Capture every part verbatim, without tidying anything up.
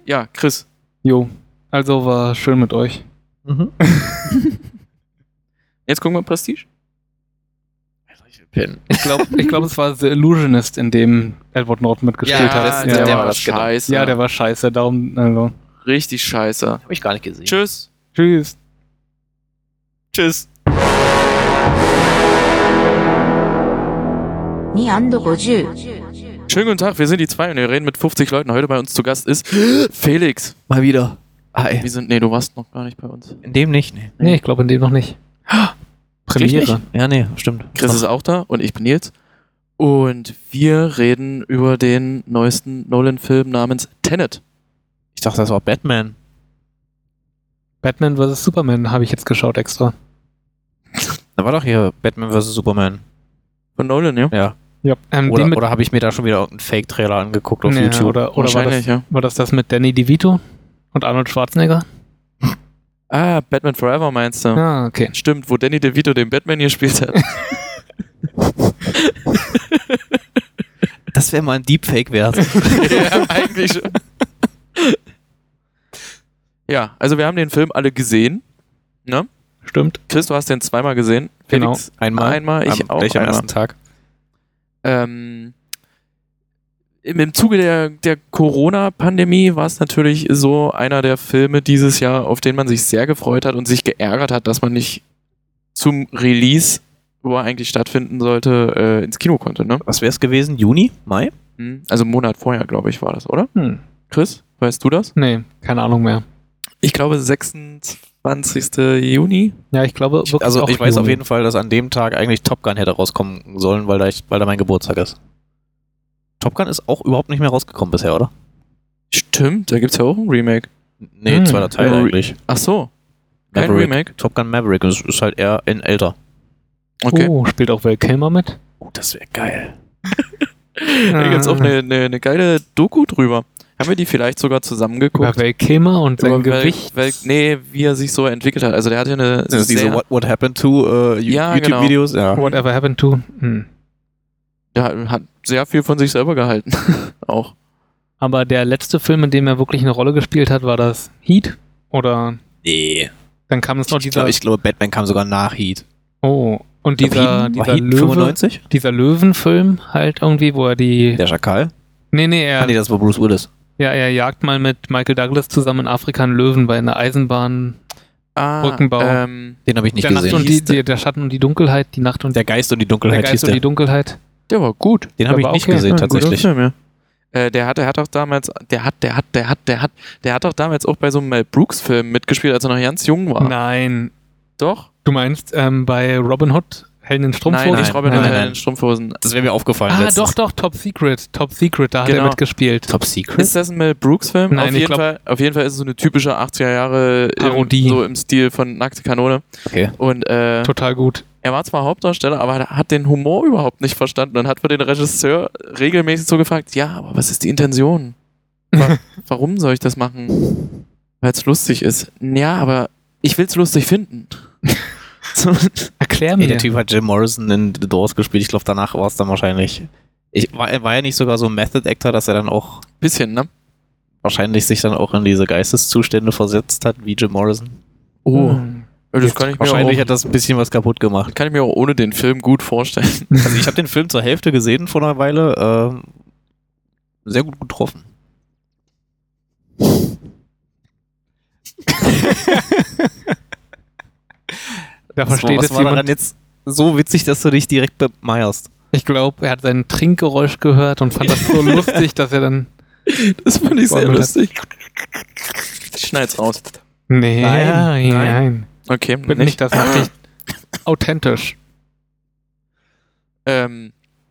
ja, Chris. Jo, also war schön mit euch. Mhm. Jetzt gucken wir Prestige. Ich glaube, ich glaub, es war The Illusionist, in dem Edward Norton mitgespielt Ja, hat. das, ja, der ja. war scheiße. Ja, der war scheiße. Darum, also. Richtig scheiße. Hab ich gar nicht gesehen. Tschüss. Tschüss. Tschüss. Schönen guten Tag, wir sind die zwei und wir reden mit fünfzig Leuten. Heute bei uns zu Gast ist Felix. Mal wieder. Hi. Wir sind, nee, du warst noch gar nicht bei uns. In dem nicht, nee. Nee, ich glaube in dem noch nicht. Premiere. Ja, nee, stimmt. Chris ist auch da und ich bin Nils. Und wir reden über den neuesten Nolan-Film namens Tenet. Ich dachte, das war Batman. Batman versus. Superman habe ich jetzt geschaut extra. Da war doch hier Batman versus. Superman. Von Nolan, ja? Ja. Ja. Ähm, Oder, mit, oder habe ich mir da schon wieder irgendeinen Fake-Trailer angeguckt auf nee, YouTube? Oder, oder war, das, Wahrscheinlich, ja. war das das mit Danny DeVito und Arnold Schwarzenegger? Ah, Batman Forever meinst du? Ah, okay. Stimmt, wo Danny DeVito den Batman gespielt hat. Das wäre mal ein Deepfake wert. Ja, eigentlich schon. Ja, also wir haben den Film alle gesehen. Ne? Stimmt. Chris, du hast den zweimal gesehen. Genau. Felix, Einmal. Einmal, ich am, auch gleich am einmal. ersten Tag. Ähm, im, Im Zuge der, der Corona-Pandemie war es natürlich so einer der Filme dieses Jahr, auf den man sich sehr gefreut hat und sich geärgert hat, dass man nicht zum Release, wo er eigentlich stattfinden sollte, äh, ins Kino konnte. Ne? Was wäre es gewesen? Juni? Mai? Hm, Also einen Monat vorher, glaube ich, war das, oder? Hm. Chris, weißt du das? Nee, keine Ahnung mehr. Ich glaube sechsundzwanzigsten Juni. Ja, ich glaube wirklich Also auch ich weiß Juni. auf jeden Fall, dass an dem Tag eigentlich Top Gun hätte rauskommen sollen, weil da, ich, weil da mein Geburtstag ist. Top Gun ist auch überhaupt nicht mehr rausgekommen bisher, oder? Stimmt, da gibt es ja auch ein Remake. Nee, Hm. zweiter Teil Re- eigentlich. Ach so, kein Maverick. Remake. Top Gun Maverick ist, ist halt eher in älter. Okay. Oh, spielt auch Val Kilmer mit? Oh, das wäre geil. Da gibt es auch eine, eine, eine geile Doku drüber. Haben wir die vielleicht sogar zusammengeguckt? Über Val Kilmer und sein Über Val- Gewicht. Val- nee, wie er sich so entwickelt hat. Also der hatte eine Sind das sehr, diese What, What Happened to äh, Ja, YouTube-Videos? Ja. Whatever happened to. Hm. der hat sehr viel von sich selber gehalten. Auch. Aber der letzte Film, in dem er wirklich eine Rolle gespielt hat, war das Heat? Oder Nee. dann kam es noch Ich dieser... glaube, ich glaube, Batman kam sogar nach Heat. oh, und dieser, War dieser Heat Löwe... fünfundneunzig? Dieser Löwenfilm halt irgendwie, wo er die... Der Schakal? Nee, nee, er, Ah, nee, das war Bruce Willis. ja, er jagt mal mit Michael Douglas zusammen in Afrika einen Löwen bei einer Eisenbahn. Ah, Brückenbau. Ähm, Den habe ich nicht der, Nacht gesehen. und die, die, der Schatten und die Dunkelheit, die Nacht und Der Geist und die der Dunkelheit Geist hieß und der. die Dunkelheit. der war gut. Den habe ich war nicht okay. gesehen, Ja, guter tatsächlich. Film, ja. Äh, der hat, der hat auch damals, der hat, der hat, der hat, der hat, der hat auch damals auch bei so einem Mel Brooks Film mitgespielt, als er noch ganz jung war. Nein. Doch? Du meinst ähm, bei Robin Hood, Helden in Strumpfhosen? Nein, nicht Robin nein, Hood nein, in nein. den Strumpfhosen. Das wäre mir aufgefallen Ah, letztens. doch, doch, Top Secret. Top Secret, da hat Genau. er mitgespielt. Top Secret? Ist das ein Mel Brooks Film? Nein, auf, ich jeden glaub- Fall, auf jeden Fall ist es so eine typische achtziger Jahre Parodie. Im, so im Stil von Nackte Kanone. Okay. Und äh, Total gut. er war zwar Hauptdarsteller, aber er hat den Humor überhaupt nicht verstanden und hat für den Regisseur regelmäßig so gefragt, ja, aber was ist die Intention? Wa- Warum soll ich das machen? Weil es lustig ist. Ja, aber ich will es lustig finden. So. Erklär Nee, mir. der Typ hat Jim Morrison in The Doors gespielt. Ich glaube, danach war es dann wahrscheinlich. Ich, war, er war ja nicht sogar so ein Method Actor, dass er dann auch Bisschen, ne? wahrscheinlich sich dann auch in diese Geisteszustände versetzt hat, wie Jim Morrison. Oh. Hm. Das kann ich, mir Wahrscheinlich auch, hat das ein bisschen was kaputt gemacht. kann ich mir auch ohne den Film gut vorstellen. Also ich habe den Film zur Hälfte gesehen vor einer Weile. Ähm, sehr gut getroffen. Da Was, versteht was es war daran jemand. jetzt so witzig, dass du dich direkt bemeierst? Ich glaube, er hat sein Trinkgeräusch gehört und fand das so lustig, dass er dann... Das fand ich sehr Wollen wir lustig. Ich schneid's raus. Nee, Nein, nein. nein. nein. Okay, Bitte nicht, das macht dich authentisch. Ähm,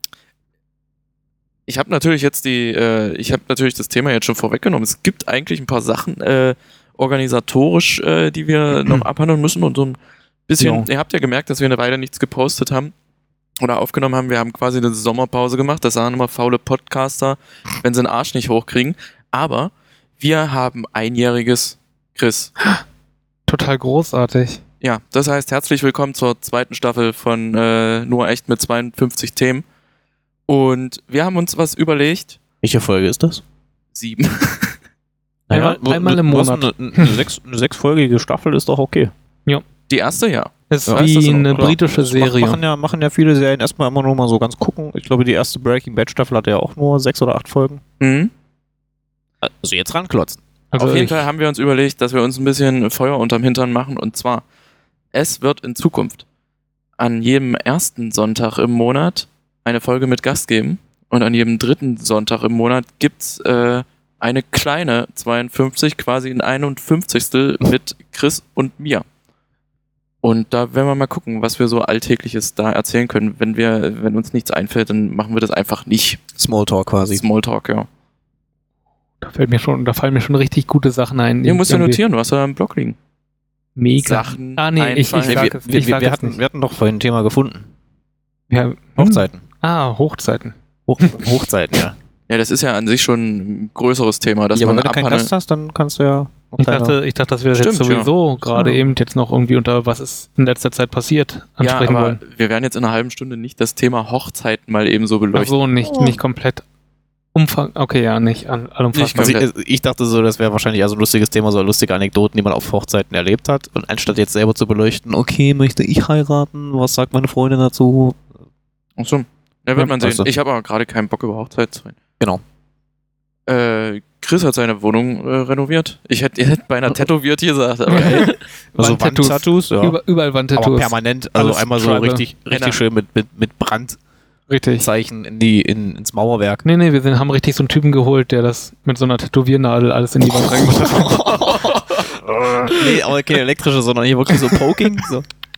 ich habe natürlich jetzt die, äh, ich habe natürlich das Thema jetzt schon vorweggenommen. Es gibt eigentlich ein paar Sachen äh, organisatorisch, äh, die wir noch abhandeln müssen und so ein bisschen. Ja. Ihr habt ja gemerkt, dass wir eine Weile nichts gepostet haben oder aufgenommen haben. Wir haben quasi eine Sommerpause gemacht. Das sagen immer faule Podcaster, wenn sie den Arsch nicht hochkriegen. Aber wir haben einjähriges Chris. Total großartig. Ja, das heißt, herzlich willkommen zur zweiten Staffel von äh, Nur echt mit zweiundfünfzig Themen. Und wir haben uns was überlegt. Welche Folge ist das? Sieben. Einmal, Ja, einmal im du hast Monat. Eine, eine, sechs, eine sechsfolgige Staffel ist doch okay. Die erste, ja. Ist Ja, wie ist das auch, eine klar. britische Das mach- Serie. Machen ja, machen ja viele Serien erstmal immer nur mal so ganz gucken. Ich glaube, die erste Breaking Bad Staffel hatte ja auch nur sechs oder acht Folgen. Mhm. Also jetzt ranklotzen. Also Auf jeden ich, Fall haben wir uns überlegt, dass wir uns ein bisschen Feuer unterm Hintern machen. Und zwar, es wird in Zukunft an jedem ersten Sonntag im Monat eine Folge mit Gast geben. Und an jedem dritten Sonntag im Monat gibt es äh, eine kleine zweiundfünfzig, quasi ein einundfünfzigstel mit Chris und mir. Und da werden wir mal gucken, was wir so Alltägliches da erzählen können. Wenn wir, wenn uns nichts einfällt, dann machen wir das einfach nicht. Smalltalk quasi. Smalltalk, ja. da fällt mir schon, da fallen mir schon richtig gute Sachen ein. Du musst ja Irgendwie notieren, du hast ja im Blog liegen. Mega. Sachen Ah, nee, ich- ich einfallen. Nee, sag wir, es- wir, ich wir, sag wir, es hatten, nicht. wir hatten doch vorhin ein Thema gefunden. Ja, hm? Hochzeiten. Ah, Hochzeiten. Hoch, Hochzeiten, ja. Ja, das ist ja an sich schon ein größeres Thema, dass ja, aber man wenn du keinen abhandeln- Gast hast, dann kannst du ja noch Ich deine- dachte, ich dachte, dass wir das Stimmt, jetzt sowieso gerade Ja. eben jetzt noch irgendwie unter was ist in letzter Zeit passiert Ja, ansprechen aber wollen. wir werden jetzt in einer halben Stunde nicht das Thema Hochzeiten mal eben so Ach beleuchten. so, nicht, nicht komplett Umfang. Okay, ja, nicht an, allumfassend. Also komplett. ich, ich dachte so, das wäre wahrscheinlich also ein lustiges Thema, so lustige Anekdoten, die man auf Hochzeiten erlebt hat. Und anstatt jetzt selber zu beleuchten, okay, möchte ich heiraten? Was sagt meine Freundin dazu? Ach so. Ja, wird man sehen. weißt du. Ich habe aber gerade keinen Bock über Hochzeit zu reden. Genau. Äh, Chris hat seine Wohnung äh, renoviert. Ich hätte ich hätt beinahe tätowiert gesagt, aber ey, Also Wandtattoos. Wandtattoos, ja. Über, überall aber Wandtattoos. permanent, also Alles einmal so Tribal. richtig, richtig Genau. schön mit, mit, mit Brandzeichen Richtig. in die, in, ins Mauerwerk. Nee, nee, wir sind, haben richtig so einen Typen geholt, der das mit so einer Tätowiernadel alles in die Wand reingemacht hat. Nee, aber keine elektrische, sondern hier wirklich so Poking. So.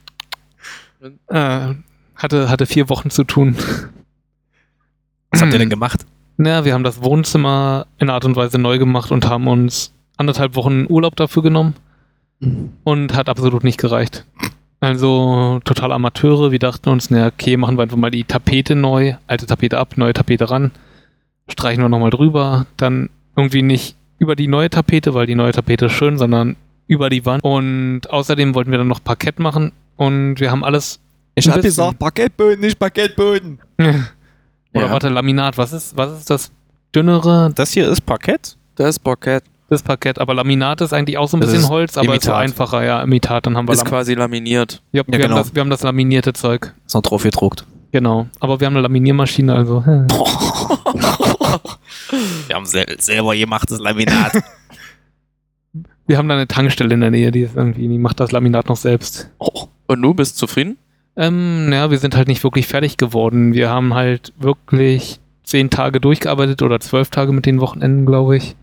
äh, hatte, hatte vier Wochen zu tun. Was habt ihr denn gemacht? Na, wir haben das Wohnzimmer in einer Art und Weise neu gemacht und haben uns anderthalb Wochen Urlaub dafür genommen und hat absolut nicht gereicht. Also total Amateure. Wir dachten uns, na okay, machen wir einfach mal die Tapete neu, alte Tapete ab, neue Tapete ran, streichen wir nochmal drüber, dann irgendwie nicht über die neue Tapete, weil die neue Tapete ist schön, sondern über die Wand. Und außerdem wollten wir dann noch Parkett machen und wir haben alles. Ich ein hab bisschen- gesagt, Parkettböden, nicht Parkettböden. Oder Ja. warte, Laminat. Was ist, was ist das dünnere? Das hier ist Parkett? das ist Parkett. Das Parkett. Aber Laminat ist eigentlich auch so ein Das bisschen ist Holz, aber ist so Imitat. einfacher. Ja, Imitat. Dann haben wir Ist Lam quasi laminiert. ja, wir, Ja, genau. haben das, wir haben das laminierte Zeug. Ist noch drauf gedruckt. Genau. Aber wir haben eine Laminiermaschine, also. hm. Wir haben sel selber gemachtes Laminat. Wir haben da eine Tankstelle in der Nähe, die ist irgendwie, die macht das Laminat noch selbst. Oh. Und du bist zufrieden? Ähm, naja, wir sind halt nicht wirklich fertig geworden. Wir haben halt wirklich zehn Tage durchgearbeitet oder zwölf Tage mit den Wochenenden, glaube ich.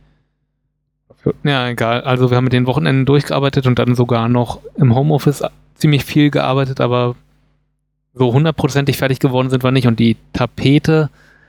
Ja, egal. Also wir haben mit den Wochenenden durchgearbeitet und dann sogar noch im Homeoffice ziemlich viel gearbeitet, aber so hundertprozentig fertig geworden sind wir nicht. Und die Tapete,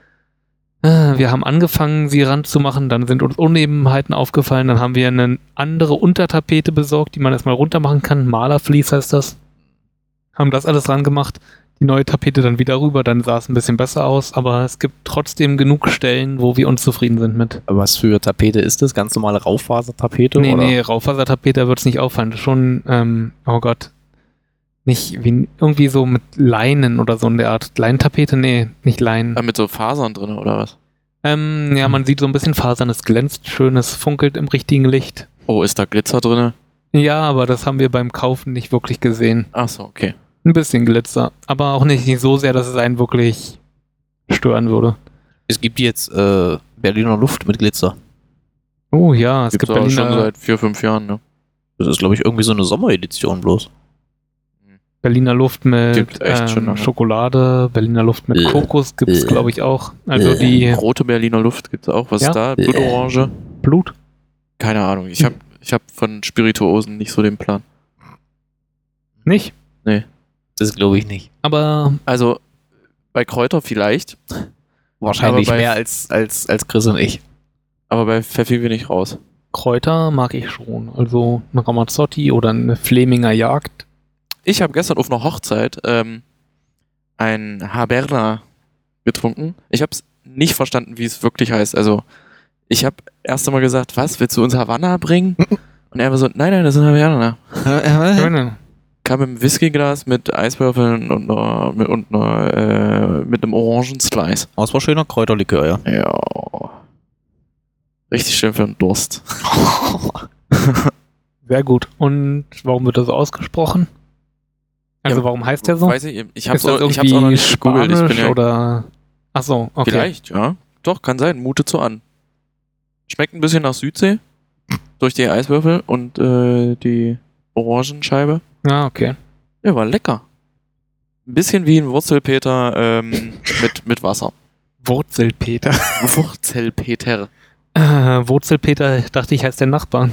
äh, wir haben angefangen, sie ranzumachen, dann sind uns Unebenheiten aufgefallen, dann haben wir eine andere Untertapete besorgt, die man erstmal runter machen kann. Malerflies heißt das. Haben das alles ran gemacht. Die neue Tapete dann wieder rüber, dann sah es ein bisschen besser aus, aber es gibt trotzdem genug Stellen, wo wir unzufrieden sind mit. Was für Tapete ist das? Ganz normale Raufasertapete? Nee, oder? nee, Raufasertapete wird es nicht auffallen. Das ist schon, ähm, oh Gott, nicht wie, irgendwie so mit Leinen oder so in der Art. Leinentapete? Nee, nicht Leinen. Äh, mit so Fasern drin oder was? Ähm, ja, man sieht so ein bisschen Fasern, es glänzt schön, es funkelt im richtigen Licht. Oh, ist da Glitzer drin? Ja, aber das haben wir beim Kaufen nicht wirklich gesehen. Ach so, okay. Ein bisschen Glitzer, aber auch nicht, nicht so sehr, dass es einen wirklich stören würde. Es gibt jetzt äh, Berliner Luft mit Glitzer. Oh ja, es Gibt's gibt aber schon Berliner, seit vier, fünf Jahren, ne? Das ist, glaube ich, irgendwie so eine Sommeredition bloß. Berliner Luft mit Gibt echt schon ähm, lange. Schokolade, Berliner Luft mit Äh. Kokos gibt es, Äh. glaube ich, auch. Also Äh. die Rote Berliner Luft gibt's auch. Was Ja. ist da? Blutorange? Blut. Keine Ahnung. Ich hab, ich hab von Spirituosen nicht so den Plan. Nicht, Das glaube ich nicht. aber Also, bei Kräuter vielleicht, Wahrscheinlich Aber bei- mehr als, als, als Chris und ich. aber bei Pfeffi bin ich raus. Kräuter mag ich schon. Also ein Ramazzotti oder eine Fleminger Jagd. Ich habe gestern auf einer Hochzeit ähm, ein Haberna getrunken. Ich habe es nicht verstanden, wie es wirklich heißt. Also, ich habe erst einmal gesagt, was, willst du uns Havanna bringen? Und er war so, nein, nein, das ist ein Haberna. Kam im Whiskyglas mit Eiswürfeln und, einer, mit, und einer, äh, mit einem Orangenslice. Oh, das war schöner Kräuterlikör, ja. Ja. Richtig schön für den Durst. Sehr gut. Und warum wird das so ausgesprochen? Also Ja, warum heißt der so? Weiß ich, ich hab's, Ist das auch, ich hab's auch noch irgendwie nicht gegoogelt. Ich bin Spanisch ja, oder... Ach so, okay. Vielleicht, ja. Doch, kann sein. Mute zu an. Schmeckt ein bisschen nach Südsee. Durch die Eiswürfel und äh, die Orangenscheibe. Ah, okay. Ja, war lecker. Ein bisschen wie ein Wurzelpeter ähm, mit, mit Wasser. Wurzelpeter. Wurzelpeter. Äh, Wurzelpeter, dachte ich, heißt der Nachbar.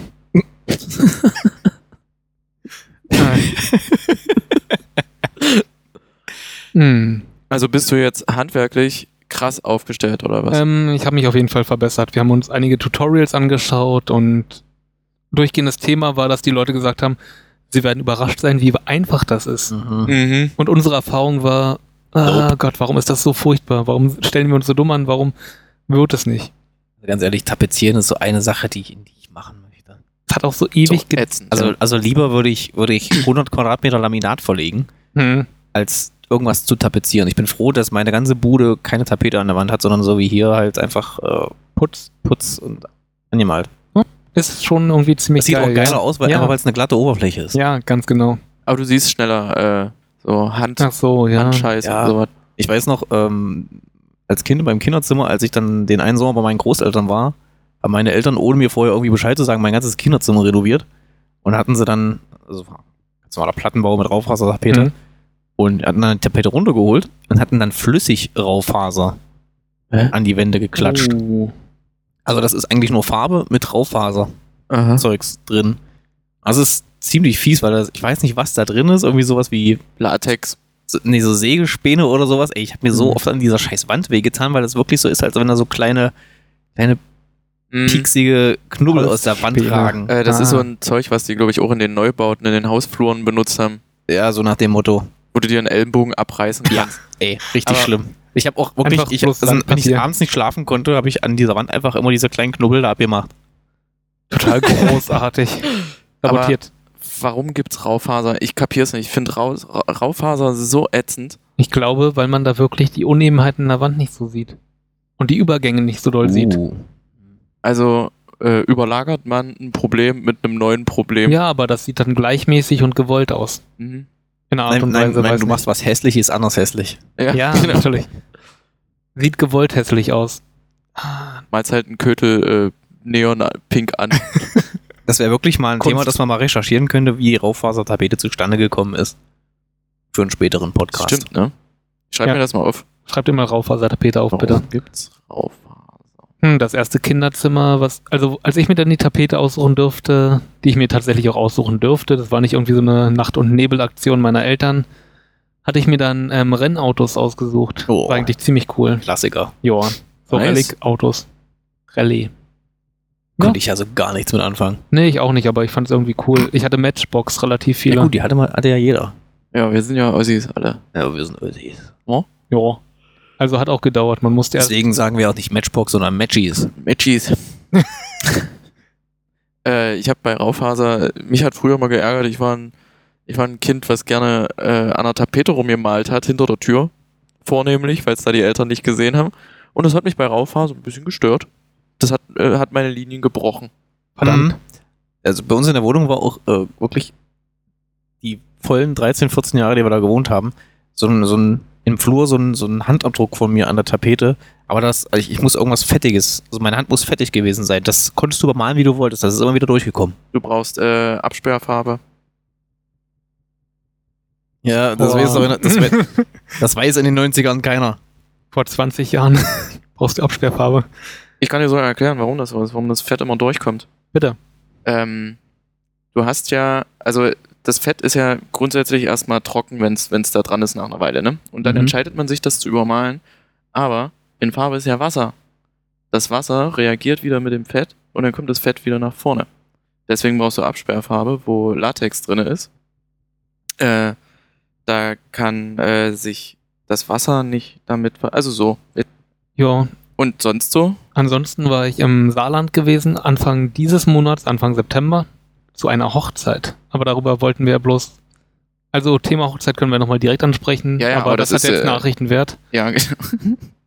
hm. Also bist du jetzt handwerklich krass aufgestellt, oder was? ähm, ich habe mich auf jeden Fall verbessert. Wir haben uns einige Tutorials angeschaut und durchgehendes Thema war, dass die Leute gesagt haben, sie werden überrascht sein, wie einfach das ist. Mhm. Mhm. Und unsere Erfahrung war, ah Nope. Gott, warum ist das so furchtbar? Warum stellen wir uns so dumm an? Warum wird es nicht? Ganz ehrlich, tapezieren ist so eine Sache, die ich, die ich machen möchte. Es hat auch so ewig So ge- ätzend. Also, ja. also lieber würde ich, würde ich hundert Quadratmeter Laminat verlegen, hm. als irgendwas zu tapezieren. Ich bin froh, dass meine ganze Bude keine Tapete an der Wand hat, sondern so wie hier halt einfach äh, Putz, Putz und angemalt. Ist schon irgendwie ziemlich Das sieht geil. auch geiler ja. aus, weil ja. einfach weil es eine glatte Oberfläche ist. Ja, ganz genau. Aber du siehst schneller äh, so Hand, Ach so, ja. Handscheiß Ja. und sowas. Ich weiß noch, ähm, als Kind beim Kinderzimmer, als ich dann den einen Sommer bei meinen Großeltern war, haben meine Eltern, ohne mir vorher irgendwie Bescheid zu sagen, mein ganzes Kinderzimmer renoviert und hatten sie dann, also ganz normaler Plattenbau mit Raufasertapete, Mhm. und hatten dann eine Tapete runtergeholt und hatten dann flüssig Raufaser Hä? an die Wände geklatscht. Oh. Also das ist eigentlich nur Farbe mit Raufaser-Zeugs Aha. drin. Also es ist ziemlich fies, weil das, ich weiß nicht, was da drin ist, irgendwie sowas wie Latex. so, nee, so Sägespäne oder sowas. Ey, ich habe mir so Mhm. oft an dieser scheiß Wand wehgetan, weil das wirklich so ist, als wenn da so kleine, kleine Mhm. pieksige Knubbel aus der Wand Holzspäne. ragen. Äh, das Ah. ist so ein Zeug, was die, glaube ich, auch in den Neubauten, in den Hausfluren benutzt haben. Ja, so nach dem Motto. Wo du dir einen Ellenbogen abreißen Ja, kannst. ey, richtig Aber- schlimm. Ich habe auch wirklich, Einfach ich, bloß also, wenn ich Sandpapier. abends nicht schlafen konnte, habe ich an dieser Wand einfach immer diese kleinen Knubbel da abgemacht. Total großartig. Aber- Sabotiert. Warum gibt's Raufaser? Ich kapier's nicht. Ich finde Rau Ra- Raufaser so ätzend. Ich glaube, weil man da wirklich die Unebenheiten in der Wand nicht so sieht. Und die Übergänge nicht so doll sieht. Uh. Also äh, überlagert man ein Problem mit einem neuen Problem. Ja, aber das sieht dann gleichmäßig und gewollt aus. Mhm. In einer Art Nein, und nein, Weise. nein weiß du nicht. machst was Hässliches anders hässlich. Ja, Ja, genau. natürlich. Sieht gewollt hässlich aus. Ah, Malst halt einen Kötel äh, neon-pink an. Das wäre wirklich mal ein Kunst. Thema, das man mal recherchieren könnte, wie Raufasertapete zustande gekommen ist. Für einen späteren Podcast. Stimmt, ne? Schreib Ja. mir das mal auf. Schreibt ihr mal Raufasertapete auf, bitte. Warum gibt's Raufaser? Hm, das erste Kinderzimmer, was, also als ich mir dann die Tapete aussuchen durfte, die ich mir tatsächlich auch aussuchen dürfte, das war nicht irgendwie so eine Nacht- und Nebelaktion meiner Eltern, hatte ich mir dann ähm, Rennautos ausgesucht. Oh. War eigentlich ziemlich cool. Klassiker. Ja, so Nice. Rallye-Autos. Rallye. Konnte ich also gar nichts mit anfangen. Nee, ich auch nicht, aber ich fand es irgendwie cool. Ich hatte Matchbox relativ viele. Ja gut, die hatte, mal, hatte ja jeder. Ja, wir sind ja Ossis alle. Ja, wir sind Ösis. Ja. Also hat auch gedauert. Man musste erst. Deswegen sagen wir auch nicht Matchbox, sondern Matchies. Matchies. äh, ich habe bei Raufaser, mich hat früher mal geärgert, ich war ein, ich war ein Kind, was gerne äh, an einer Tapete rumgemalt hat, hinter der Tür. Vornehmlich, weil es da die Eltern nicht gesehen haben. Und das hat mich bei Raufaser ein bisschen gestört. Das hat, äh, hat meine Linien gebrochen. Verdammt. Mhm. Also bei uns in der Wohnung war auch äh, wirklich die vollen dreizehn, vierzehn Jahre, die wir da gewohnt haben, so ein, so ein im Flur so ein, so ein Handabdruck von mir an der Tapete. Aber das, also ich, ich muss irgendwas Fettiges, also meine Hand muss fettig gewesen sein. Das konntest du bemalen, wie du wolltest. Das ist immer wieder durchgekommen. Du brauchst äh, Absperrfarbe. Ja, das weiß aber- das, das weiß in den neunzigern keiner. Vor zwanzig Jahren brauchst du Absperrfarbe. Ich kann dir sogar erklären, warum das so ist, warum das Fett immer durchkommt. Bitte. Ähm, du hast ja, also das Fett ist ja grundsätzlich erstmal trocken, wenn es da dran ist nach einer Weile, ne? Und dann Mhm. entscheidet man sich, das zu übermalen. Aber in Farbe ist ja Wasser. Das Wasser reagiert wieder mit dem Fett und dann kommt das Fett wieder nach vorne. Deswegen brauchst du Absperrfarbe, wo Latex drin ist. Äh, da kann äh, sich das Wasser nicht damit, ver- also so. Ja. Und sonst so? Ansonsten war ich im Saarland gewesen, Anfang dieses Monats, Anfang September, zu einer Hochzeit. Aber darüber wollten wir bloß. Also Thema Hochzeit können wir nochmal direkt ansprechen, Ja, ja, aber, aber das, das hat ist, jetzt äh, Nachrichtenwert. Ja, genau.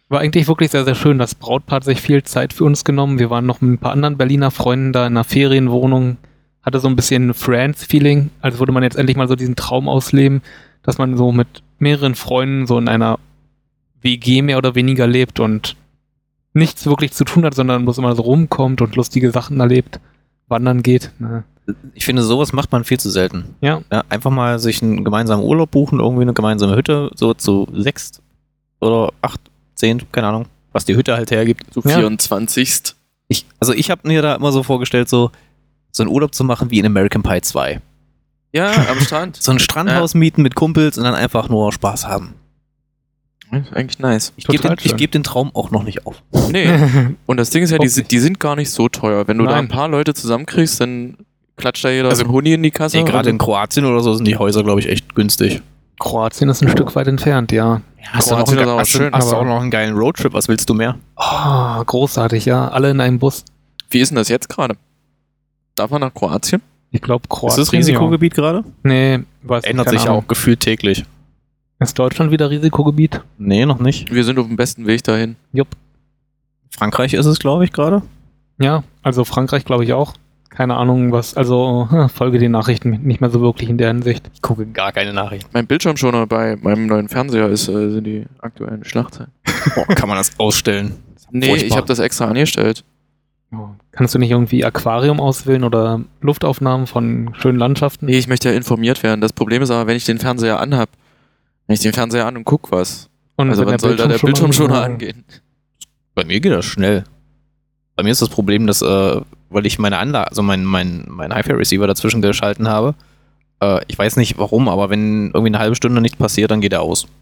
War eigentlich wirklich sehr, sehr schön. Das Brautpaar hat sich viel Zeit für uns genommen. Wir waren noch mit ein paar anderen Berliner Freunden da in einer Ferienwohnung. Hatte so ein bisschen Friends-Feeling, als würde man jetzt endlich mal so diesen Traum ausleben, dass man so mit mehreren Freunden so in einer W G mehr oder weniger lebt und nichts wirklich zu tun hat, sondern bloß immer so rumkommt und lustige Sachen erlebt, wandern geht. Ne? Ich finde, sowas macht man viel zu selten. Ja. Ja, einfach mal sich einen gemeinsamen Urlaub buchen, irgendwie eine gemeinsame Hütte, so zu sechs oder acht, zehn, keine Ahnung, was die Hütte halt hergibt. So Ja. vierundzwanzig. Ich, also ich habe mir da immer so vorgestellt, so, so einen Urlaub zu machen wie in American Pie zwei. Ja, am Strand. So ein Strandhaus mieten mit Kumpels und dann einfach nur Spaß haben. Das ist eigentlich nice. Ich gebe Total den, ich schön. geb den Traum auch noch nicht auf. Nee. Und das Ding ist ja, die, Hoffentlich. sind- die sind gar nicht so teuer. Wenn du da Nein. ein paar Leute zusammenkriegst, dann klatscht da jeder Also, also, ein Huni in die Kasse. Nee, gerade in und- Kroatien oder so sind die Häuser, glaube ich, echt günstig. Kroatien ist ein Stück weit entfernt, ja. hast du noch, Kroatien das ist auch hast, schön. du- hast du aber- auch noch einen geilen Roadtrip, was willst du mehr? Oh, großartig, ja. Alle in einem Bus. Wie ist denn das jetzt gerade? Darf man nach Kroatien? Ich glaube, Kroatien. Ist das Risikogebiet gerade? Ja. Nee, weiß Ändert keine sich ja Ahnung. auch gefühlt täglich. Ist Deutschland wieder Risikogebiet? Nee, noch nicht. Wir sind auf dem besten Weg dahin. Jupp. Frankreich ist es, glaube ich, gerade. Ja, also Frankreich glaube ich auch. Keine Ahnung, was, also hm, folge den Nachrichten nicht mehr so wirklich in der Hinsicht. Ich gucke gar keine Nachrichten. Mein Bildschirmschoner bei meinem neuen Fernseher ist, äh, sind die aktuellen Schlagzeilen. Boah, kann man das ausstellen? Nee, Furchtbar. ich habe das extra angestellt. Oh. Kannst du nicht irgendwie Aquarium auswählen oder Luftaufnahmen von schönen Landschaften? Nee, ich möchte ja informiert werden. Das Problem ist aber, wenn ich den Fernseher anhab, wenn ich den Fernseher an und guck was, Und also wenn wann soll da der Bildschirmschoner an- angehen? Bei mir geht das schnell. Bei mir ist das Problem, dass, äh, weil ich meine Anlage, also mein, mein, mein Hi-Fi-Receiver dazwischen geschalten habe, äh, ich weiß nicht warum, aber wenn irgendwie eine halbe Stunde nichts passiert, dann geht er aus. Und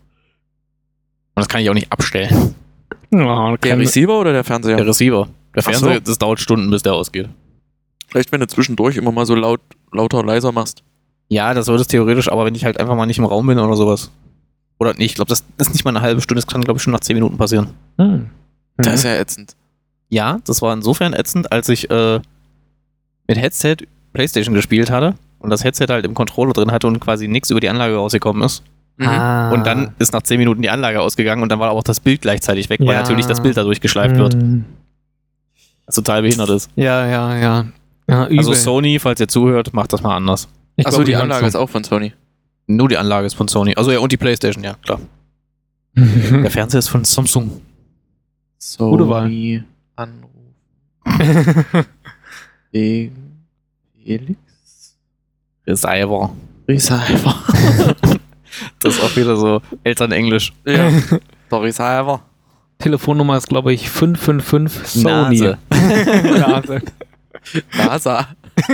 das kann ich auch nicht abstellen. Ja, Der keine- Receiver oder der Fernseher? Der Receiver. Der Ach so. Fernseher, das dauert Stunden, bis der ausgeht. Vielleicht, wenn du zwischendurch immer mal so laut, lauter, leiser machst. Ja, das würde es theoretisch, aber wenn ich halt einfach mal nicht im Raum bin oder sowas. Oder nee, ich glaube, das ist nicht mal eine halbe Stunde, das kann, glaube ich, schon nach zehn Minuten passieren. Hm. Das ist Mhm. ja ätzend. Ja, das war insofern ätzend, als ich äh, mit Headset PlayStation gespielt hatte und das Headset halt im Controller drin hatte und quasi nichts über die Anlage rausgekommen ist. Mhm. Ah. Und dann ist nach zehn Minuten die Anlage ausgegangen und dann war aber auch das Bild gleichzeitig weg, weil Ja. natürlich das Bild dadurch geschleift wird. Hm. Was total behindert ist. Ja, ja, ja. ja übel. Also Sony, falls ihr zuhört, macht das mal anders. Ich Achso, glaub, die hören Anlage zu. ist auch von Sony. Nur die Anlage ist von Sony. Also ja, und die PlayStation, ja, klar. Der Fernseher ist von Samsung. Sony Gute Wahl. Anruf wegen Felix Receiver. Receiver. Das ist auch wieder so Elternenglisch. Ja. Der Receiver. Telefonnummer ist, glaube ich, fünf fünf fünf Sony. Nase. Nase. NASA.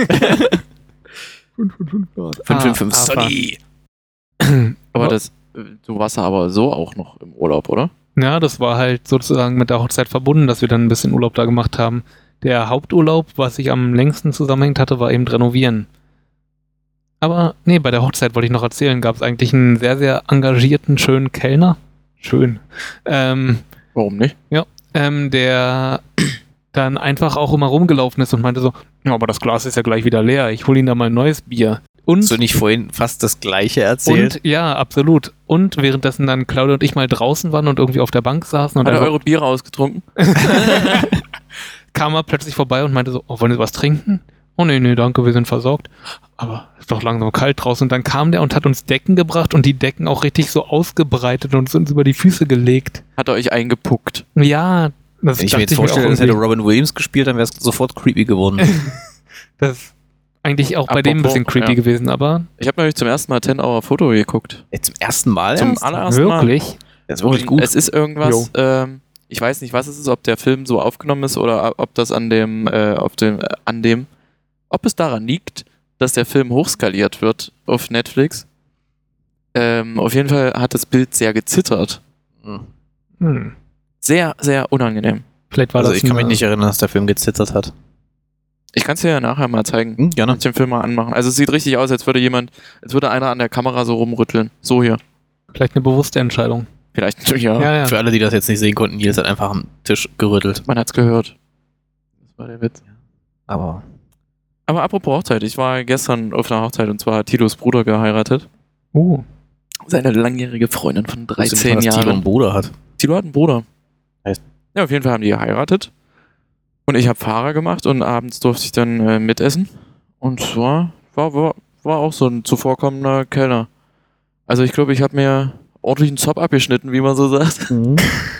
fünf fünf fünf Nase. fünf fünf fünf Ah, Sony. Aber Ja. das, du warst ja aber so auch noch im Urlaub, oder? Ja, das war halt sozusagen mit der Hochzeit verbunden, dass wir dann ein bisschen Urlaub da gemacht haben. Der Haupturlaub, was ich am längsten zusammenhängt hatte, war eben renovieren. Aber nee, bei der Hochzeit wollte ich noch erzählen, gab es eigentlich einen sehr, sehr engagierten, schönen Kellner. Schön. Ähm, Warum nicht? ähm, der dann einfach auch immer rumgelaufen ist und meinte so, ja, aber das Glas ist ja gleich wieder leer, ich hole Ihnen da mal ein neues Bier. Und, Hast du nicht vorhin fast das Gleiche erzählt? und ja, absolut. Und währenddessen dann Claudia und ich mal draußen waren und irgendwie auf der Bank saßen und Hat er einfach eure Biere ausgetrunken? kam er plötzlich vorbei und meinte so, oh, wollen Sie was trinken? Oh nee, nee, danke, wir sind versorgt. Aber ist doch langsam kalt draußen. Und dann kam der und hat uns Decken gebracht und die Decken auch richtig so ausgebreitet und uns über die Füße gelegt. Hat er euch eingepuckt? Ja, das Wenn ich mir jetzt vorstelle, das hätte Robin Williams gespielt, dann wäre es sofort creepy geworden. Das ist eigentlich auch bei dem ein Apropos, bisschen creepy ja. gewesen, aber Ich habe nämlich zum ersten Mal ten Hour Foto geguckt. Ey, zum ersten Mal? Zum erst? allerersten Mal. wirklich. Das ist wirklich gut. Es ist irgendwas, ähm, ich weiß nicht, was es ist, ob der Film so aufgenommen ist oder ob das an dem, äh, auf dem, äh, an dem, ob es daran liegt, dass der Film hochskaliert wird auf Netflix. Ähm, auf jeden Fall hat das Bild sehr gezittert. Hm. Hm. Sehr, sehr unangenehm. Vielleicht war Also das ich kann mich eine- nicht erinnern, dass der Film gezittert hat. Ich kann es dir ja nachher mal zeigen. Hm, gerne. Kannst den Film mal anmachen. Also es sieht richtig aus, als würde jemand, als würde einer an der Kamera so rumrütteln. So hier. vielleicht eine bewusste Entscheidung. Vielleicht, ja. Ja, ja. Für alle, die das jetzt nicht sehen konnten, Nils hat einfach am Tisch gerüttelt. Man hat's gehört. Das war der Witz. Aber Aber apropos Hochzeit, ich war gestern auf einer Hochzeit und zwar hat Tilos Bruder geheiratet. Oh. Seine langjährige Freundin von wusste nicht mal, dreizehn dass Tilo einen Jahren. Bruder hat. Tilo hat einen Bruder. Ja, auf jeden Fall haben die geheiratet. Und ich habe Fahrer gemacht und abends durfte ich dann äh, mitessen. Und es war, war, war, war auch so ein zuvorkommender Kellner. Also ich glaube, ich habe mir ordentlich einen Zopf abgeschnitten, wie man so sagt. Mhm.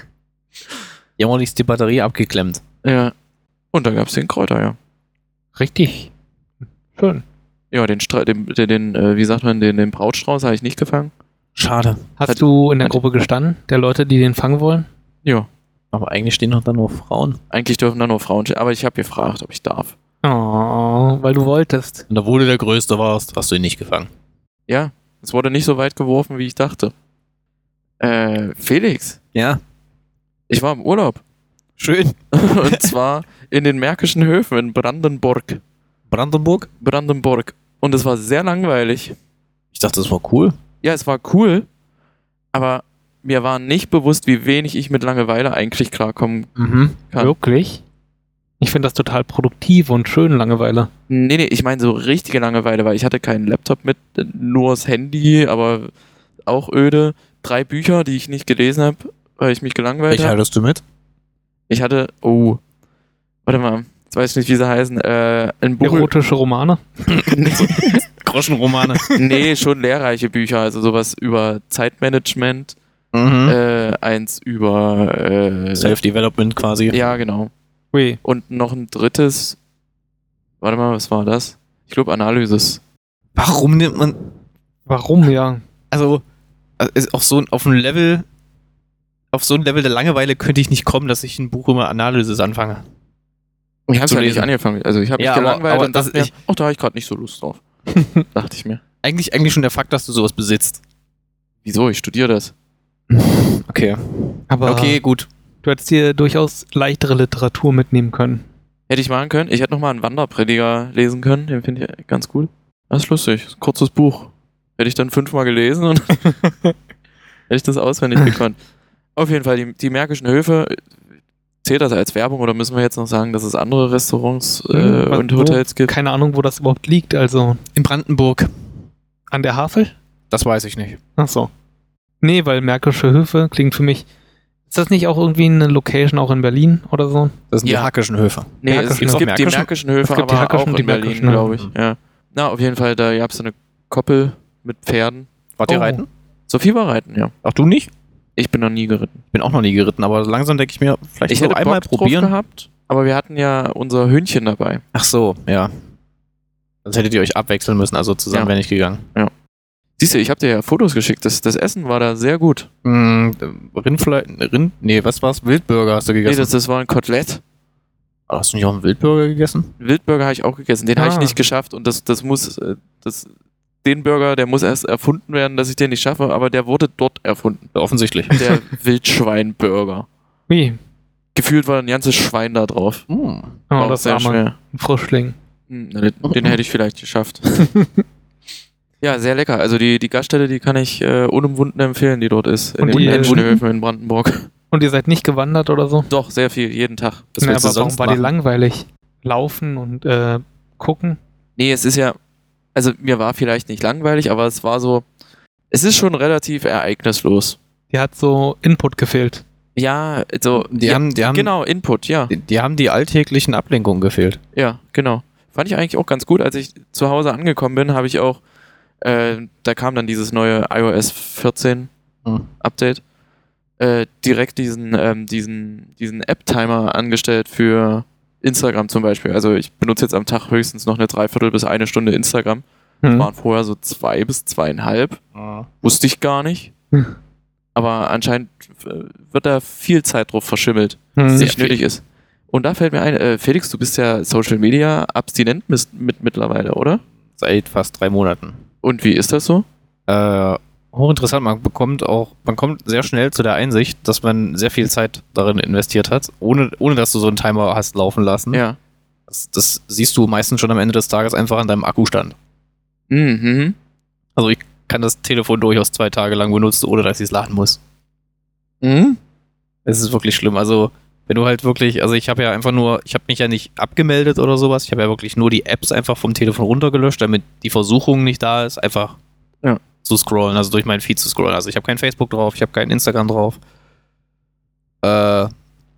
Die haben ordentlich die Batterie abgeklemmt. Ja. Und da gab es den Kräuter, ja. Richtig. Schön. Ja, den, Stra den, den, den äh, wie sagt man, den, den Brautstrauß habe ich nicht gefangen. Schade. Hast Hat- du in der hat- Gruppe gestanden, der Leute, die den fangen wollen? Ja, Aber eigentlich stehen doch da nur Frauen. eigentlich dürfen da nur Frauen stehen, aber ich habe gefragt, ob ich darf. Oh, weil du wolltest. Und da wurde der Größte warst, hast du ihn nicht gefangen. Ja, es wurde nicht so weit geworfen, wie ich dachte. Äh, Felix, Ja. ich war im Urlaub. Schön. Und zwar in den Märkischen Höfen in Brandenburg. Brandenburg? Brandenburg. Und es war sehr langweilig. Ich dachte, das war cool. Ja, es war cool, aber mir war nicht bewusst, wie wenig ich mit Langeweile eigentlich klarkommen Mhm. kann. Wirklich? Ich finde das total produktiv und schön, Langeweile. Nee, nee, ich meine so richtige Langeweile, weil ich hatte keinen Laptop mit, äh, nur das Handy, aber auch öde. Drei Bücher, die ich nicht gelesen habe, weil ich mich gelangweilt Welche habe. hattest du mit? Ich hatte, oh, warte mal, jetzt weiß ich nicht, wie sie heißen, äh, ein Buch. Erotische Romane? Groschenromane. Nee, schon lehrreiche Bücher, also sowas über Zeitmanagement, Mhm. äh, eins über, äh, Self-Development quasi. ja, genau. Ui. Und noch ein drittes, warte mal, was war das? Ich glaube Analysis. Warum nimmt man, Warum, ja? also, also ist auf so ein, auf ein Level, auf so ein Level der Langeweile könnte ich nicht kommen, dass ich ein Buch über Analysis anfange. Ich habe Zu ja nicht lesen. angefangen, also ich habe Ja, mich aber- gelangweilt aber und das dachte mir, ich- ach, da habe ich gerade nicht so Lust drauf. Dachte ich mir. Eigentlich, eigentlich schon der Fakt, dass du sowas besitzt. Wieso? Ich studiere das. Okay. Aber Okay, gut. du hättest dir durchaus leichtere Literatur mitnehmen können. Hätte ich machen können. Ich hätte nochmal einen Wanderprediger lesen können. Den finde ich ganz cool. Das ist lustig. Das ist ein kurzes Buch. Hätte ich dann fünfmal gelesen und hätte ich das auswendig gekonnt. Auf jeden Fall, die, die Märkischen Höfe, zählt das als Werbung oder müssen wir jetzt noch sagen, dass es andere Restaurants äh, Hm, was- und Hotels gibt? Keine Ahnung, wo das überhaupt liegt. Also In Brandenburg. an der Havel? Das weiß ich nicht. Ach so. Nee, weil Märkische Höfe klingt für mich. Ist das nicht auch irgendwie eine Location auch in Berlin oder so? Das sind Ja. die Hackischen Höfe. Nee, Die es, Hackischen es Höfe. gibt die Märkischen? Märkischen Höfe, Es gibt die aber Hackischen auch und die in Berlin, Märkischen, glaube ich. Mhm. Ja. Na, auf jeden Fall, da gab es so eine Koppel mit Pferden. Wart ihr Oh. reiten? Sophie war reiten, ja. Ach, du nicht? Ich bin noch nie geritten. Ich bin auch noch nie geritten, aber langsam denke ich mir, vielleicht Ich so hätte einmal Bock drauf probieren. gehabt, aber wir hatten ja unser Hündchen dabei. Ach so, ja. Sonst hättet ihr euch abwechseln müssen, also zusammen Ja. wäre ich gegangen. Siehst du, ich habe dir ja Fotos geschickt. Das, das Essen war da sehr gut. Mm, Rindfleisch, Rind, nee, was war's? Wildburger hast du Nee, gegessen? das, das war ein Kotelett. Oh, hast du nicht auch einen Wildburger gegessen? Wildburger habe ich auch gegessen. Den habe ich Ah. nicht geschafft und das, das muss, äh, das, den Burger, der muss erst erfunden werden, dass ich den nicht schaffe, aber der wurde dort erfunden. Ja, offensichtlich. Der Wildschwein-Burger. Wie? Gefühlt war ein ganzes Schwein da drauf. Mm. Oh, Auch das sehr arme schwer. Frischling. Hm, na, den, den hätte ich vielleicht geschafft. Ja, sehr lecker. Also die, die Gaststätte, die kann ich äh, unumwunden empfehlen, die dort ist. In Und den die, äh, Menschenhöfen in Brandenburg. Und ihr seid nicht gewandert oder so? Doch, sehr viel, jeden Tag. Was Na, willst du aber warum sonst war die machen? langweilig? Laufen und äh, gucken? Nee, es ist ja, also mir war vielleicht nicht langweilig, aber es war so, es ist schon relativ ereignislos. Die hat so Input gefehlt. Ja, also, Die ja, haben, die haben, genau, Input, ja. die, die haben die alltäglichen Ablenkungen gefehlt. Ja, genau. Fand ich eigentlich auch ganz gut. Als ich zu Hause angekommen bin, habe ich auch, äh, da kam dann dieses neue i O S vierzehn Hm. Update, äh, direkt diesen, ähm, diesen, diesen App-Timer angestellt für Instagram zum Beispiel. Also ich benutze jetzt am Tag höchstens noch eine Dreiviertel bis eine Stunde Instagram. Hm. Waren vorher so zwei bis zweieinhalb. Wusste ich gar nicht. Hm. Aber anscheinend äh, wird da viel Zeit drauf verschimmelt, Hm. die Sehr nicht nötig ist. Und da fällt mir ein, äh, Felix, du bist ja Social Media abstinent mit, mit mittlerweile, oder? Seit fast drei Monaten. Und wie ist das so? Äh, hochinteressant, man bekommt auch, man kommt sehr schnell zu der Einsicht, dass man sehr viel Zeit darin investiert hat, ohne, ohne dass du so einen Timer hast laufen lassen. Ja. Das, das siehst du meistens schon am Ende des Tages einfach an deinem Akkustand. Mhm. Also ich kann das Telefon durchaus zwei Tage lang benutzen, ohne dass ich es laden muss. Mhm. Es ist wirklich schlimm. Also wenn du halt wirklich, also ich habe ja einfach nur, ich habe mich ja nicht abgemeldet oder sowas, ich habe ja wirklich nur die Apps einfach vom Telefon runtergelöscht, damit die Versuchung nicht da ist, einfach Ja. zu scrollen, also durch meinen Feed zu scrollen. Also ich habe kein Facebook drauf, ich habe kein Instagram drauf. Äh,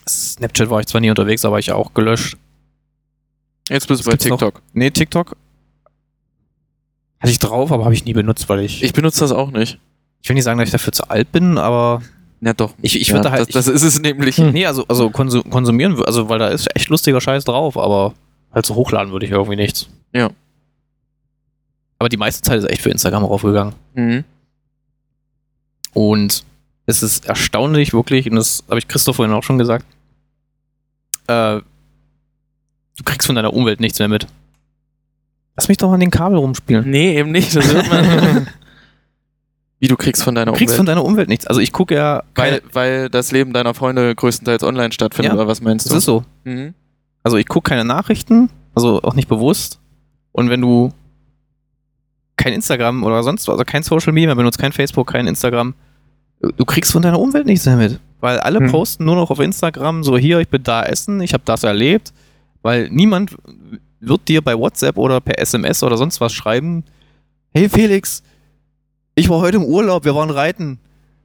Snapchat war ich zwar nie unterwegs, aber ich auch gelöscht. Jetzt bist du Was bei gibt's noch? TikTok. Nee, TikTok hatte ich drauf, aber habe ich nie benutzt, weil ich... Ich benutze das auch nicht. Ich will nicht sagen, dass ich dafür zu alt bin, aber... Ja, doch. Ich, ich ja, würde halt... das, das ist es nämlich. Hm. Nee, also, also konsum, konsumieren, also weil da ist echt lustiger Scheiß drauf, aber halt so hochladen würde ich irgendwie nichts. Ja. Aber die meiste Zeit ist echt für Instagram raufgegangen. Mhm. Und es ist erstaunlich, wirklich, und das habe ich Christoph vorhin auch schon gesagt, äh, du kriegst von deiner Umwelt nichts mehr mit. Lass mich doch an den Kabel rumspielen. Nee, eben nicht. Das hört man. Wie, du kriegst von deiner Du kriegst Umwelt? von deiner Umwelt nichts. Also ich gucke ja... Weil, weil das Leben deiner Freunde größtenteils online stattfindet, Ja, oder was meinst Das du? ist so. Mhm. Also ich gucke keine Nachrichten, also auch nicht bewusst. Und wenn du kein Instagram oder sonst was, also kein Social Media mehr benutzt, kein Facebook, kein Instagram, du kriegst von deiner Umwelt nichts mehr mit. Weil alle Hm. posten nur noch auf Instagram, so hier, ich bin da essen, ich habe das erlebt. Weil niemand wird dir bei WhatsApp oder per S M S oder sonst was schreiben, hey Felix, ich war heute im Urlaub, wir waren reiten.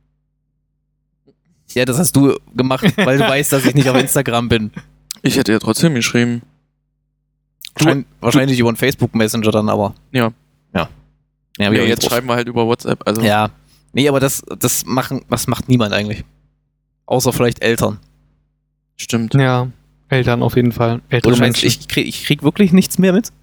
Ja, das hast du gemacht, weil du weißt, dass ich nicht auf Instagram bin. Ich hätte ja trotzdem geschrieben. Wahrscheinlich, wahrscheinlich über einen Facebook Messenger dann, aber. Ja. Ja. Ja, Ja, wie auch jetzt nicht schreiben wir halt über WhatsApp. Also Ja. Nee, aber das, das machen, das macht niemand eigentlich. Außer vielleicht Eltern. stimmt. Ja, Eltern auf jeden Fall. Ältere Oder meinst, Menschen. ich krieg, ich krieg wirklich nichts mehr mit?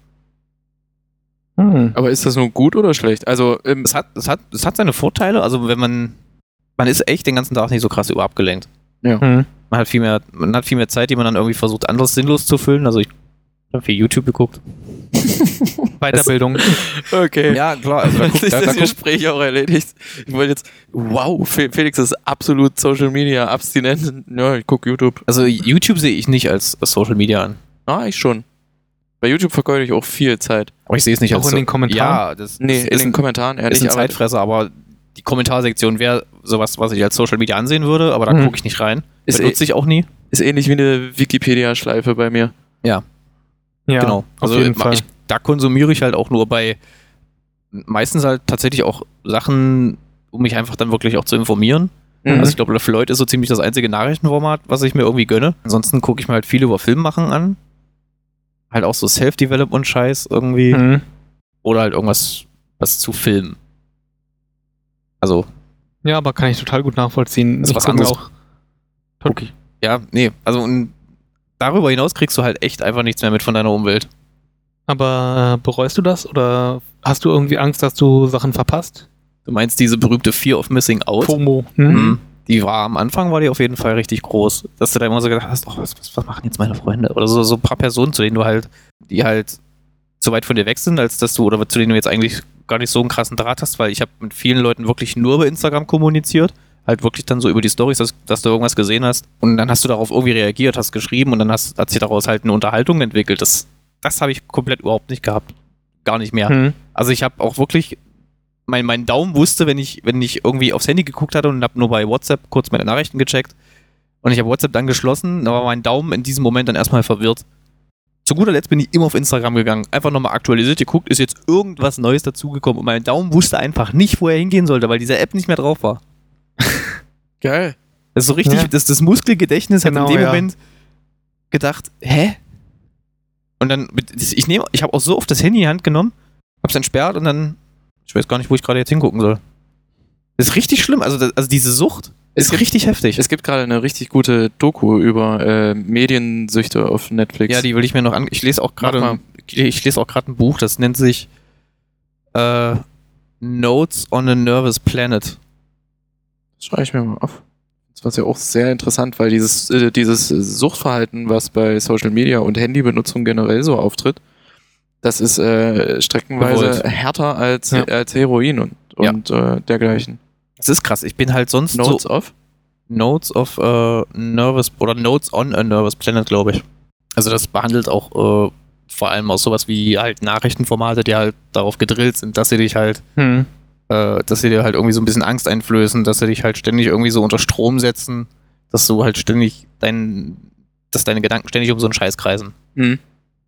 Hm. Aber ist das nur gut oder schlecht? Also, ähm, Es hat, es hat, es hat seine Vorteile, also wenn man, man ist echt den ganzen Tag nicht so krass über abgelenkt. Hm. Man hat viel mehr, man hat viel mehr Zeit, die man dann irgendwie versucht, anders sinnlos zu füllen. Also ich habe viel YouTube geguckt. Weiterbildung. okay. Ja, klar, also da Das guckt, ist da, da das guckt, Gespräch auch erledigt. Ich wollte jetzt, wow, Fe- Felix ist absolut Social Media abstinent. Ja, ich gucke YouTube. also YouTube sehe ich nicht als Social Media an. Ah, ich schon. Bei YouTube vergeude ich auch viel Zeit. Aber ich sehe es nicht Auch als in den Kommentaren? Ja, das Nee, ist, in ist, den ein, Kommentaren, ist ehrlich. ein aber Zeitfresser, aber die Kommentarsektion wäre sowas, was ich als Social Media ansehen würde, aber da Mhm. gucke ich nicht rein. Ist Benutze ich auch nie. ist ähnlich wie eine Wikipedia-Schleife bei mir. Ja, Genau. auf Also jeden ma- Fall. Ich, da konsumiere ich halt auch nur bei meistens halt tatsächlich auch Sachen, um mich einfach dann wirklich auch zu informieren. Mhm. Also ich glaube, für Leute ist so ziemlich das einzige Nachrichtenformat, was ich mir irgendwie gönne. Ansonsten gucke ich mir halt viel über Filmmachen an. Halt auch so Self-Development-Scheiß irgendwie. Hm. Oder halt irgendwas was zu filmen. Also, Ja, aber kann ich total gut nachvollziehen. Also Ich was gucke mir anderes. auch. okay. Ja, nee. Also und darüber hinaus kriegst du halt echt einfach nichts mehr mit von deiner Umwelt. Aber äh, bereust du das oder hast du irgendwie Angst, dass du Sachen verpasst? Du meinst diese berühmte Fear of Missing Out? FOMO. Hm? Mhm. Die war am Anfang, war die auf jeden Fall richtig groß. Dass du da immer so gedacht hast, oh, was, was, was machen jetzt meine Freunde? Oder so, so ein paar Personen, zu denen du halt, die halt so weit von dir weg sind, als dass du, oder zu denen du jetzt eigentlich gar nicht so einen krassen Draht hast, weil ich habe mit vielen Leuten wirklich nur über Instagram kommuniziert. Halt wirklich dann so über die Storys, dass, dass du irgendwas gesehen hast. Und dann hast du darauf irgendwie reagiert, hast geschrieben und dann hast, hat sich daraus halt eine Unterhaltung entwickelt. Das, das habe ich komplett überhaupt nicht gehabt. Gar nicht mehr. Hm. Also ich habe auch wirklich, mein, mein Daumen wusste, wenn ich, wenn ich irgendwie aufs Handy geguckt hatte und habe nur bei WhatsApp kurz meine Nachrichten gecheckt und ich habe WhatsApp dann geschlossen, da war mein Daumen in diesem Moment dann erstmal verwirrt. Zu guter Letzt bin ich immer auf Instagram gegangen, einfach nochmal aktualisiert geguckt, ist jetzt irgendwas Neues dazugekommen und mein Daumen wusste einfach nicht, wo er hingehen sollte, weil diese App nicht mehr drauf war. Geil. Das ist so richtig, Ja. das, das Muskelgedächtnis Genau, hat in dem ja. Moment gedacht, hä? Und dann, mit- ich nehme, ich habe auch so oft das Handy in die Hand genommen, hab's entsperrt und dann, ich weiß gar nicht, wo ich gerade jetzt hingucken soll. Das ist richtig schlimm, also, das, also diese Sucht Es ist gibt- richtig heftig. Es gibt gerade eine richtig gute Doku über äh, Mediensüchte auf Netflix. Ja, die will ich mir noch an. Ich lese auch Mach mal. gerade, ich lese auch gerade ein Buch, das nennt sich äh, Notes on a Nervous Planet. Das schreibe ich mir mal auf. Das war ja auch sehr interessant, weil dieses, äh, dieses Suchtverhalten, was bei Social Media und Handybenutzung generell so auftritt, das ist äh, streckenweise Gewollt. härter als, Ja. als Heroin und, Ja. und äh, dergleichen. Das ist krass. Ich bin halt sonst Notes so off? Notes of a Nervous oder Notes on a Nervous Planet, glaube ich. Also das behandelt auch äh, vor allem auch sowas wie halt Nachrichtenformate, die halt darauf gedrillt sind, dass sie dich halt Hm. äh, dass sie dir halt irgendwie so ein bisschen Angst einflößen, dass sie dich halt ständig irgendwie so unter Strom setzen, dass du halt ständig dein, dass deine Gedanken ständig um so einen Scheiß kreisen. Mhm.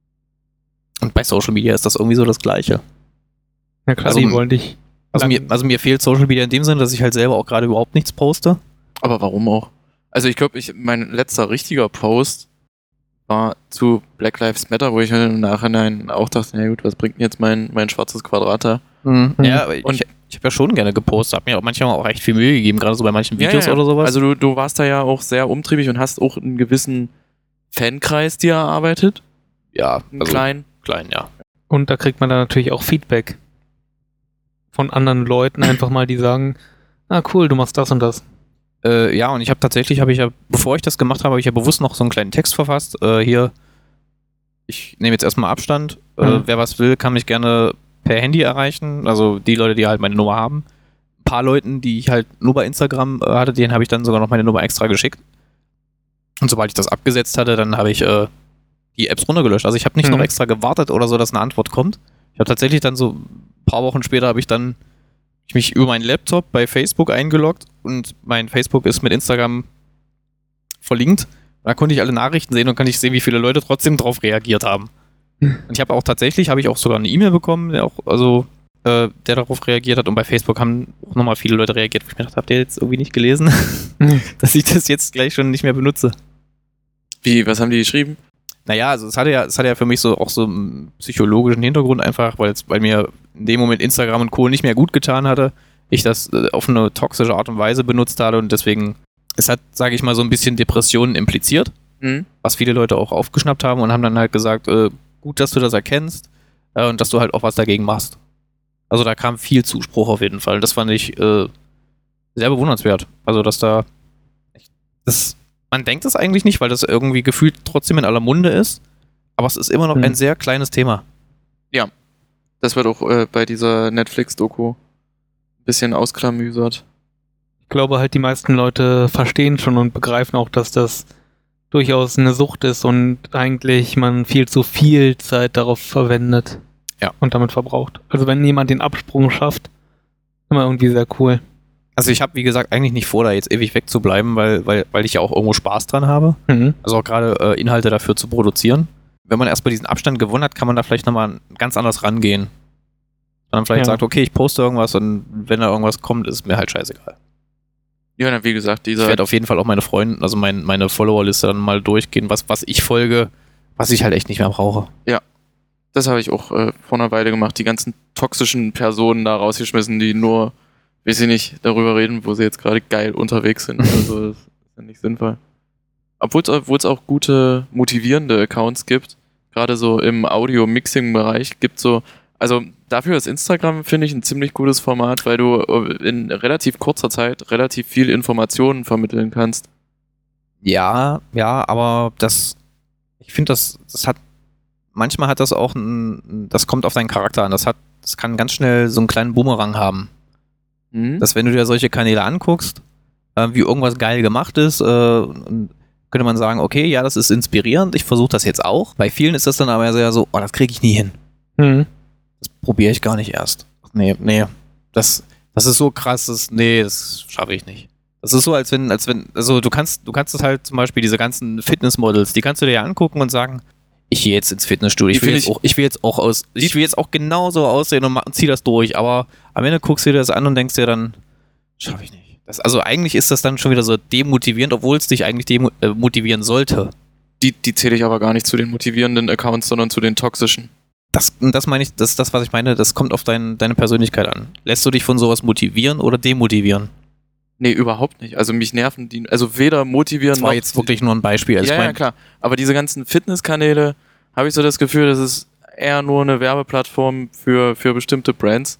Und bei Social Media ist das irgendwie so das Gleiche. Ja klar, Also, die wollen dich. Also lang- mir, also mir fehlt Social Media in dem Sinne, dass ich halt selber auch gerade überhaupt nichts poste. Aber warum auch? Also ich glaube, ich, mein letzter richtiger Post war zu Black Lives Matter, wo ich im Nachhinein auch dachte, na gut, was bringt denn jetzt mein, mein schwarzes Quadrat da? Mhm. Ja, aber Und ich, ich habe ja schon gerne gepostet, habe mir auch manchmal auch echt viel Mühe gegeben, gerade so bei manchen Videos ja, ja. oder sowas. Also du, du warst da ja auch sehr umtriebig und hast auch einen gewissen Fankreis dir erarbeitet. ja, Einen also kleinen. klein, ja. Und da kriegt man dann natürlich auch Feedback von anderen Leuten, einfach mal, die sagen, ah cool, du machst das und das. Äh, ja, und ich habe tatsächlich, habe ich ja, bevor ich das gemacht habe, habe ich ja bewusst noch so einen kleinen Text verfasst. Äh, hier, ich nehme jetzt erstmal Abstand. Äh, Mhm. Wer was will, kann mich gerne per Handy erreichen. Also die Leute, die halt meine Nummer haben. Ein paar Leuten, die ich halt nur bei Instagram äh, hatte, denen habe ich dann sogar noch meine Nummer extra geschickt. Und sobald ich das abgesetzt hatte, dann habe ich äh, die Apps runtergelöscht. Also ich habe nicht Mhm. noch extra gewartet oder so, dass eine Antwort kommt. Ich habe tatsächlich dann so ein paar Wochen später habe ich dann ich mich über meinen Laptop bei Facebook eingeloggt und mein Facebook ist mit Instagram verlinkt. Da konnte ich alle Nachrichten sehen und konnte ich sehen, wie viele Leute trotzdem drauf reagiert haben. Und ich habe auch tatsächlich, habe ich auch sogar eine E-Mail bekommen, der auch, also, äh, der darauf reagiert hat. Und bei Facebook haben auch nochmal viele Leute reagiert, wo ich mir gedacht, habt ihr jetzt irgendwie nicht gelesen, dass ich das jetzt gleich schon nicht mehr benutze? Wie, was haben die geschrieben? Naja, also es hatte ja, es hatte ja für mich so auch so einen psychologischen Hintergrund einfach, weil es, weil mir in dem Moment Instagram und Co. nicht mehr gut getan hatte. Ich das äh, auf eine toxische Art und Weise benutzt hatte und deswegen, es hat, sage ich mal, so ein bisschen Depressionen impliziert, Hm? was viele Leute auch aufgeschnappt haben und haben dann halt gesagt, äh, gut, dass du das erkennst äh, und dass du halt auch was dagegen machst. Also da kam viel Zuspruch auf jeden Fall. Das fand ich äh, sehr bewundernswert. Also dass da, das, man denkt es eigentlich nicht, weil das irgendwie gefühlt trotzdem in aller Munde ist, aber es ist immer noch Hm. ein sehr kleines Thema. Das wird auch äh, bei dieser Netflix-Doku ein bisschen ausklamüsert. Ich glaube halt, die meisten Leute verstehen schon und begreifen auch, dass das durchaus eine Sucht ist und eigentlich man viel zu viel Zeit darauf verwendet. Ja. Und damit verbraucht. Also wenn jemand den Absprung schafft, immer irgendwie sehr cool. Also ich habe, wie gesagt, eigentlich nicht vor, da jetzt ewig wegzubleiben, weil, weil, weil ich ja auch irgendwo Spaß dran habe. Mhm. Also auch gerade äh, Inhalte dafür zu produzieren. Wenn man erstmal diesen Abstand gewonnen hat, kann man da vielleicht nochmal ganz anders rangehen. Und dann vielleicht Ja. sagt, okay, ich poste irgendwas und wenn da irgendwas kommt, ist mir halt scheißegal. Ja, na, wie gesagt, Ich dieser. werde auf jeden Fall auch meine Freunde, also mein, meine Followerliste dann mal durchgehen, was, was ich folge, was ich halt echt nicht mehr brauche. Das habe ich auch äh, vor einer Weile gemacht, die ganzen toxischen Personen da rausgeschmissen, die nur, weiß ich nicht, darüber reden, wo sie jetzt gerade geil unterwegs sind. Also das ist ja nicht sinnvoll. Obwohl es auch gute, motivierende Accounts gibt, gerade so im Audio-Mixing-Bereich, gibt so, also dafür ist Instagram, finde ich, ein ziemlich gutes Format, weil du äh, in relativ kurzer Zeit relativ viel Informationen vermitteln kannst. Ja, ja, aber das, ich finde, das, das hat, manchmal hat das auch, ein, das kommt auf deinen Charakter an. Das hat, das kann ganz schnell so einen kleinen Boomerang haben. Hm? Dass wenn du dir solche Kanäle anguckst, äh, wie irgendwas geil gemacht ist, äh, und könnte man sagen, okay, ja, das ist inspirierend, ich versuche das jetzt auch. Bei vielen ist das dann aber sehr so, oh, das kriege ich nie hin. Mhm. Das probiere ich gar nicht erst. Nee, nee, das, das ist so krass, das, nee, das schaffe ich nicht. Das ist so, als wenn, als wenn, also du kannst, du kannst es halt zum Beispiel, diese ganzen Fitnessmodels, die kannst du dir ja angucken und sagen, ich gehe jetzt ins Fitnessstudio, ich Die will, find jetzt ich- auch, ich will jetzt auch aus, ich will jetzt auch genauso aussehen und, ma- und zieh das durch, aber am Ende guckst du dir das an und denkst dir dann, schaffe ich nicht. Das, also eigentlich ist das dann schon wieder so demotivierend, obwohl es dich eigentlich demo, äh, motivieren sollte. Die, die zähle ich aber gar nicht zu den motivierenden Accounts, sondern zu den toxischen. Das, das meine ich, das ist das, was ich meine, das kommt auf dein, deine Persönlichkeit an. Lässt du dich von sowas motivieren oder demotivieren? Nee, überhaupt nicht. Also mich nerven die, also weder motivieren Das war noch. jetzt wirklich nur ein Beispiel. Also ja, ich ja, mein, klar. Aber diese ganzen Fitnesskanäle, habe ich so das Gefühl, das ist eher nur eine Werbeplattform für, für bestimmte Brands.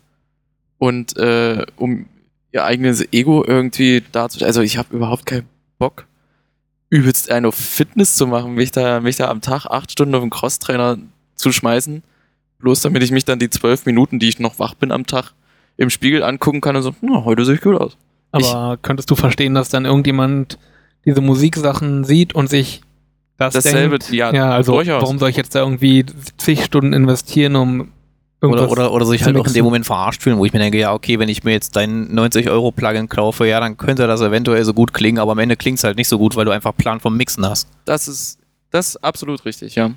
Und äh, um ihr eigenes Ego irgendwie darzustellen. Also ich habe überhaupt keinen Bock, übelst einen auf Fitness zu machen, mich da, mich da am Tag acht Stunden auf den Crosstrainer zu schmeißen. Bloß damit ich mich dann die zwölf Minuten, die ich noch wach bin am Tag, im Spiegel angucken kann und so, na, heute sehe ich gut aus. Aber könntest du verstehen, dass dann irgendjemand diese Musiksachen sieht und sich das Dasselbe, denkt? ja, ja, also durchaus. warum soll ich jetzt da irgendwie zig Stunden investieren, um irgendwas Oder, oder, oder sich zu halt auch in mixen? dem Moment verarscht fühlen, wo ich mir denke, ja, okay, wenn ich mir jetzt dein neunzig Euro Plugin kaufe, ja, dann könnte das eventuell so gut klingen, aber am Ende klingt es halt nicht so gut, weil du einfach Plan vom Mixen hast. Das ist, das ist absolut richtig, ja.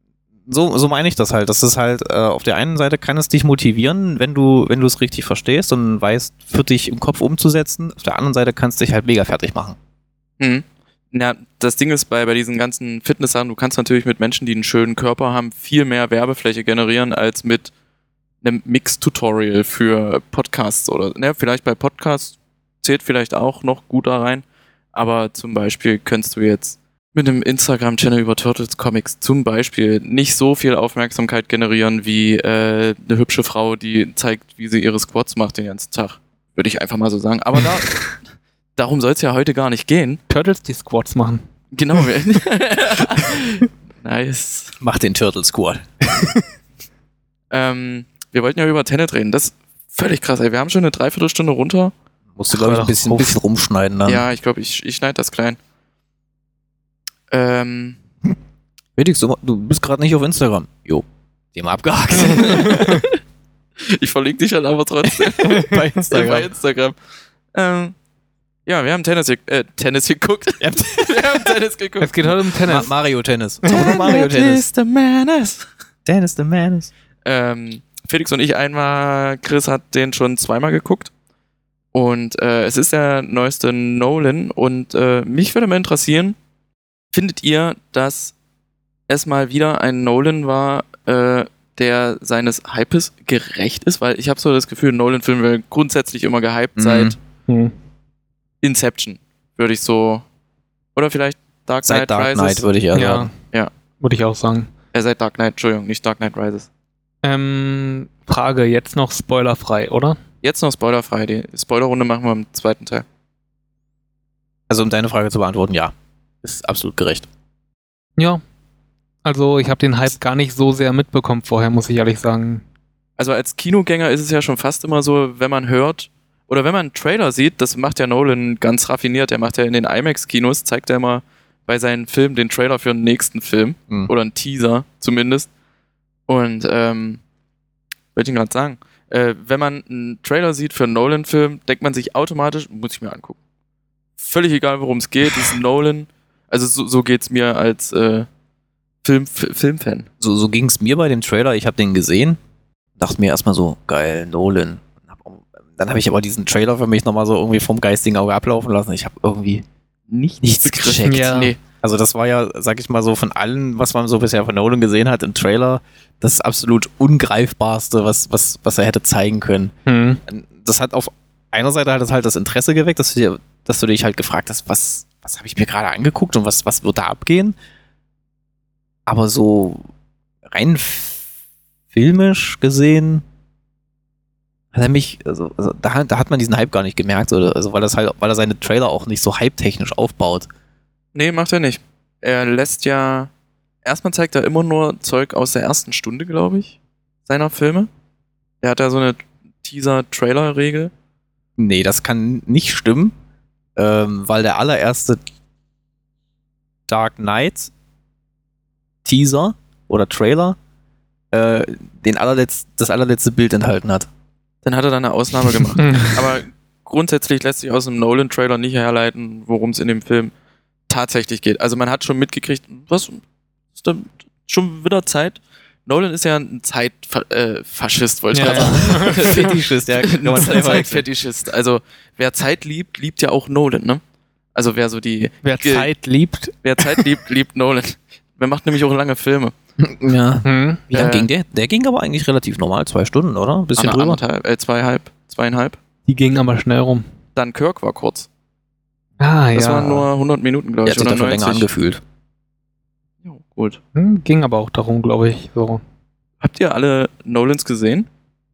So, so meine ich das halt. Das ist halt, äh, auf der einen Seite kann es dich motivieren, wenn du, wenn du es richtig verstehst und weißt, für dich im Kopf umzusetzen. Auf der anderen Seite kann es dich halt mega fertig machen. Mhm. Na, das Ding ist bei, bei diesen ganzen Fitness-Sachen, du kannst natürlich mit Menschen, die einen schönen Körper haben, viel mehr Werbefläche generieren als mit einem Mix-Tutorial für Podcasts oder, ne, vielleicht bei Podcasts zählt vielleicht auch noch gut da rein, aber zum Beispiel könntest du jetzt mit einem Instagram-Channel über Turtles Comics zum Beispiel nicht so viel Aufmerksamkeit generieren wie äh, eine hübsche Frau, die zeigt, wie sie ihre Squats macht den ganzen Tag. Würde ich einfach mal so sagen. Aber da, darum soll es ja heute gar nicht gehen. Turtles, die Squats machen. Genau. Nice. Mach den Turtle Squad. ähm, wir wollten ja über Tenet reden. Das ist völlig krass, ey. Wir haben schon eine Dreiviertelstunde runter. Musst du, glaube ich, ein bisschen, bisschen rumschneiden dann. Ja, ich glaube, ich, ich schneide das klein. Ähm. Felix, du, du bist gerade nicht auf Instagram. Jo. Thema abgehakt. Ich verlinke dich halt aber trotzdem. Bei Instagram. Bei Instagram. Ähm, ja, wir haben Tennis, äh, Tennis geguckt. wir haben Tennis geguckt. Es geht heute um Tennis. Ma- Mario Tennis. Mario Tennis. the Menace. Dennis the Menace. Ähm, Felix und ich einmal, Chris hat den schon zweimal geguckt. Und äh, es ist der neueste Nolan. Und äh, mich würde mal interessieren, findet ihr, dass es mal wieder ein Nolan war, äh, der seines Hypes gerecht ist? Weil ich habe so das Gefühl, Nolan-Filme werden grundsätzlich immer gehypt Mhm. seit Hm. Inception, würde ich so. Oder vielleicht Dark Knight Seit Dark Rises. Knight, würde ich ja Ja. sagen. Ja. Würde ich auch sagen. Äh, seit Dark Knight, Entschuldigung, nicht Dark Knight Rises. Ähm, Frage, jetzt noch spoilerfrei, oder? Jetzt noch spoilerfrei. Die Spoilerrunde machen wir im zweiten Teil. Also um deine Frage zu beantworten, ja. Ist absolut gerecht. Ja. Also ich habe den Hype gar nicht so sehr mitbekommen vorher, muss ich ehrlich sagen. Also als Kinogänger ist es ja schon fast immer so, wenn man hört oder wenn man einen Trailer sieht, das macht ja Nolan ganz raffiniert. Der macht ja in den IMAX-Kinos, zeigt er immer bei seinen Filmen den Trailer für den nächsten Film. Mhm. Oder einen Teaser zumindest. Und, ähm, wollte ich gerade sagen, äh, wenn man einen Trailer sieht für einen Nolan-Film, denkt man sich automatisch, muss ich mir angucken. Völlig egal, worum es geht, ist Nolan. Also so, so geht's mir als äh, Film, F- Filmfan. So, so ging es mir bei dem Trailer. Ich habe den gesehen, dachte mir erstmal so, geil, Nolan. Dann habe ich aber diesen Trailer für mich nochmal so irgendwie vom geistigen Auge ablaufen lassen. Ich habe irgendwie Nicht nichts gecheckt. Ja. Nee. Also das war ja, sag ich mal so, von allen, was man so bisher von Nolan gesehen hat im Trailer, das absolut ungreifbarste, was, was, was er hätte zeigen können. Hm. Das hat auf einer Seite halt das, halt das Interesse geweckt, dass du, dir, dass du dich halt gefragt hast, was, was habe ich mir gerade angeguckt und was, was wird da abgehen? Aber so rein f- filmisch gesehen hat er mich, also, also da, da hat man diesen Hype gar nicht gemerkt, oder, also weil das halt, weil er seine Trailer auch nicht so hype-technisch aufbaut. Nee, macht er nicht. Er lässt ja. Erstmal zeigt er immer nur Zeug aus der ersten Stunde, glaube ich, seiner Filme. Er hat ja so eine Teaser-Trailer-Regel. Nee, das kann nicht stimmen, ähm, weil der allererste Dark Knight Teaser oder Trailer äh, den allerletz, das allerletzte Bild enthalten hat. Dann hat er dann eine Ausnahme gemacht. Hm. Aber grundsätzlich lässt sich aus dem Nolan-Trailer nicht herleiten, worum es in dem Film tatsächlich geht. Also man hat schon mitgekriegt, was ist da schon wieder Zeit? Nolan ist ja ein Zeitfaschist, wollte ich Ja, gerade sagen. Fetischist, ja, kann man Ein einfach Zeitfetischist. Also wer Zeit liebt, liebt ja auch Nolan, ne? Also wer so die Wer Ge- Zeit liebt. wer Zeit liebt, liebt Nolan. Wer macht nämlich auch lange Filme. Ja. Hm. Wie lang Äh, ging der? Der ging aber eigentlich relativ normal, zwei Stunden, oder? Ein bisschen Ander- drüber. anderthalb, äh, zweieinhalb, zweieinhalb. Die gingen aber schnell rum. Dann Kirk war kurz. Ah, Das ja. waren nur hundert Minuten, glaube Der ich. hat sich dafür länger neunzig. angefühlt. Jo, gut. Hm, ging aber auch darum, glaube ich. So. Habt ihr alle Nolans gesehen?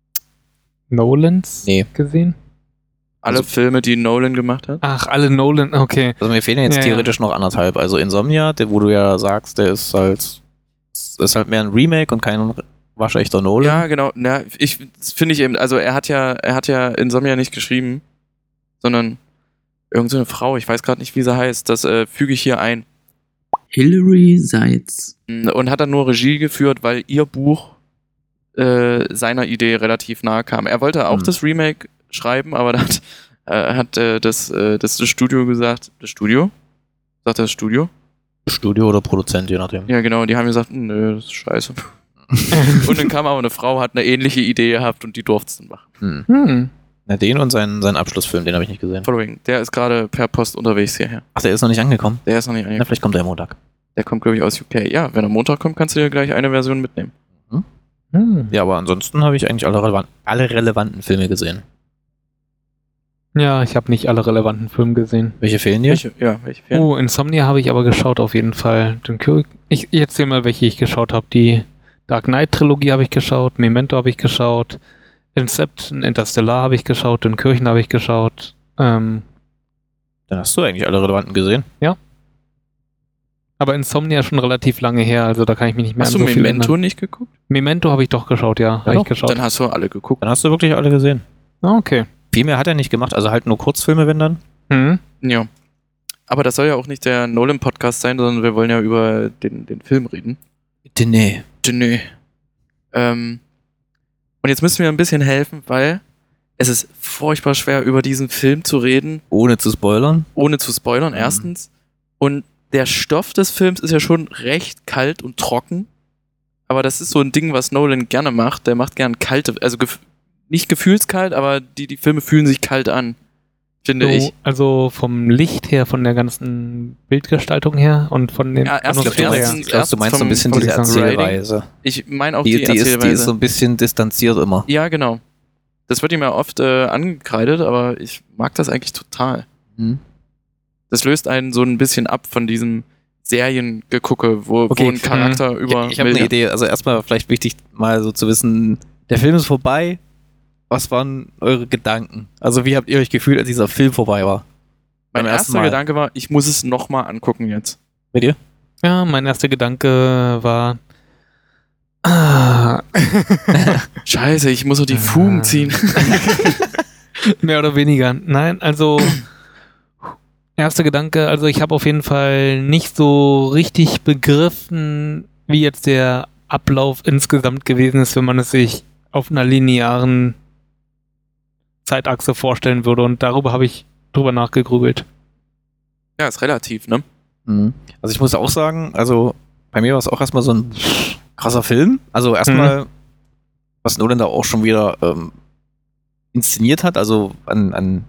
Nolans Nee. gesehen? Alle Also- Filme, die Nolan gemacht hat? Ach, alle Nolan, okay. Also mir fehlen jetzt Ja, theoretisch noch anderthalb. Also Insomnia, der, wo du ja sagst, der ist halt, ist halt mehr ein Remake und kein waschechter Nolan. Ja, genau. Na, ich das finde ich eben, also er hat ja, er hat ja Insomnia nicht geschrieben, sondern irgend so eine Frau, ich weiß gerade nicht, wie sie heißt, das äh, füge ich hier ein. Hilary Seitz. Und hat dann nur Regie geführt, weil ihr Buch äh, seiner Idee relativ nahe kam. Er wollte auch Hm. das Remake schreiben, aber da hat, äh, hat äh, das, äh, das, das Studio gesagt, das Studio? Sagt er das Studio? Studio oder Produzent, je nachdem. Ja, genau, die haben gesagt, nö, das ist scheiße. Und dann kam aber eine Frau, hat eine ähnliche Idee gehabt und die durfte es dann machen. Hm. Hm. Na, den und seinen, seinen Abschlussfilm, den habe ich nicht gesehen. Following. Der ist gerade per Post unterwegs hierher. Ach, der ist noch nicht angekommen? Der ist noch nicht Na, angekommen. vielleicht kommt der Montag. Der kommt, glaube ich, aus U K. Ja, wenn er Montag kommt, kannst du dir gleich eine Version mitnehmen. Hm. Ja, aber ansonsten habe ich eigentlich alle, relevant, alle relevanten Filme gesehen. Ja, ich habe nicht alle relevanten Filme gesehen. Welche fehlen dir? Welche? Ja, welche fehlen? Oh, Insomnia habe ich aber geschaut auf jeden Fall. Dunkirk, ich, ich erzähl mal, welche ich geschaut habe. Die Dark Knight Trilogie habe ich geschaut, Memento habe ich geschaut, Inception, Interstellar habe ich geschaut, Dunkirchen habe ich geschaut. Ähm, Dann hast du eigentlich alle relevanten gesehen. aber Insomnia schon relativ lange her, also da kann ich mich nicht mehr Hast an du so viel Memento erinnern. nicht geguckt? Memento habe ich doch geschaut, ja. Habe Ja, ich geschaut. Dann hast du alle geguckt. Dann hast du wirklich alle gesehen. Ah, okay. Viel mehr hat er nicht gemacht, also halt nur Kurzfilme, wenn dann. Hm. Ja. Aber das soll ja auch nicht der Nolan-Podcast sein, sondern wir wollen ja über den, den Film reden. Bitte nee. Nö. Ähm, und jetzt müssen wir ein bisschen helfen, weil es ist furchtbar schwer, über diesen Film zu reden, Ohne zu spoilern. ohne zu spoilern, Mhm. erstens. Und der Stoff des Films ist ja schon recht kalt und trocken. Aber das ist so ein Ding, was Nolan gerne macht. Der macht gern kalte, also gef- nicht gefühlskalt, aber die, die Filme fühlen sich kalt an, finde So, ich. also vom Licht her, von der ganzen Bildgestaltung her und von dem Ja, erst- Ich glaube, du erstens- meinst, ich glaub, du meinst so ein vom- bisschen vom diese Writing. Erzählweise. Ich meine auch Die, die, die, ist, Erzählweise. die ist so ein bisschen distanziert immer. Ja, genau. Das wird ihm ja oft äh, angekreidet, aber ich mag das eigentlich total. Hm? Das löst einen so ein bisschen ab von diesem Seriengegucke, wo, Okay, wo ein Charakter Ja, über... ich habe eine Idee. Also erstmal vielleicht wichtig, mal so zu wissen, der Film ist vorbei. Was waren eure Gedanken? Also wie habt ihr euch gefühlt, als dieser Film vorbei war? Mein beim ersten erster Mal. Gedanke war, ich muss es nochmal angucken jetzt. Bei dir? Ja, mein erster Gedanke war. Ah, Scheiße, ich muss so die Fugen ziehen. mehr oder weniger. Nein, also. Erster Gedanke, also ich habe auf jeden Fall nicht so richtig begriffen, wie jetzt der Ablauf insgesamt gewesen ist, wenn man es sich auf einer linearen Zeitachse vorstellen würde. Und darüber habe ich drüber nachgegrübelt. Ja, ist relativ, ne? Mhm. Also ich muss auch sagen, also bei mir war es auch erstmal so ein krasser Film. Also erstmal, was Nolan da auch schon wieder ähm, inszeniert hat, also an, an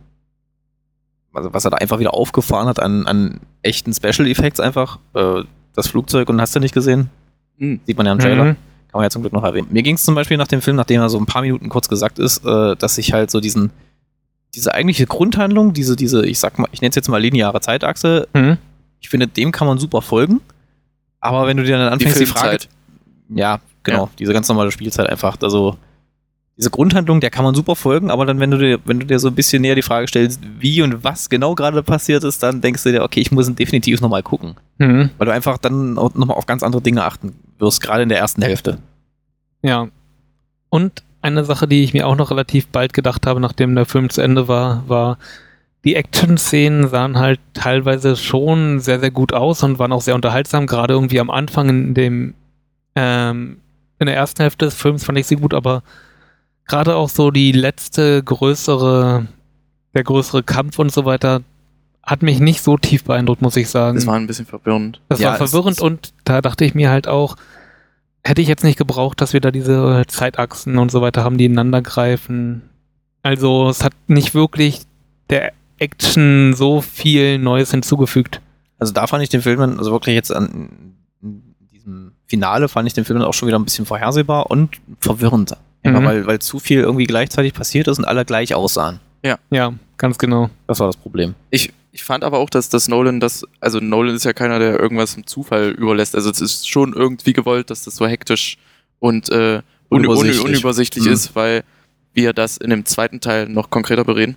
also was er da einfach wieder aufgefahren hat an, an echten Special Effects einfach. Äh, das Flugzeug und hast du nicht gesehen? Mhm. Sieht man ja im Trailer. Mhm. Kann man ja zum Glück noch erwähnen. Mir ging es zum Beispiel nach dem Film, nachdem er so ein paar Minuten kurz gesagt ist, äh, dass ich halt so diesen, diese eigentliche Grundhandlung, diese, diese, ich sag mal, ich nenne es jetzt mal lineare Zeitachse, Mhm. ich finde, dem kann man super folgen. Aber wenn du dir dann Die anfängst, die, Frage. Filmzeit. Ja, genau, Ja. diese ganz normale Spielzeit einfach. Also, diese Grundhandlung, der kann man super folgen, aber dann, wenn du dir, wenn du dir so ein bisschen näher die Frage stellst, wie und was genau gerade passiert ist, dann denkst du dir, okay, ich muss ihn definitiv nochmal gucken. Mhm. Weil du einfach dann nochmal auf ganz andere Dinge achten wirst, gerade in der ersten Hälfte. Ja. Und eine Sache, die ich mir auch noch relativ bald gedacht habe, nachdem der Film zu Ende war, war, die Action-Szenen sahen halt teilweise schon sehr, sehr gut aus und waren auch sehr unterhaltsam. Gerade irgendwie am Anfang in dem, ähm, in der ersten Hälfte des Films fand ich sie gut, aber gerade auch so die letzte größere, der größere Kampf und so weiter hat mich nicht so tief beeindruckt, muss ich sagen. Das war ein bisschen verwirrend. Das Ja, war es- verwirrend es- und da dachte ich mir halt auch, hätte ich jetzt nicht gebraucht, dass wir da diese Zeitachsen und so weiter haben, die ineinander greifen. Also es hat nicht wirklich der Action so viel Neues hinzugefügt. Also da fand ich den Film, dann- also wirklich jetzt an in diesem Finale fand ich den Film dann auch schon wieder ein bisschen vorhersehbar und verwirrend. Einfach Mhm. weil, weil zu viel irgendwie gleichzeitig passiert ist und alle gleich aussahen. Ja, ganz genau. Das war das Problem. Ich, ich fand aber auch, dass, dass Nolan das, also Nolan ist ja keiner, der irgendwas im Zufall überlässt. Also es ist schon irgendwie gewollt, dass das so hektisch und äh, un Unübersichtlich. unübersichtlich, unübersichtlich Mhm. ist, weil wir das in dem zweiten Teil noch konkreter bereden.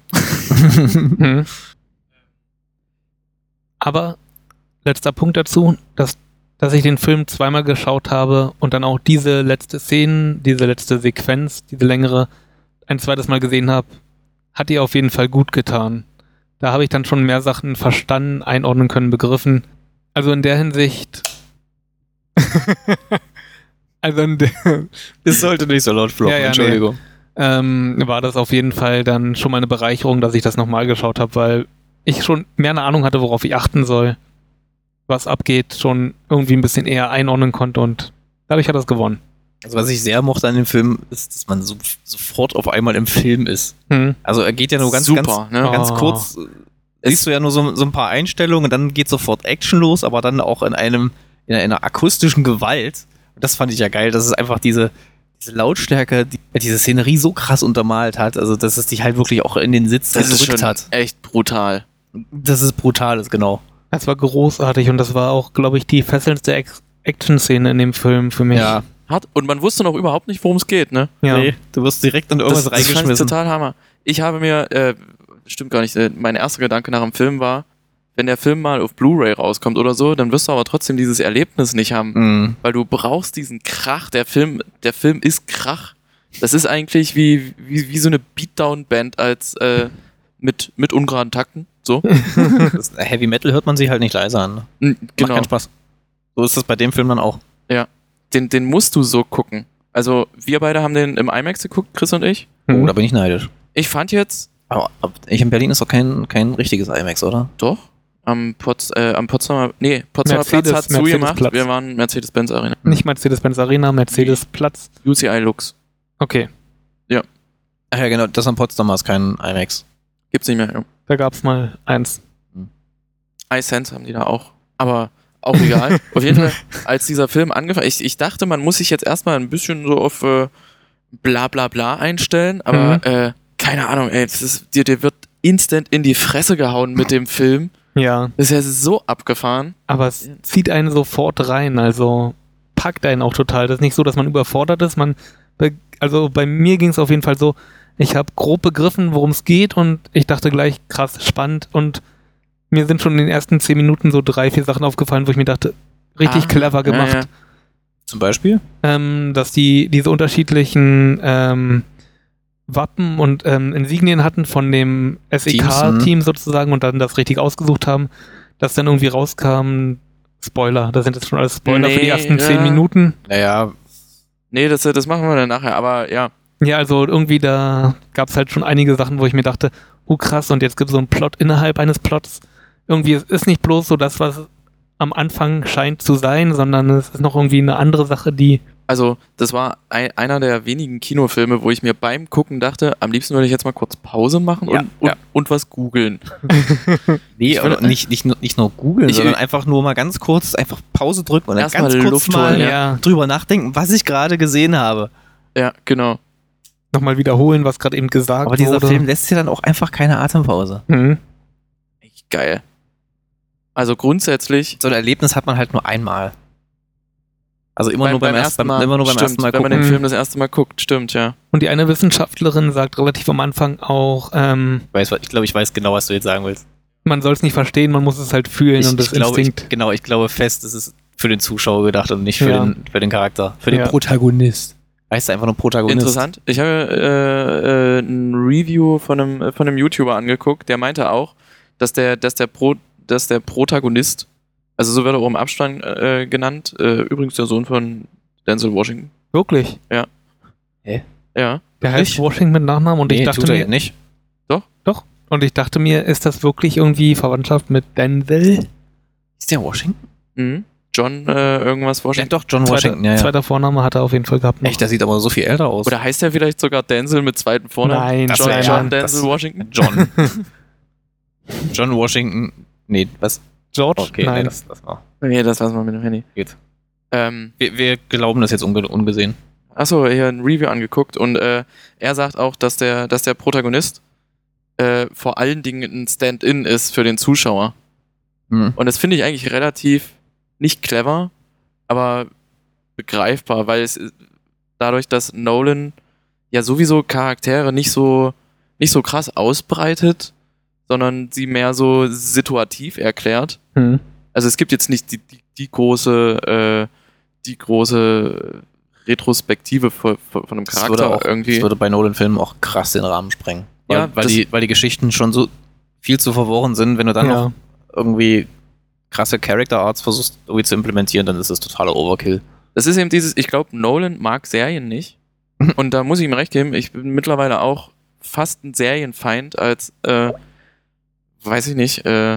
Mhm. Aber letzter Punkt dazu, dass, dass ich den Film zweimal geschaut habe und dann auch diese letzte Szene, diese letzte Sequenz, diese längere, ein zweites Mal gesehen habe, hat ihr auf jeden Fall gut getan. Da habe ich dann schon mehr Sachen verstanden, einordnen können, begriffen. Also in der Hinsicht. also in der, Das sollte nicht so laut floppen, Ja, ja, Entschuldigung. ähm, war das auf jeden Fall dann schon mal eine Bereicherung, dass ich das nochmal geschaut habe, weil ich schon mehr eine Ahnung hatte, worauf ich achten soll, was abgeht, schon irgendwie ein bisschen eher einordnen konnte und dadurch hat das gewonnen. Also was ich sehr mochte an dem Film, ist, dass man so, sofort auf einmal im Film ist. Hm. Also er geht ja nur ganz, Super, ganz, ne? ganz Oh. kurz, äh, siehst du ja nur so, so ein paar Einstellungen und dann geht sofort Action los, aber dann auch in einem, in einer akustischen Gewalt. Und das fand ich ja geil, dass es einfach diese, diese Lautstärke, die, diese Szenerie so krass untermalt hat, also dass es dich halt wirklich auch in den Sitz Das ist gedrückt schon hat. echt brutal. Das ist brutal, ist genau. Das war großartig und das war auch, glaube ich, die fesselndste Ex- Action-Szene in dem Film für mich. Ja. Hat, und man wusste noch überhaupt nicht, worum es geht, ne? Ja. Nee, du wirst direkt in irgendwas das, das fand ich reingeschmissen. total Hammer. Ich habe mir, äh, stimmt gar nicht, äh, mein erster Gedanke nach dem Film war, wenn der Film mal auf Blu-ray rauskommt oder so, dann wirst du aber trotzdem dieses Erlebnis nicht haben. Mhm. Weil du brauchst diesen Krach. Der Film, der Film ist Krach. Das ist eigentlich wie, wie, wie so eine Beatdown-Band als äh, mit, mit ungeraden Takten. So. Das Heavy Metal hört man sich halt nicht leise an. Ne? Mhm, Macht genau. keinen Spaß. So ist das bei dem Film dann auch. Den, den musst du so gucken. Also, wir beide haben den im IMAX geguckt, Chris und ich. Oh, Hm. da bin ich neidisch. Ich fand jetzt, Aber, aber ich in Berlin ist doch kein, kein richtiges IMAX, oder? doch, am, Pots, äh, am Potsdamer, nee, Potsdamer Mercedes- Platz hat zugemacht. Mercedes-Platz. Wir waren Mercedes-Benz Arena. Nicht Mercedes-Benz Arena, Mercedes-Platz. U C I Lux. Okay, Ach ja, genau, das am Potsdamer ist kein IMAX. Gibt's nicht mehr. Ja. da gab es mal eins. iSense haben die da auch. Aber auch egal. Auf jeden Fall, als dieser Film angefangen ich, ich dachte, man muss sich jetzt erstmal ein bisschen so auf äh, bla bla bla einstellen, aber Mhm. äh, keine Ahnung, ey, das ist, dir, dir wird instant in die Fresse gehauen mit dem Film. Ja, Das ist ja so abgefahren. aber es zieht einen sofort rein, also packt einen auch total. Das ist nicht so, dass man überfordert ist. Man, be- also bei mir ging es auf jeden Fall so, ich habe grob begriffen, worum es geht und ich dachte gleich, krass, spannend und mir sind schon in den ersten zehn Minuten so drei, vier Sachen aufgefallen, wo ich mir dachte, richtig Ah, clever gemacht. ja, ja. Zum Beispiel? Ähm, dass die diese unterschiedlichen ähm, Wappen und ähm, Insignien hatten von dem S E K-Team sozusagen und dann das richtig ausgesucht haben, dass dann irgendwie rauskam, Spoiler, das sind jetzt schon alles Spoiler für die Nee, ersten ja. zehn Minuten. Naja, Nee, das, das machen wir dann nachher, aber ja. Ja, also irgendwie da gab es halt schon einige Sachen, wo ich mir dachte, oh krass, und jetzt gibt es so einen Plot innerhalb eines Plots. Irgendwie es ist nicht bloß so das, was am Anfang scheint zu sein, sondern es ist noch irgendwie eine andere Sache, die Also, das war ein, einer der wenigen Kinofilme, wo ich mir beim Gucken dachte, am liebsten würde ich jetzt mal kurz Pause machen Ja, und, und, ja. und was googeln. nee, Ich will- aber nicht, nicht, nur- nicht nur googeln, Ich- sondern einfach nur mal ganz kurz einfach Pause drücken und dann Erst mal ganz kurz Luft mal holen, ja. drüber nachdenken, was ich gerade gesehen habe. Ja, genau. nochmal wiederholen, was gerade eben gesagt Aber dieser wurde. Film lässt dir dann auch einfach keine Atempause. Mhm. Echt geil. Also grundsätzlich. So ein Erlebnis hat man halt nur einmal. Also immer beim- nur beim, ersten Mal, immer nur beim stimmt, ersten Mal wenn man gucken. den Mhm. Film das erste Mal guckt, stimmt, ja. Und die eine Wissenschaftlerin sagt relativ am Anfang auch, ähm, Ich, weiß, ich glaube, ich weiß genau, was du jetzt sagen willst. man soll es nicht verstehen, man muss es halt fühlen Ich, und das ich glaube, ich, Instinkt. genau, ich glaube fest, es ist für den Zuschauer gedacht und nicht für, Ja. den, für den Charakter. Für den Ja. Protagonist. Heißt einfach nur Protagonist. Interessant. Ich habe äh, äh, ein Review von einem, von einem YouTuber angeguckt, der meinte auch, dass der, dass der, Pro, dass der Protagonist, also so wird er auch im Abspann äh, genannt, äh, übrigens der Sohn von Denzel Washington. Wirklich. Ja. Der heißt Wirklich? Washington mit Nachnamen und Nee, ich dachte tut er mir, ja nicht. und ich dachte mir, ist das wirklich irgendwie Verwandtschaft mit Denzel? Ist der Washington? Mhm. John äh, irgendwas Ja, Washington. doch, John Zweiter, Washington, ja, ja. zweiter Vorname hat er auf jeden Fall gehabt. noch. Echt, der sieht aber so viel älter aus. Oder heißt er vielleicht sogar Denzel mit zweiten Vornamen? Nein, Das John, wär- John ja, Denzel das- Washington? John. John Washington. Nee, was? George? Okay, Nein. nee, das, das war. Nee, das lassen wir mit dem Handy. Geht. Ähm, Wir, wir glauben das jetzt unge ungesehen. Achso, hier ein Review angeguckt und äh, er sagt auch, dass der, dass der Protagonist äh, vor allen Dingen ein Stand-in ist für den Zuschauer. Hm. Und das finde ich eigentlich relativ nicht clever, aber begreifbar, weil es dadurch, dass Nolan ja sowieso Charaktere nicht so, nicht so krass ausbreitet, sondern sie mehr so situativ erklärt. Hm. Also es gibt jetzt nicht die, die, die große, äh, die große Retrospektive von, von einem Das Charakter würde, auch, irgendwie. das würde bei Nolan-Filmen auch krass den Rahmen sprengen. Weil, Ja, weil, das- die, weil die Geschichten schon so viel zu verworren sind, wenn du dann Ja. noch irgendwie krasse Character Arts versuchst irgendwie zu implementieren, dann ist das totaler Overkill. Das ist eben dieses, ich glaube, Nolan mag Serien nicht. Und da muss ich ihm recht geben, ich bin mittlerweile auch fast ein Serienfeind als, äh, weiß ich nicht, äh,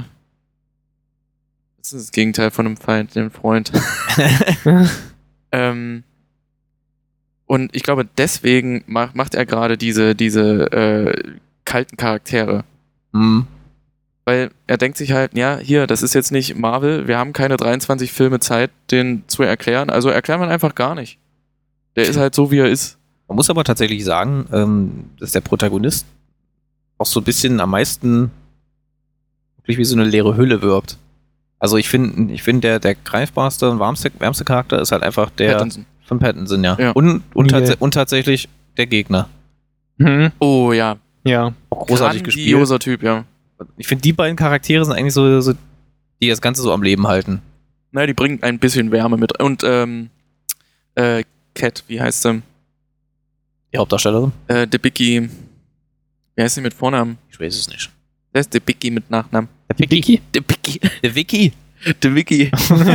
das ist das Gegenteil von einem Feind, einem Freund. ähm, Und ich glaube, deswegen macht, macht er gerade diese, diese äh, kalten Charaktere. Mhm. Weil er denkt sich halt, ja, hier, das ist jetzt nicht Marvel, wir haben keine dreiundzwanzig Filme Zeit, den zu erklären, also erklären wir ihn einfach gar nicht. Der ist halt so, wie er ist. Man muss aber tatsächlich sagen, ähm, dass der Protagonist auch so ein bisschen am meisten wirklich wie so eine leere Hülle wirkt. Also ich finde, ich finde der, der greifbarste und warmste, wärmste Charakter ist halt einfach der Pattinson. von Pattinson, ja. Ja. Und, und, Yeah. tats- und tatsächlich der Gegner. Mhm. Oh ja. Ja. Auch großartig gespielt. Grandioser Typ, ja. Ich finde, die beiden Charaktere sind eigentlich so, so, die das Ganze so am Leben halten. Naja, die bringen ein bisschen Wärme mit. Und, ähm, äh, Cat, wie heißt sie? Die Hauptdarstellerin? Äh, Debicki. Wie heißt sie mit Vornamen? Ich weiß es nicht. Wer ist Debicki mit Nachnamen? Der Vicky? Debicki. Der Vicky? Debicki.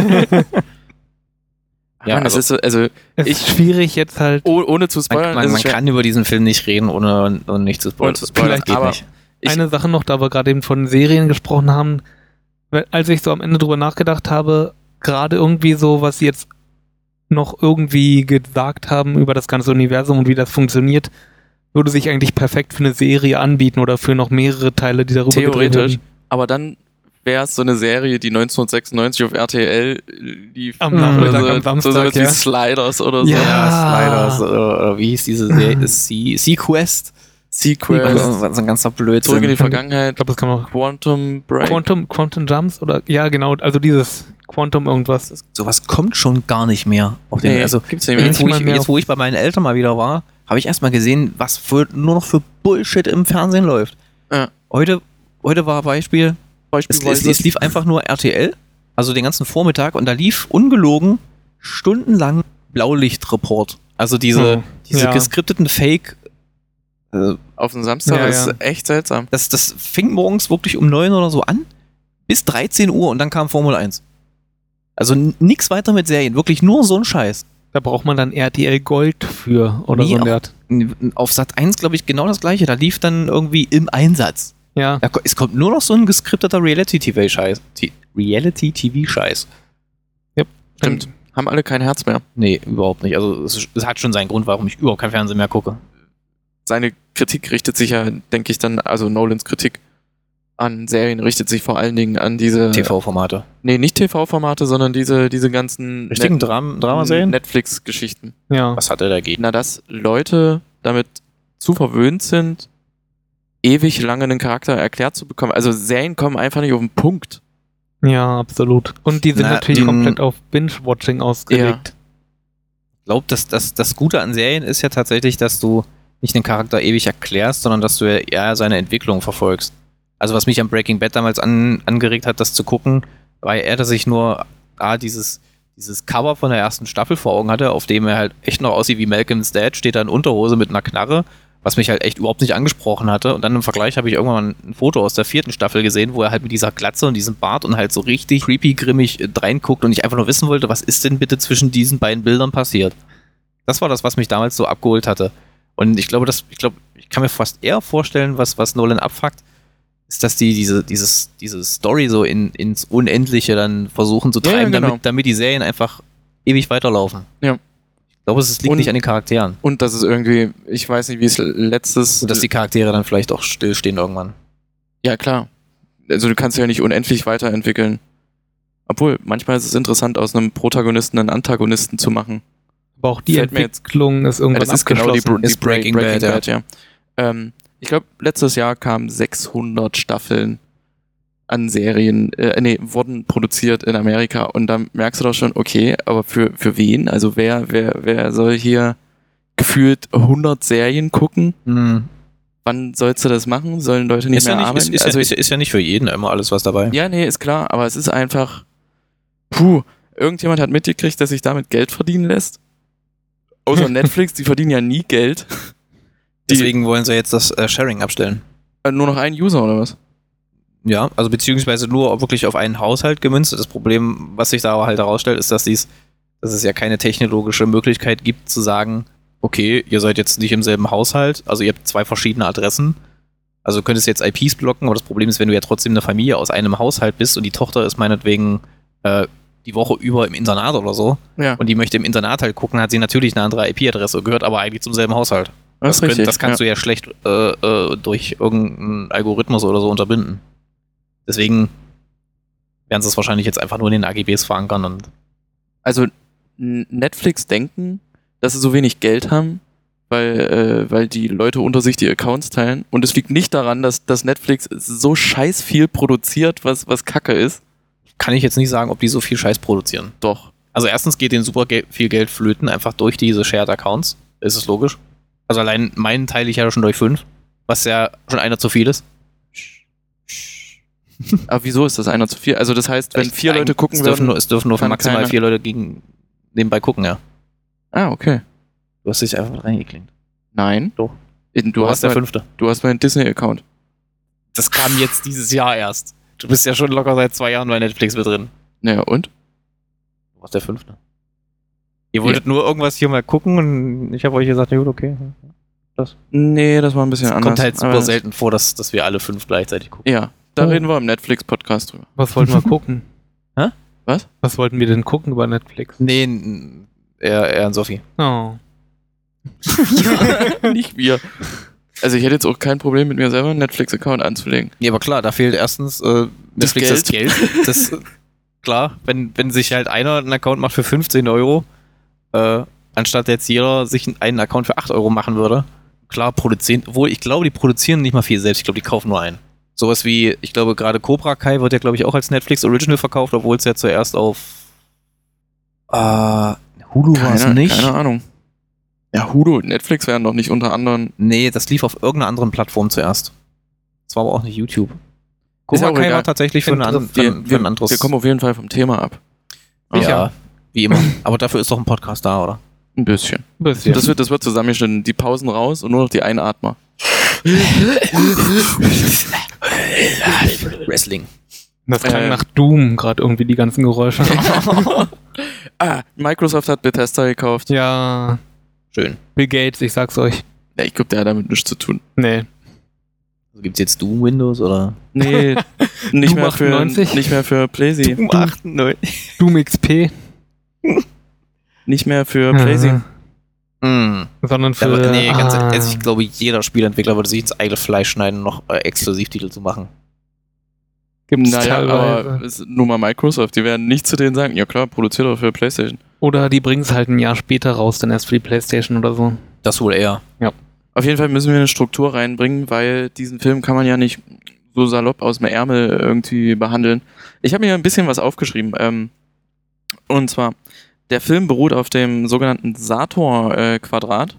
Ja, Mann, das also- ist so, also, Es Ich- ist schwierig jetzt halt. oh, ohne zu Man, spoilern, man, ist man es schwer- kann über diesen Film nicht reden, ohne, ohne nicht zu spoilern. Ohne zu spoilern, Vielleicht geht aber- nicht. ich- Eine Sache noch, da wir gerade eben von Serien gesprochen haben, weil- als ich so am Ende drüber nachgedacht habe, gerade irgendwie so, was sie jetzt noch irgendwie gesagt haben über das ganze Universum und wie das funktioniert, würde sich eigentlich perfekt für eine Serie anbieten oder für noch mehrere Teile, die darüber gedreht Theoretisch. werden. Aber dann wäre es so eine Serie, die neunzehnhundertsechsundneunzig auf R T L lief. Am Nachmittag, so, am Samstag, so sowas ja. wie Sliders oder so. Ja. Sliders, oder, oder wie hieß diese Serie? Sea, Sequest? Sequel. Also, so ein ganzer Blödsinn. Zurück in die Ich Vergangenheit. glaube, das kann man. Quantum Break. Quantum, Quantum Jumps oder ja genau, also dieses Quantum irgendwas. Sowas kommt schon gar nicht mehr. Auf den, Nee, also, gibt's nicht mehr. jetzt, wo Nicht ich, mal mehr jetzt, wo ich bei meinen Eltern mal wieder war, habe ich erstmal gesehen, was für, nur noch für Bullshit im Fernsehen läuft. Ja. Heute, heute war Beispiel, es, Beispielsweise. es, es lief einfach nur R T L, also den ganzen Vormittag, und da lief ungelogen stundenlang Blaulichtreport. Also diese, Hm. diese Ja. geskripteten Fake. Äh, auf den Samstag. Ja, das ja. ist echt seltsam. das, das fing morgens wirklich um neun oder so an, bis dreizehn Uhr, und dann kam Formel eins. Also n- nix weiter mit Serien, wirklich nur so ein Scheiß. Da braucht man dann R T L Gold für oder Nee, so ein auch- Wert. Auf Sat eins, glaube ich, genau das gleiche. Da lief dann irgendwie im Einsatz. Ja. Da, ko- es kommt nur noch so ein geskripteter Reality-T V-Scheiß. T- Reality-T V-Scheiß. Stimmt. Haben alle kein Herz mehr. Nee, überhaupt nicht. Also es, es hat schon seinen Grund, warum ich überhaupt kein Fernsehen mehr gucke. Seine Kritik richtet sich ja, denke ich dann, also Nolans Kritik an Serien richtet sich vor allen Dingen an diese. T V-Formate. Nee, nicht T V-Formate, sondern diese, diese ganzen Richtigen Net- Dram Dramaserien? Netflix-Geschichten. Ja. Was hat er dagegen? Na, dass Leute damit zu verwöhnt sind, ewig lange einen Charakter erklärt zu bekommen. Also Serien kommen einfach nicht auf den Punkt. Ja, absolut. Und die sind Na, natürlich die- komplett auf Binge-Watching ausgelegt. Ich glaube, das, das, das Gute an Serien ist ja tatsächlich, dass du nicht den Charakter ewig erklärst, sondern dass du ja eher seine Entwicklung verfolgst. Also was mich am Breaking Bad damals an, angeregt hat, das zu gucken, war eher, dass ich nur ah, dieses, dieses Cover von der ersten Staffel vor Augen hatte, auf dem er halt echt noch aussieht wie Malcolm's Dad, steht da in Unterhose mit einer Knarre, was mich halt echt überhaupt nicht angesprochen hatte. Und dann im Vergleich habe ich irgendwann ein Foto aus der vierten Staffel gesehen, wo er halt mit dieser Glatze und diesem Bart und halt so richtig creepy, grimmig äh, reinguckt und ich einfach nur wissen wollte, was ist denn bitte zwischen diesen beiden Bildern passiert. Das war das, was mich damals so abgeholt hatte. Und ich glaube, dass, ich glaube, ich kann mir fast eher vorstellen, was, was Nolan abfuckt, ist, dass die diese, dieses, diese Story so in, ins Unendliche dann versuchen zu Ja, ja, treiben, genau. damit, damit die Serien einfach ewig weiterlaufen. Ja. Ich glaube, es liegt Und- nicht an den Charakteren. Und das ist irgendwie, ich weiß nicht, wie es letztes. Und dass die Charaktere dann vielleicht auch stillstehen irgendwann. Ja, klar. Also du kannst ja nicht unendlich weiterentwickeln. Obwohl, manchmal ist es interessant, aus einem Protagonisten einen Antagonisten zu machen. Aber auch die Fällt mir jetzt- Entwicklung ist Ja, irgendwann das ist genau die, abgeschlossen. Br- die Ist Breaking Bad, ja. ja. Ähm, ich glaube, letztes Jahr kamen sechshundert Staffeln an Serien, äh, nee, wurden produziert in Amerika und dann merkst du doch schon, okay, aber für, für wen? Also wer, wer, wer soll hier gefühlt hundert Serien gucken? Hm. Wann sollst du das machen? Sollen Leute nicht Ist, mehr ja nicht, ist, arbeiten? ist, also, ja, ist, ist ja nicht für jeden immer alles was dabei. ja, nee, ist klar, aber es ist einfach, puh, irgendjemand hat mitgekriegt, dass sich damit Geld verdienen lässt. Außer Netflix, die verdienen ja nie Geld. Die, Deswegen wollen sie jetzt das äh, Sharing abstellen. äh, nur noch ein User oder was? Ja, also beziehungsweise nur wirklich auf einen Haushalt gemünzt. Das Problem, was sich da halt herausstellt, ist, dass, dies, dass es ja keine technologische Möglichkeit gibt, zu sagen, okay, ihr seid jetzt nicht im selben Haushalt, also ihr habt zwei verschiedene Adressen. Also du könntest jetzt I Ps blocken, aber das Problem ist, wenn du ja trotzdem eine Familie aus einem Haushalt bist und die Tochter ist meinetwegen äh, die Woche über im Internat oder so Ja, und die möchte im Internat halt gucken, hat sie natürlich eine andere I P-Adresse, gehört aber eigentlich zum selben Haushalt. das ist könnt- richtig. das kannst ja. du ja schlecht äh, äh, durch irgendeinen Algorithmus oder so unterbinden. Deswegen werden sie es wahrscheinlich jetzt einfach nur in den A G Bs verankern. Und Also N- Netflix denken, dass sie so wenig Geld haben, weil, äh, weil die Leute unter sich die Accounts teilen. Und es liegt nicht daran, dass, dass Netflix so scheiß viel produziert, was, was Kacke ist. kann ich jetzt nicht sagen, ob die so viel Scheiß produzieren. Doch. Also erstens geht denen super ge- viel Geld flöten, einfach durch diese Shared Accounts. Ist es logisch. Also allein meinen teile ich ja schon durch fünf, was ja schon einer zu viel ist. Aber wieso ist das einer zu viel? Also das heißt, wenn Ich- vier Leute es gucken dürfen würden... nur, es dürfen nur kann maximal keiner- vier Leute gegen nebenbei gucken, ja. Ah, okay. Du hast dich einfach mit reingeklinkt. Nein. Doch. Du, Du hast warst der mein, Fünfte. du hast meinen Disney-Account. Das kam jetzt dieses Jahr erst. Du bist ja schon locker seit zwei Jahren bei Netflix mit drin. Naja, und? Du warst der Fünfte. Ihr wolltet nur irgendwas hier mal gucken und ich habe euch gesagt, ja gut, okay. Nee, das war ein bisschen Es anders. kommt halt super aber- selten vor, dass, dass wir alle fünf gleichzeitig gucken. Ja, da Oh. reden wir im Netflix-Podcast drüber. Was wollten wir gucken? Hä? Was? Was wollten wir denn gucken über Netflix? Nee, n- eher, eher an Sophie. Oh. Nicht wir. Also ich hätte jetzt auch kein Problem mit mir selber einen Netflix-Account anzulegen. Nee, aber klar, da fehlt erstens äh, Das Netflix das Geld. Das, klar, wenn, wenn sich halt einer einen Account macht für fünfzehn Euro, äh, anstatt jetzt jeder sich einen Account für acht Euro machen würde. Klar, produzieren, obwohl ich glaube, die produzieren nicht mal viel selbst, ich glaube, die kaufen nur ein. Sowas wie, ich glaube, gerade Cobra Kai wird ja, glaube ich, auch als Netflix Original verkauft, obwohl es ja zuerst auf äh, Hulu war es Keine, nicht. keine Ahnung. Ja, Hulu, Netflix wären doch nicht unter anderem... Nee, das lief auf irgendeiner anderen Plattform zuerst. Das war aber auch nicht YouTube. Ist Cobra auch Kai egal. war tatsächlich für, eine an, für, Wir, ein- für wir, ein anderes. wir kommen auf jeden Fall vom Thema ab. ja, wie immer. Aber dafür ist doch ein Podcast da, oder? Ein bisschen. Ein bisschen. Das wird, das wird zusammengeschnitten. Die Pausen raus und nur noch die Einatmer. Wrestling. Das klang äh, nach Doom, gerade irgendwie die ganzen Geräusche. Ah, Microsoft hat Bethesda gekauft. Ja, Schön. Bill Gates, ich sag's euch. Ja, ich glaube, der hat damit nichts zu tun. Nee. Also gibt's jetzt Doom Windows oder? Nee, nicht, Doom mehr für, achtundneunzig? nicht mehr für PlayStation. Doom achtundneunzig. Doom X P. Nicht mehr für PlayStation. Mm. Sondern für. Aber, nee, ganz ah, ehrlich, ich glaube, jeder Spieleentwickler würde sich ins eigene Fleisch schneiden, noch äh, Exklusivtitel zu machen. gibt's Naja, aber teilweise. es ist nur mal Microsoft. Die werden nicht zu denen sagen, ja klar, produziert doch für PlayStation. Oder die bringen es halt ein Jahr später raus, dann erst für die PlayStation oder so. Das wohl eher. Auf jeden Fall müssen wir eine Struktur reinbringen, weil diesen Film kann man ja nicht so salopp aus dem Ärmel irgendwie behandeln. Ich habe mir ein bisschen was aufgeschrieben. Ähm, und zwar, der Film beruht auf dem sogenannten Sator-Quadrat.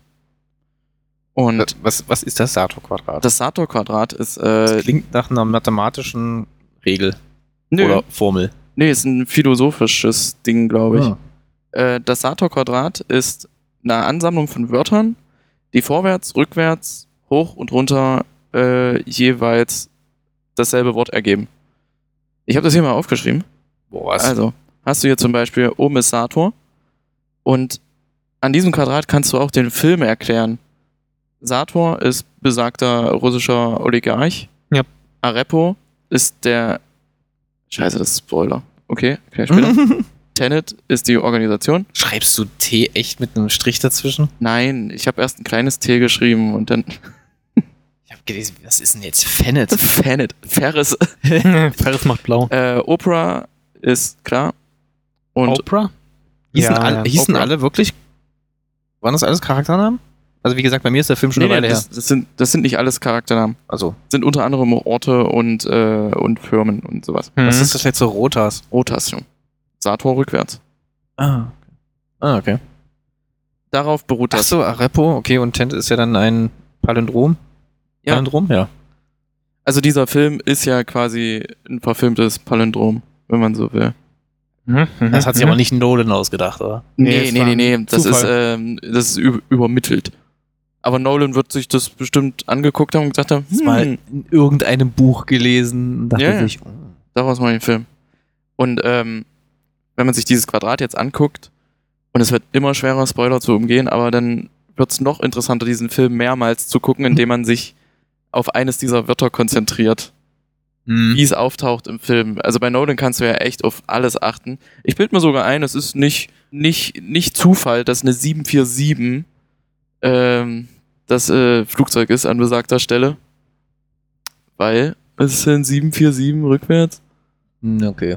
Und Was, was ist das Sator-Quadrat? das Sator-Quadrat ist... Das Äh, klingt nach einer mathematischen Regel nö, oder Formel. nee, ist ein philosophisches Ding, glaube ich. Ah. Äh, das Sator-Quadrat ist eine Ansammlung von Wörtern, die vorwärts, rückwärts, hoch und runter äh, jeweils dasselbe Wort ergeben. Ich habe das hier mal aufgeschrieben. Boah, was? Also, hast du hier zum Beispiel oben ist Sator und an diesem Quadrat kannst du auch den Film erklären. Sator ist besagter russischer Oligarch. Ja. Arepo ist der... Scheiße, das ist Spoiler. Okay, okay, später. Tenet ist die Organisation. Schreibst du T echt mit einem Strich dazwischen? Nein, ich habe erst ein kleines T geschrieben und dann Ich habe gelesen, was ist denn jetzt Fenet? Fenet. Ferris. Ferris macht blau. Äh, Oprah ist klar. Und Oprah? Hießen, Ja, alle, ja. hießen Oprah. alle wirklich? Waren das alles Charakternamen? Also wie gesagt, bei mir ist der Film schon nee, eine nee, Weile das, das, sind, das sind nicht alles Charakternamen. her. Also, Sind unter anderem Orte und, äh, und Firmen und sowas. Mhm. was ist das jetzt so Rotas? Rotation. Sator rückwärts. Ah. Ah, okay. Darauf beruht das. Achso, Arepo, okay, und Tenet ist ja dann ein Palindrom? Ja. Palindrom? Ja. Also dieser Film ist ja quasi ein verfilmtes Palindrom, wenn man so will. Mhm, mhm, Das hat sich mhm. aber nicht Nolan ausgedacht, oder? Nee, Nee, es nee, war nee, nee. ein Das ist, Zufall. ähm, das ist üb- übermittelt. Aber Nolan wird sich das bestimmt angeguckt haben und gesagt haben, Das mal hm, in irgendeinem Buch gelesen und dachte Ja, ja. sich, oh. daraus mal den Film. Und ähm, wenn man sich dieses Quadrat jetzt anguckt, und es wird immer schwerer, Spoiler zu umgehen, aber dann wird es noch interessanter, diesen Film mehrmals zu gucken, indem man sich auf eines dieser Wörter konzentriert. Mhm. wie es auftaucht im Film. Also bei Nolan kannst du ja echt auf alles achten. Ich bilde mir sogar ein, es ist nicht, nicht, nicht Zufall, dass eine sieben vier sieben ähm, das äh, Flugzeug ist an besagter Stelle. Weil, es ist ein sieben vier sieben rückwärts. Hm, okay.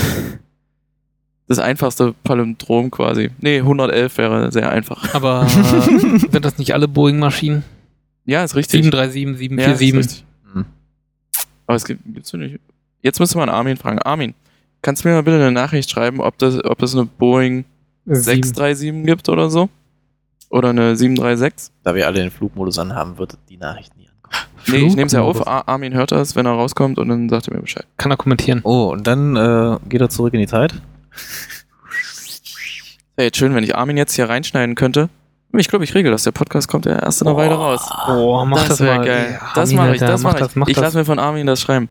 Das einfachste Palindrom quasi. Nee, hundertelf wäre sehr einfach. Aber äh, sind das nicht alle Boeing-Maschinen? Ja, ist richtig. sieben drei sieben, sieben Ja, vier ist sieben. richtig. Hm. Aber es gibt, gibt's nicht. Jetzt müsste man Armin fragen. Armin, kannst du mir mal bitte eine Nachricht schreiben, ob das, ob es eine Boeing sechs drei sieben gibt oder so? Oder eine sieben drei sechs? Da wir alle den Flugmodus anhaben, wird die Nachricht nie ankommen. Nee, ich nehme es ja auf. Flugmodus. Ar- Armin hört das, wenn er rauskommt und dann sagt er mir Bescheid. Kann er kommentieren. Oh, und dann äh, geht er zurück in die Zeit. Wäre jetzt schön, wenn ich Armin jetzt hier reinschneiden könnte. Ich glaube, ich regel das. Der Podcast kommt ja erst in einer Weile raus. Oh, mach das, Das wäre mal. geil. Ja, Das Armin, mache ich, Alter, das mach mache ich. das, mach Ich das. lasse mir von Armin das schreiben.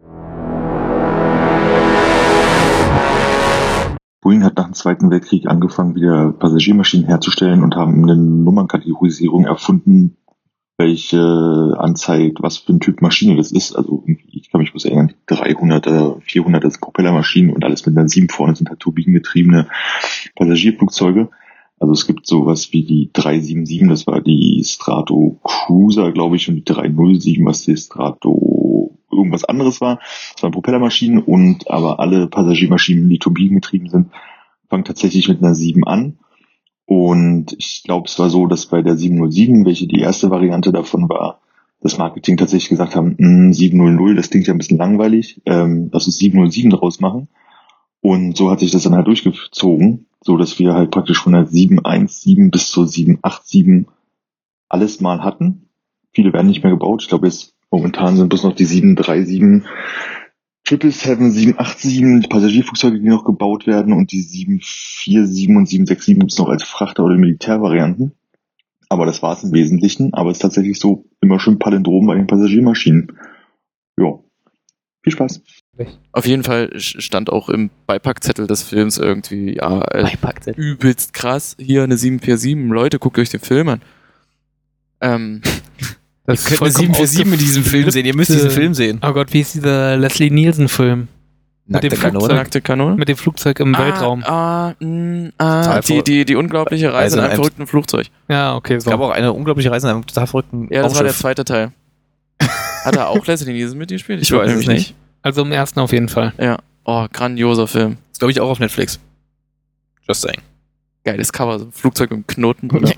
Boeing hat nach dem Zweiten Weltkrieg angefangen, wieder Passagiermaschinen herzustellen und haben eine Nummernkategorisierung erfunden, welche anzeigt, was für ein Typ Maschine das ist. Also ich kann mich bloß erinnern, dreihunderter, vierhunderter sind Propellermaschinen und alles mit einer sieben vorne sind halt turbinengetriebene Passagierflugzeuge. Also es gibt sowas wie die drei sieben sieben, das war die Strato Cruiser, glaube ich, und die drei null sieben, was die Strato irgendwas anderes war. Das waren Propellermaschinen und aber alle Passagiermaschinen, die turbinengetrieben sind, fangen tatsächlich mit einer sieben an. Und ich glaube, es war so, dass bei der sieben null sieben, welche die erste Variante davon war, das Marketing tatsächlich gesagt haben, sieben null null, das klingt ja ein bisschen langweilig, ähm, lass uns sieben null sieben draus machen. Und so hat sich das dann halt durchgezogen, so dass wir halt praktisch von der sieben eins sieben bis zur sieben acht sieben alles mal hatten. Viele werden nicht mehr gebaut. Ich glaube, jetzt momentan sind bloß noch die sieben drei sieben, sieben sieben sieben, sieben acht sieben, die Passagierflugzeuge, die noch gebaut werden, und die sieben vier sieben und sieben sechs sieben gibt es noch als Frachter- oder Militärvarianten. Aber das war es im Wesentlichen. Aber es ist tatsächlich so immer schön Palindrom bei den Passagiermaschinen. Ja, viel Spaß. Auf jeden Fall stand auch im Beipackzettel des Films irgendwie, ja, äh, Beipackzettel. übelst krass, hier eine sieben vier sieben, Leute, guckt euch den Film an. Ähm, Das Ihr könnt eine sieben vier sieben in diesem Film sehen. Ihr müsst diesen Film sehen. Oh Gott, wie ist dieser Leslie Nielsen-Film? Nackte dem Kanone. Flugzeug. nackte Kanone? Mit dem Flugzeug im Weltraum. Ah, mh, ah Total die, ver- die, die unglaubliche Reise in einem Reise in einem- verrückten Flugzeug. Ja, okay, Es so. gab auch eine unglaubliche Reise in einem total verrückten Ja, das war der Raumschiff. zweite Teil. Hat er auch Leslie Nielsen mitgespielt? Ich glaub weiß es nämlich nicht. Also im ersten auf jeden Fall. Ja. Oh, grandioser Film. Ist, glaube ich, auch auf Netflix. Just saying. Geiles Cover, so ein Flugzeug mit einem Knoten drin.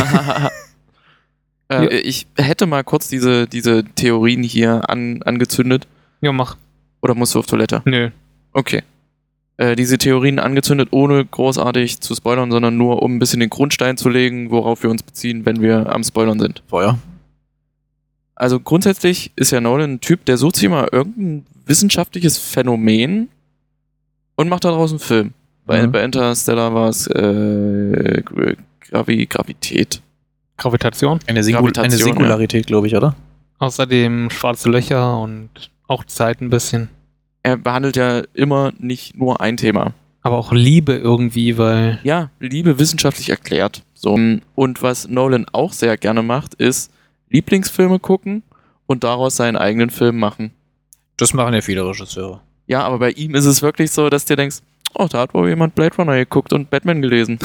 äh, Ja. Ich hätte mal kurz diese, diese Theorien hier an, angezündet. Ja, mach. Oder musst du auf Toilette? Nö. Okay. Äh, diese Theorien angezündet, ohne großartig zu spoilern, sondern nur, um ein bisschen den Grundstein zu legen, worauf wir uns beziehen, wenn wir am Spoilern sind. Feuer. Also grundsätzlich ist ja Nolan ein Typ, der sucht sich mal irgendein wissenschaftliches Phänomen und macht daraus einen Film. Bei, Mhm. bei Interstellar war es äh, Gravi Gravität. Gravitation. Eine, Singul Gravitation, eine Singularität, glaube ich, oder? Außerdem schwarze Löcher und auch Zeit ein bisschen. Er behandelt ja immer nicht nur ein Thema. Aber auch Liebe irgendwie, weil Ja, Liebe wissenschaftlich erklärt. So. Und was Nolan auch sehr gerne macht, ist Lieblingsfilme gucken und daraus seinen eigenen Film machen. Das machen ja viele Regisseure. Ja, aber bei ihm ist es wirklich so, dass du denkst, oh, da hat wohl jemand Blade Runner geguckt und Batman gelesen.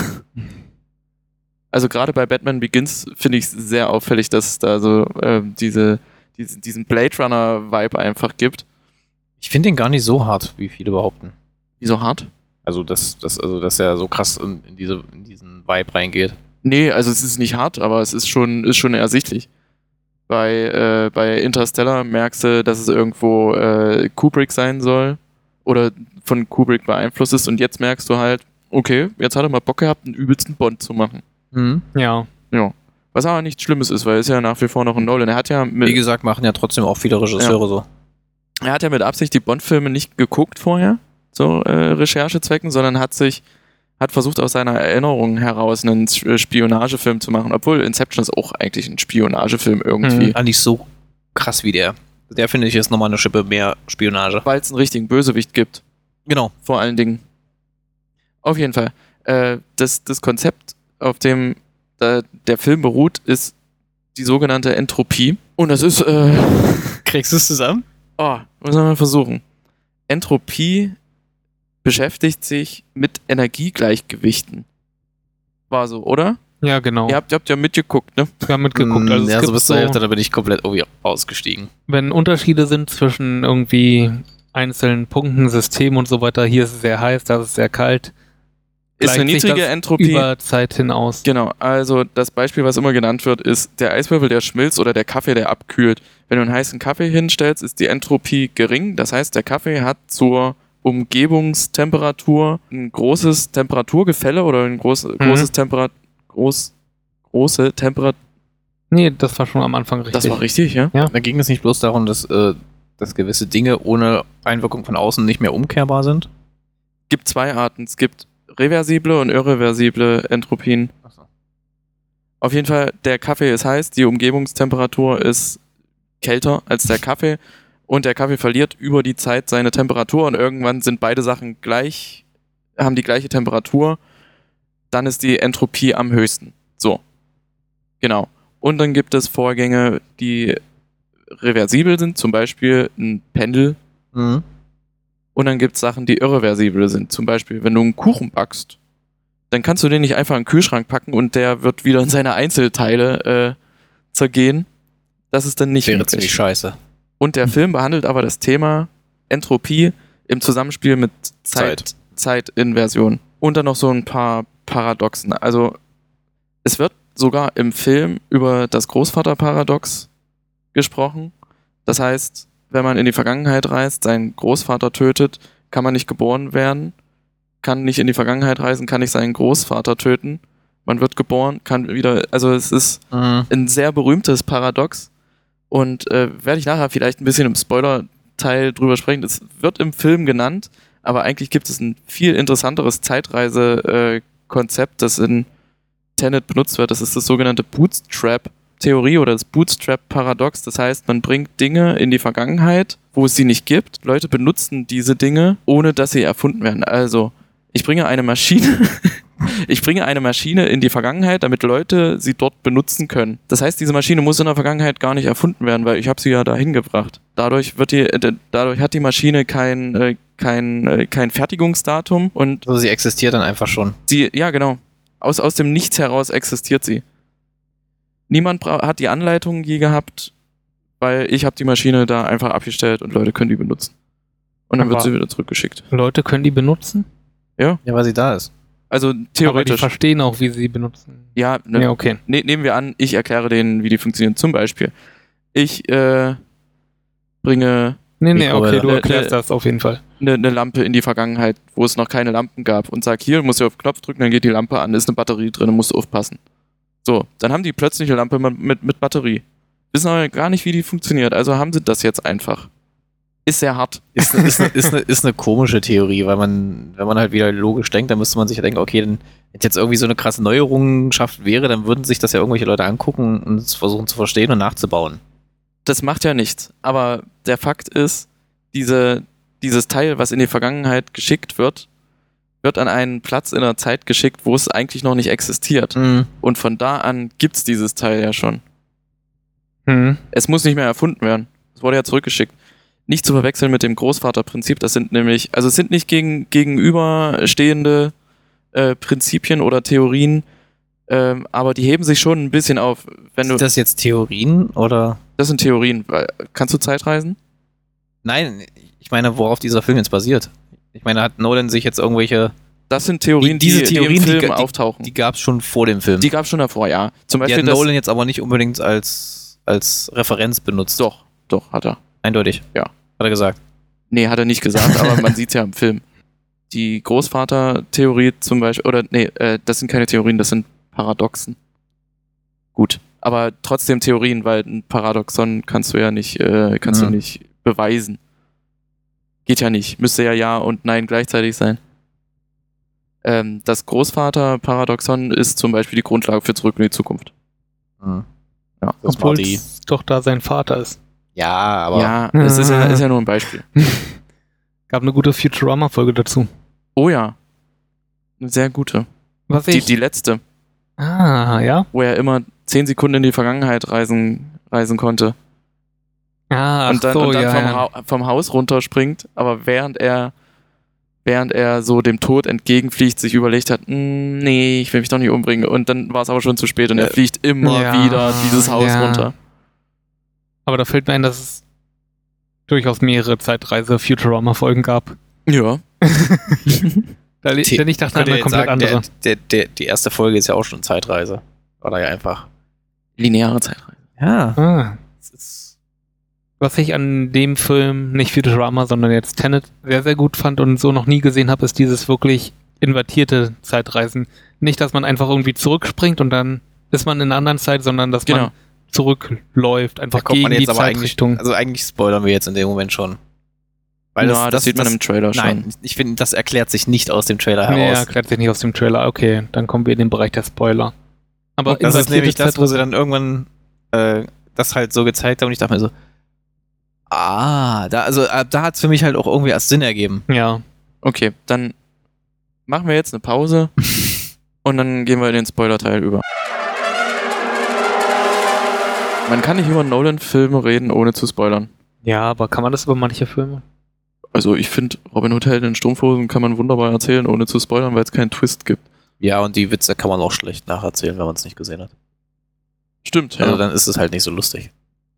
Also gerade bei Batman Begins finde ich es sehr auffällig, dass es da so äh, diese, diese, diesen Blade Runner-Vibe einfach gibt. Ich finde den gar nicht so hart, wie viele behaupten. Wieso hart? Also, dass, dass, also, dass er so krass in, in, diese, in diesen Vibe reingeht. Nee, also es ist nicht hart, aber es ist schon, ist schon ersichtlich. Bei, äh, bei Interstellar merkst du, dass es irgendwo äh, Kubrick sein soll oder von Kubrick beeinflusst ist, und jetzt merkst du halt, okay, jetzt hat er mal Bock gehabt, einen übelsten Bond zu machen. Mhm. ja. Ja. Was aber nichts Schlimmes ist, weil er ist ja nach wie vor noch ein Nolan. Er hat ja Wie mit, gesagt, machen ja trotzdem auch viele Regisseure so. er hat ja mit Absicht die Bond-Filme nicht geguckt vorher, so äh, Recherchezwecken, sondern hat sich hat versucht, aus seiner Erinnerung heraus einen Spionagefilm zu machen, obwohl Inception ist auch eigentlich ein Spionagefilm irgendwie. Mhm. Ah, nicht so krass wie der. Der finde ich ist nochmal eine Schippe mehr Spionage. Weil es einen richtigen Bösewicht gibt, Genau. vor allen Dingen. Auf jeden Fall. Äh, das, das Konzept, auf dem da der Film beruht, ist die sogenannte Entropie. Und das ist, äh, Kriegst du es zusammen? Oh, muss man mal versuchen. Entropie beschäftigt sich mit Energiegleichgewichten. War so, oder? Ja, genau. Ihr habt, ihr habt ja mitgeguckt, ne? Wir haben mitgeguckt. Mm, Also es ja, gibt so bis zur so, Hälfte, da bin ich komplett oh, ja, ausgestiegen. wenn Unterschiede sind zwischen irgendwie einzelnen Punkten, Systemen und so weiter, hier ist es sehr heiß, da ist es sehr kalt. Ist eine gleicht sich niedrige das Entropie. über Zeit hinaus. Genau, also das Beispiel, was immer genannt wird, ist der Eiswürfel, der schmilzt oder der Kaffee, der abkühlt. Wenn du einen heißen Kaffee hinstellst, ist die Entropie gering. Das heißt, der Kaffee hat zur Umgebungstemperatur ein großes Temperaturgefälle oder ein groß, Mhm. großes Temperat groß, große Temperatur. Nee, das war schon am Anfang richtig. Das war richtig, ja? Ja. Da ging es nicht bloß darum, dass, äh, dass gewisse Dinge ohne Einwirkung von außen nicht mehr umkehrbar sind? Gibt zwei Arten. Es gibt reversible und irreversible Entropien. Achso. Auf jeden Fall, der Kaffee ist heiß, die Umgebungstemperatur ist kälter als der Kaffee und der Kaffee verliert über die Zeit seine Temperatur und irgendwann sind beide Sachen gleich, haben die gleiche Temperatur, dann ist die Entropie am höchsten. So. Genau. Und dann gibt es Vorgänge, die reversibel sind, zum Beispiel ein Pendel. Mhm. Und dann gibt es Sachen, die irreversibel sind. Zum Beispiel, wenn du einen Kuchen backst, dann kannst du den nicht einfach in den Kühlschrank packen und der wird wieder in seine Einzelteile äh, zergehen. Das ist dann nicht Wäre möglich. ziemlich scheiße. Und der Film behandelt aber das Thema Entropie im Zusammenspiel mit Zeit, Zeit. Zeitinversion. Und dann noch so ein paar Paradoxen. Also es wird sogar im Film über das Großvaterparadox gesprochen. Das heißt, wenn man in die Vergangenheit reist, seinen Großvater tötet, kann man nicht geboren werden, kann nicht in die Vergangenheit reisen, kann nicht seinen Großvater töten. Man wird geboren, kann wieder, also es ist Mhm. ein sehr berühmtes Paradox und äh, werde ich nachher vielleicht ein bisschen im Spoiler-Teil drüber sprechen. Es wird im Film genannt, aber eigentlich gibt es ein viel interessanteres Zeitreise-Konzept, das in Tenet benutzt wird. Das ist das sogenannte Bootstrap-Theorie oder das Bootstrap-Paradox. Das heißt, man bringt Dinge in die Vergangenheit, wo es sie nicht gibt. Leute benutzen diese Dinge, ohne dass sie erfunden werden. Also, ich bringe eine Maschine, ich bringe eine Maschine in die Vergangenheit, damit Leute sie dort benutzen können. Das heißt, diese Maschine muss in der Vergangenheit gar nicht erfunden werden, weil ich habe sie ja dahin gebracht. Dadurch wird die, äh, dadurch hat die Maschine kein, äh, kein, äh, kein Fertigungsdatum und Also sie existiert dann einfach schon. sie, ja genau, aus, aus dem Nichts heraus existiert sie. Niemand bra- hat die Anleitung je gehabt, weil ich habe die Maschine da einfach abgestellt und Leute können die benutzen. Und dann wird Aber- sie wieder zurückgeschickt. Leute können die benutzen, Ja, weil sie da ist. Also aber die theoretisch. verstehen auch, wie sie benutzen. Ja, ne, Ja, okay. ne, nehmen wir an, ich erkläre denen, wie die funktionieren. Zum Beispiel, ich äh, bringe Nee, nee, Mikrowelle. okay, du Ne, erklärst ne. das auf jeden Fall. eine ne Lampe in die Vergangenheit, wo es noch keine Lampen gab und sag, hier, musst du auf den Knopf drücken, dann geht die Lampe an, ist eine Batterie drin, musst du aufpassen. So, dann haben die plötzlich eine Lampe mit, mit Batterie. Wissen aber gar nicht, wie die funktioniert, also haben sie das jetzt einfach. Ist sehr hart. Ist, ne- ist, ne- ist, ne- ist eine komische Theorie, weil man, wenn man halt wieder logisch denkt, dann müsste man sich ja denken, okay, dann, wenn jetzt irgendwie so eine krasse Neuerungenschaft wäre, dann würden sich das ja irgendwelche Leute angucken und es versuchen zu verstehen und nachzubauen. Das macht ja nichts, aber der Fakt ist, diese, dieses Teil, was in die Vergangenheit geschickt wird, wird an einen Platz in der Zeit geschickt, wo es eigentlich noch nicht existiert. Mhm. Und von da an gibt's dieses Teil ja schon. Hm. Es muss nicht mehr erfunden werden. Es wurde ja zurückgeschickt. Nicht zu verwechseln mit dem Großvaterprinzip. Das sind nämlich, also es sind nicht gegen, gegenüberstehende äh, Prinzipien oder Theorien, ähm, aber die heben sich schon ein bisschen auf. Wenn du, Sind das jetzt Theorien oder? das sind Theorien. Weil- Kannst du Zeitreisen? Nein, ich meine, worauf dieser Film jetzt basiert. Ich meine, hat Nolan sich jetzt irgendwelche, Das sind Theorien, Die- diese die, Theorien, die im Film die- die- auftauchen. die gab es schon vor dem Film. Die gab es schon davor, ja. Zum Die Beispiel hat das. Nolan jetzt aber nicht unbedingt als, als Referenz benutzt. Doch, doch, hat er. Eindeutig. Ja. Hat er gesagt. Nee, hat er nicht gesagt, aber man sieht es ja im Film. Die Großvater-Theorie zum Beispiel, oder nee, äh, das sind keine Theorien, das sind Paradoxen. Gut, aber trotzdem Theorien, weil ein Paradoxon kannst du ja nicht, äh, kannst Ja. du nicht beweisen. Geht ja nicht. Müsste ja Ja und Nein gleichzeitig sein. Ähm, das Großvater-Paradoxon ist zum Beispiel die Grundlage für Zurück in die Zukunft. Mhm. Ja. Das war Obwohl die. es doch da sein Vater ist. Ja, aber. Ja, es ist ja, ist ja nur ein Beispiel. Gab eine gute Futurama-Folge dazu. Oh ja. Eine sehr gute. Was Die, ich... die letzte, ah, ja? wo er immer zehn Sekunden in die Vergangenheit reisen, reisen konnte. Ah, und dann, so, und dann ja, vom, ja. Ha- vom Haus runterspringt, aber während er während er so dem Tod entgegenfliegt, sich überlegt hat, "Mm, nee, ich will mich doch nicht umbringen. Und dann war es aber schon zu spät und er Ja. fliegt immer Ja, wieder dieses Haus ja. runter. Aber da fällt mir ein, dass es durchaus mehrere Zeitreise-Futurama-Folgen gab. Ja. Da, The- denn ich dachte an Könnte eine jetzt komplett sagen, andere. Der, der, der, die erste Folge ist ja auch schon Zeitreise. Oder ja einfach. Lineare Zeitreise. Ja. Ah. Das ist Was ich an dem Film, nicht Futurama, sondern jetzt Tenet, sehr, sehr gut fand und so noch nie gesehen habe, ist dieses wirklich invertierte Zeitreisen. Nicht, dass man einfach irgendwie zurückspringt und dann ist man in einer anderen Zeit, sondern dass Genau. man zurückläuft, einfach da kommt gegen man die jetzt aber eigentlich, Zeitrichtung. also eigentlich spoilern wir jetzt in dem Moment schon. Weil Ja, das, sieht man im Trailer schon. Nein, ich finde, das erklärt sich nicht aus dem Trailer Nee, heraus. erklärt sich nicht aus dem Trailer. Okay, dann kommen wir in den Bereich der Spoiler. Aber das ist invertierte nämlich das, wo sie Zeitreisen- dann irgendwann äh, das halt so gezeigt haben und ich dachte mir so, ah, da, also ab da hat es für mich halt auch irgendwie erst Sinn ergeben. Ja, Okay, dann machen wir jetzt eine Pause und dann gehen wir in den Spoiler-Teil über. Man kann nicht über Nolan-Filme reden, ohne zu spoilern. ja, aber kann man das über manche Filme? Also ich finde, Robin Hood Helden in Strumpfhosen kann man wunderbar erzählen, ohne zu spoilern, weil es keinen Twist gibt. Ja, und die Witze kann man auch schlecht nacherzählen, wenn man es nicht gesehen hat. Stimmt, ja. Also dann ist es halt nicht so lustig.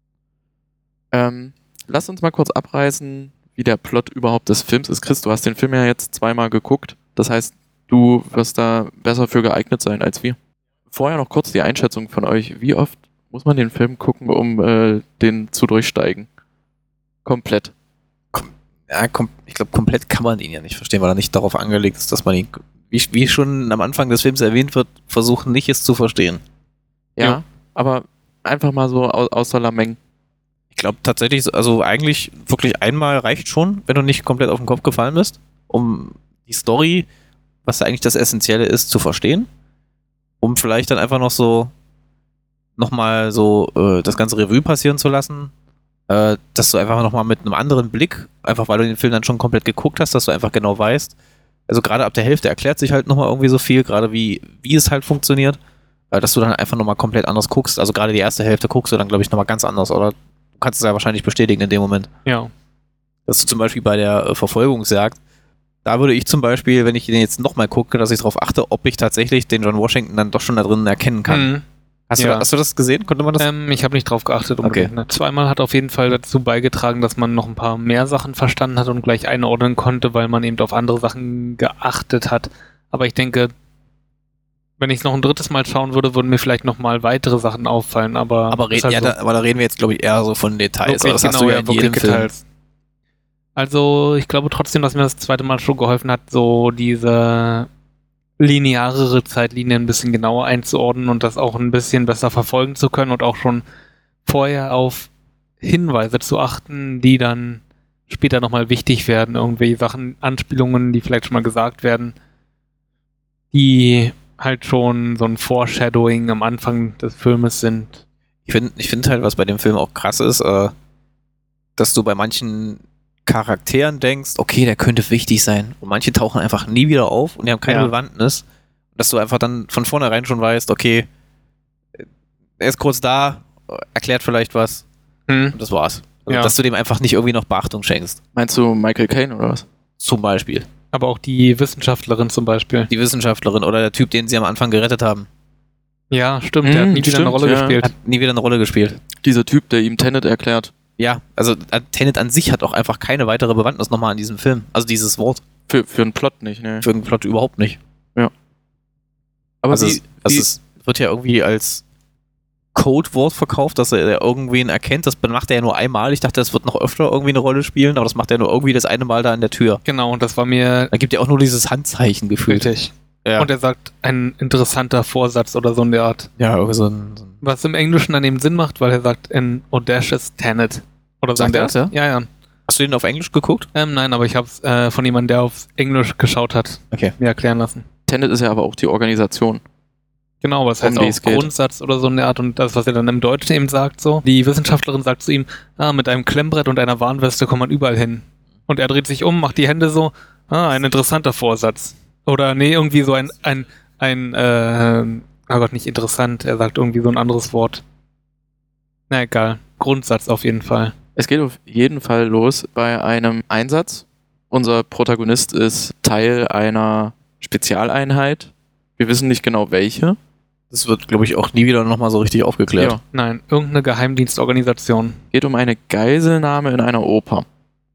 Ähm, lass uns mal kurz abreißen, wie der Plot überhaupt des Films ist. Chris, du hast den Film ja jetzt zweimal geguckt. Das heißt, du wirst da besser für geeignet sein als wir. Vorher noch kurz die Einschätzung von euch. Wie oft muss man den Film gucken, um äh, den zu durchsteigen? Komplett. Ja, kom ich glaube, komplett kann man ihn ja nicht verstehen, weil er nicht darauf angelegt ist, dass man ihn, wie, wie schon am Anfang des Films erwähnt wird, versuchen nicht es zu verstehen. Ja, Ja. aber einfach mal so aus, außer Lameng. Ich glaube tatsächlich, also eigentlich wirklich einmal reicht schon, wenn du nicht komplett auf den Kopf gefallen bist, um die Story, was da eigentlich das Essentielle ist, zu verstehen. Um vielleicht dann einfach noch so nochmal so äh, das ganze Revue passieren zu lassen. Äh, dass du einfach nochmal mit einem anderen Blick, einfach weil du den Film dann schon komplett geguckt hast, dass du einfach genau weißt. Also gerade ab der Hälfte erklärt sich halt nochmal irgendwie so viel, gerade wie, wie es halt funktioniert, äh, dass du dann einfach nochmal komplett anders guckst. Also gerade die erste Hälfte guckst du dann, glaube ich, nochmal ganz anders, oder? Du kannst es ja wahrscheinlich bestätigen in dem Moment. Ja. Dass du zum Beispiel bei der äh, Verfolgungsjagd, da würde ich zum Beispiel, wenn ich den jetzt nochmal gucke, dass ich darauf achte, ob ich tatsächlich den John Washington dann doch schon da drin erkennen kann. Mhm. Hast, Ja. du, hast du das gesehen? Konnte man das? Ähm, ich habe nicht drauf geachtet. Unbedingt. Ne? Zweimal hat auf jeden Fall dazu beigetragen, dass man noch ein paar mehr Sachen verstanden hat und gleich einordnen konnte, weil man eben auf andere Sachen geachtet hat. Aber ich denke, wenn ich es noch ein drittes Mal schauen würde, würden mir vielleicht noch mal weitere Sachen auffallen. Aber, aber, ist red, halt ja, so. da, aber da reden wir jetzt, glaube ich, eher so von Details. Wirklich, aber das hast genau, du ja ja, in wirklich jedem Film. Details. Also, ich glaube trotzdem, dass mir das zweite Mal schon geholfen hat, so diese linearere Zeitlinie ein bisschen genauer einzuordnen und das auch ein bisschen besser verfolgen zu können und auch schon vorher auf Hinweise zu achten, die dann später nochmal wichtig werden. Irgendwie Sachen, Anspielungen, die vielleicht schon mal gesagt werden, die halt schon so ein Foreshadowing am Anfang des Filmes sind. Ich finde ich find halt, was bei dem Film auch krass ist, äh, dass du bei manchen Charakteren denkst, okay, der könnte wichtig sein. Und manche tauchen einfach nie wieder auf und die haben keine Ja. Bewandtnis. Dass du einfach dann von vornherein schon weißt, okay, er ist kurz da, erklärt vielleicht was Hm. und das war's. Also, Ja. dass du dem einfach nicht irgendwie noch Beachtung schenkst. Meinst du Michael Caine oder was? Zum Beispiel. Aber auch die Wissenschaftlerin zum Beispiel. Die Wissenschaftlerin oder der Typ, den sie am Anfang gerettet haben. Ja, stimmt, der hat Hm, nie wieder eine stimmt, Rolle ja. gespielt. Hat nie wieder eine Rolle gespielt. Dieser Typ, der ihm Tenet erklärt. Ja, also äh, Tenet an sich hat auch einfach keine weitere Bewandtnis nochmal an diesem Film. Also dieses Wort Für, für einen Plot nicht, ne? für den Plot überhaupt nicht. Aber Also, wie, es, also wie, es wird ja irgendwie als Codewort verkauft, dass er irgendwen erkennt. Das macht er ja nur einmal. Ich dachte, das wird noch öfter irgendwie eine Rolle spielen, aber das macht er nur irgendwie das eine Mal da an der Tür. Genau, und das war mir Da gibt er auch nur dieses Handzeichen gefühlt. richtig. Ja, Und er sagt, ein interessanter Vorsatz oder so in der Art. ja irgendwie so ein, so ein Was im Englischen dann eben Sinn macht, weil er sagt, an audacious tenet. Oder so Sagt in der er das, Art. Ja, ja. Hast du den auf Englisch geguckt? Ähm, nein, aber ich habe es äh, von jemandem, der aufs Englisch geschaut hat, Okay. mir erklären lassen. Tenet ist ja aber auch die Organisation. Genau, was Um heißt die auch es geht. Grundsatz oder so in der Art und das, was er dann im Deutschen eben sagt, so. Die Wissenschaftlerin sagt zu ihm, ah, mit einem Klemmbrett und einer Warnweste kommt man überall hin. Und er dreht sich um, macht die Hände so, ah, ein interessanter Vorsatz. Oder nee, irgendwie so ein, ein, ein, äh, oh Gott, nicht interessant, er sagt irgendwie so ein anderes Wort. Na egal, Grundsatz auf jeden Fall. Es geht auf jeden Fall los bei einem Einsatz. Unser Protagonist ist Teil einer Spezialeinheit. Wir wissen nicht genau welche. Das wird, glaube ich, auch nie wieder nochmal so richtig aufgeklärt. Ja. Nein, irgendeine Geheimdienstorganisation. Geht um eine Geiselnahme in einer Oper.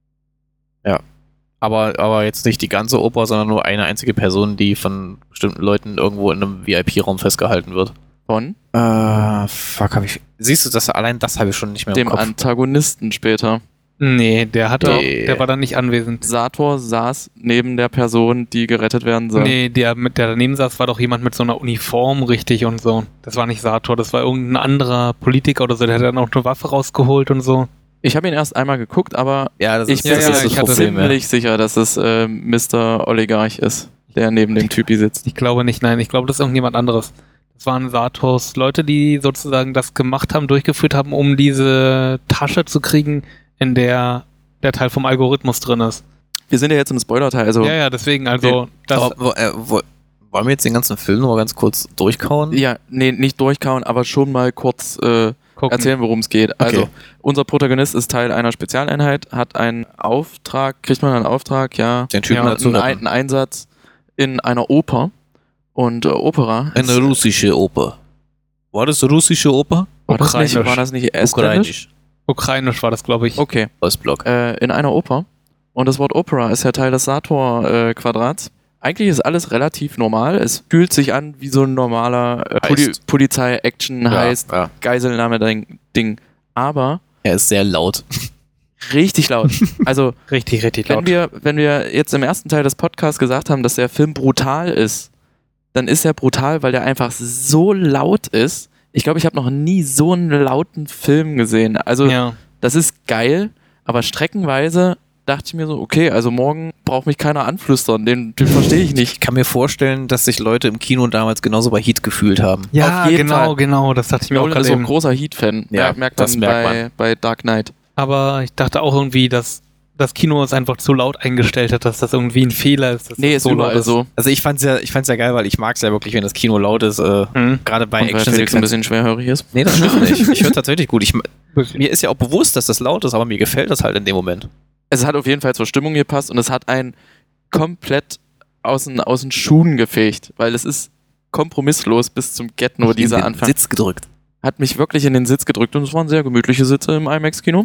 Aber, aber jetzt nicht die ganze Oper, sondern nur eine einzige Person, die von bestimmten Leuten irgendwo in einem V I P-Raum festgehalten wird. Von Äh, fuck, hab ich. Siehst du, das allein das habe ich schon nicht mehr dem im Kopf. Antagonisten später. Nee, der hatte, Nee. der war da nicht anwesend. Sator saß neben der Person, die gerettet werden soll. Nee, der, mit der daneben saß, war doch jemand mit so einer Uniform, richtig, und so. Das war nicht Sator, das war irgendein anderer Politiker oder so, der hat dann auch eine Waffe rausgeholt und so. Ich habe ihn erst einmal geguckt, aber Ja, das ich ist, bin ja, das, ja, ist das ich hatte Problem. Ja. ziemlich sicher, dass es äh, Mister Oligarch ist, der neben dem Typi sitzt. Ich glaube nicht, nein, ich glaube, das ist irgendjemand anderes. Das waren Sators Leute, die sozusagen das gemacht haben, durchgeführt haben, um diese Tasche zu kriegen, in der der Teil vom Algorithmus drin ist. Wir sind ja jetzt im Spoiler-Teil, also Ja, ja, deswegen, also, das, Aber, wo- äh, wo, wollen wir jetzt den ganzen Film nur ganz kurz durchkauen? ja, nee, nicht durchkauen, aber schon mal kurz äh, gucken. erzählen, worum es geht. Also, unser Protagonist ist Teil einer Spezialeinheit, hat einen Auftrag, kriegt man einen Auftrag, ja, Den Typen Ja, dazu einen, retten. einen Einsatz in einer Oper. Und äh, Opera. Eine ist- russische Oper. War das russische Oper? war das nicht, Ukrainisch. war das nicht estländisch? Ukrainisch war das, glaube ich. Okay. Ostblock. Äh, in einer Oper. Und das Wort Opera ist ja Teil des Sator-Quadrats. Eigentlich ist alles relativ normal. Es fühlt sich an wie so ein normaler äh, Poli Heist. Polizei-Action, heißt ja. Geiselnahme-Ding. Aber Er ist sehr laut. richtig laut. Also, Richtig, richtig laut. wenn wir, wenn wir jetzt im ersten Teil des Podcasts gesagt haben, dass der Film brutal ist, dann ist er brutal, weil der einfach so laut ist. Ich glaube, ich habe noch nie so einen lauten Film gesehen. Also, ja. das ist geil, aber streckenweise dachte ich mir so, okay, also morgen braucht mich keiner anflüstern, den, den verstehe ich nicht. Ich kann mir vorstellen, dass sich Leute im Kino damals genauso bei Heat gefühlt haben. Ja, Auf jeden genau, Fall. genau, das dachte ich mir auch Nolan ist gerade auch ein eben. großer Heat-Fan. Ja, Ja, merkt das man merkt bei, man. bei Dark Knight. Aber ich dachte auch irgendwie, dass das Kino es einfach zu laut eingestellt hat, dass das irgendwie ein Fehler ist. Dass Nee, das ist so laut überall so. Also ich fand's ja, ich fand's ja geil, weil ich mag's ja wirklich, wenn das Kino laut ist, äh, Hm. gerade bei Und weil Felix ein Action-Sequenzen. bisschen schwerhörig ist. Nee, das stimmt nicht. Ich höre tatsächlich gut. Ich, mir ist ja auch bewusst, dass das laut ist, aber mir gefällt das halt in dem Moment. Es hat auf jeden Fall zur Stimmung gepasst und es hat einen komplett aus den, aus den Schuhen gefegt, weil es ist kompromisslos bis zum Get nur In dieser den Anfang. Sitz gedrückt. Hat mich wirklich in den Sitz gedrückt und es waren sehr gemütliche Sitze im IMAX-Kino.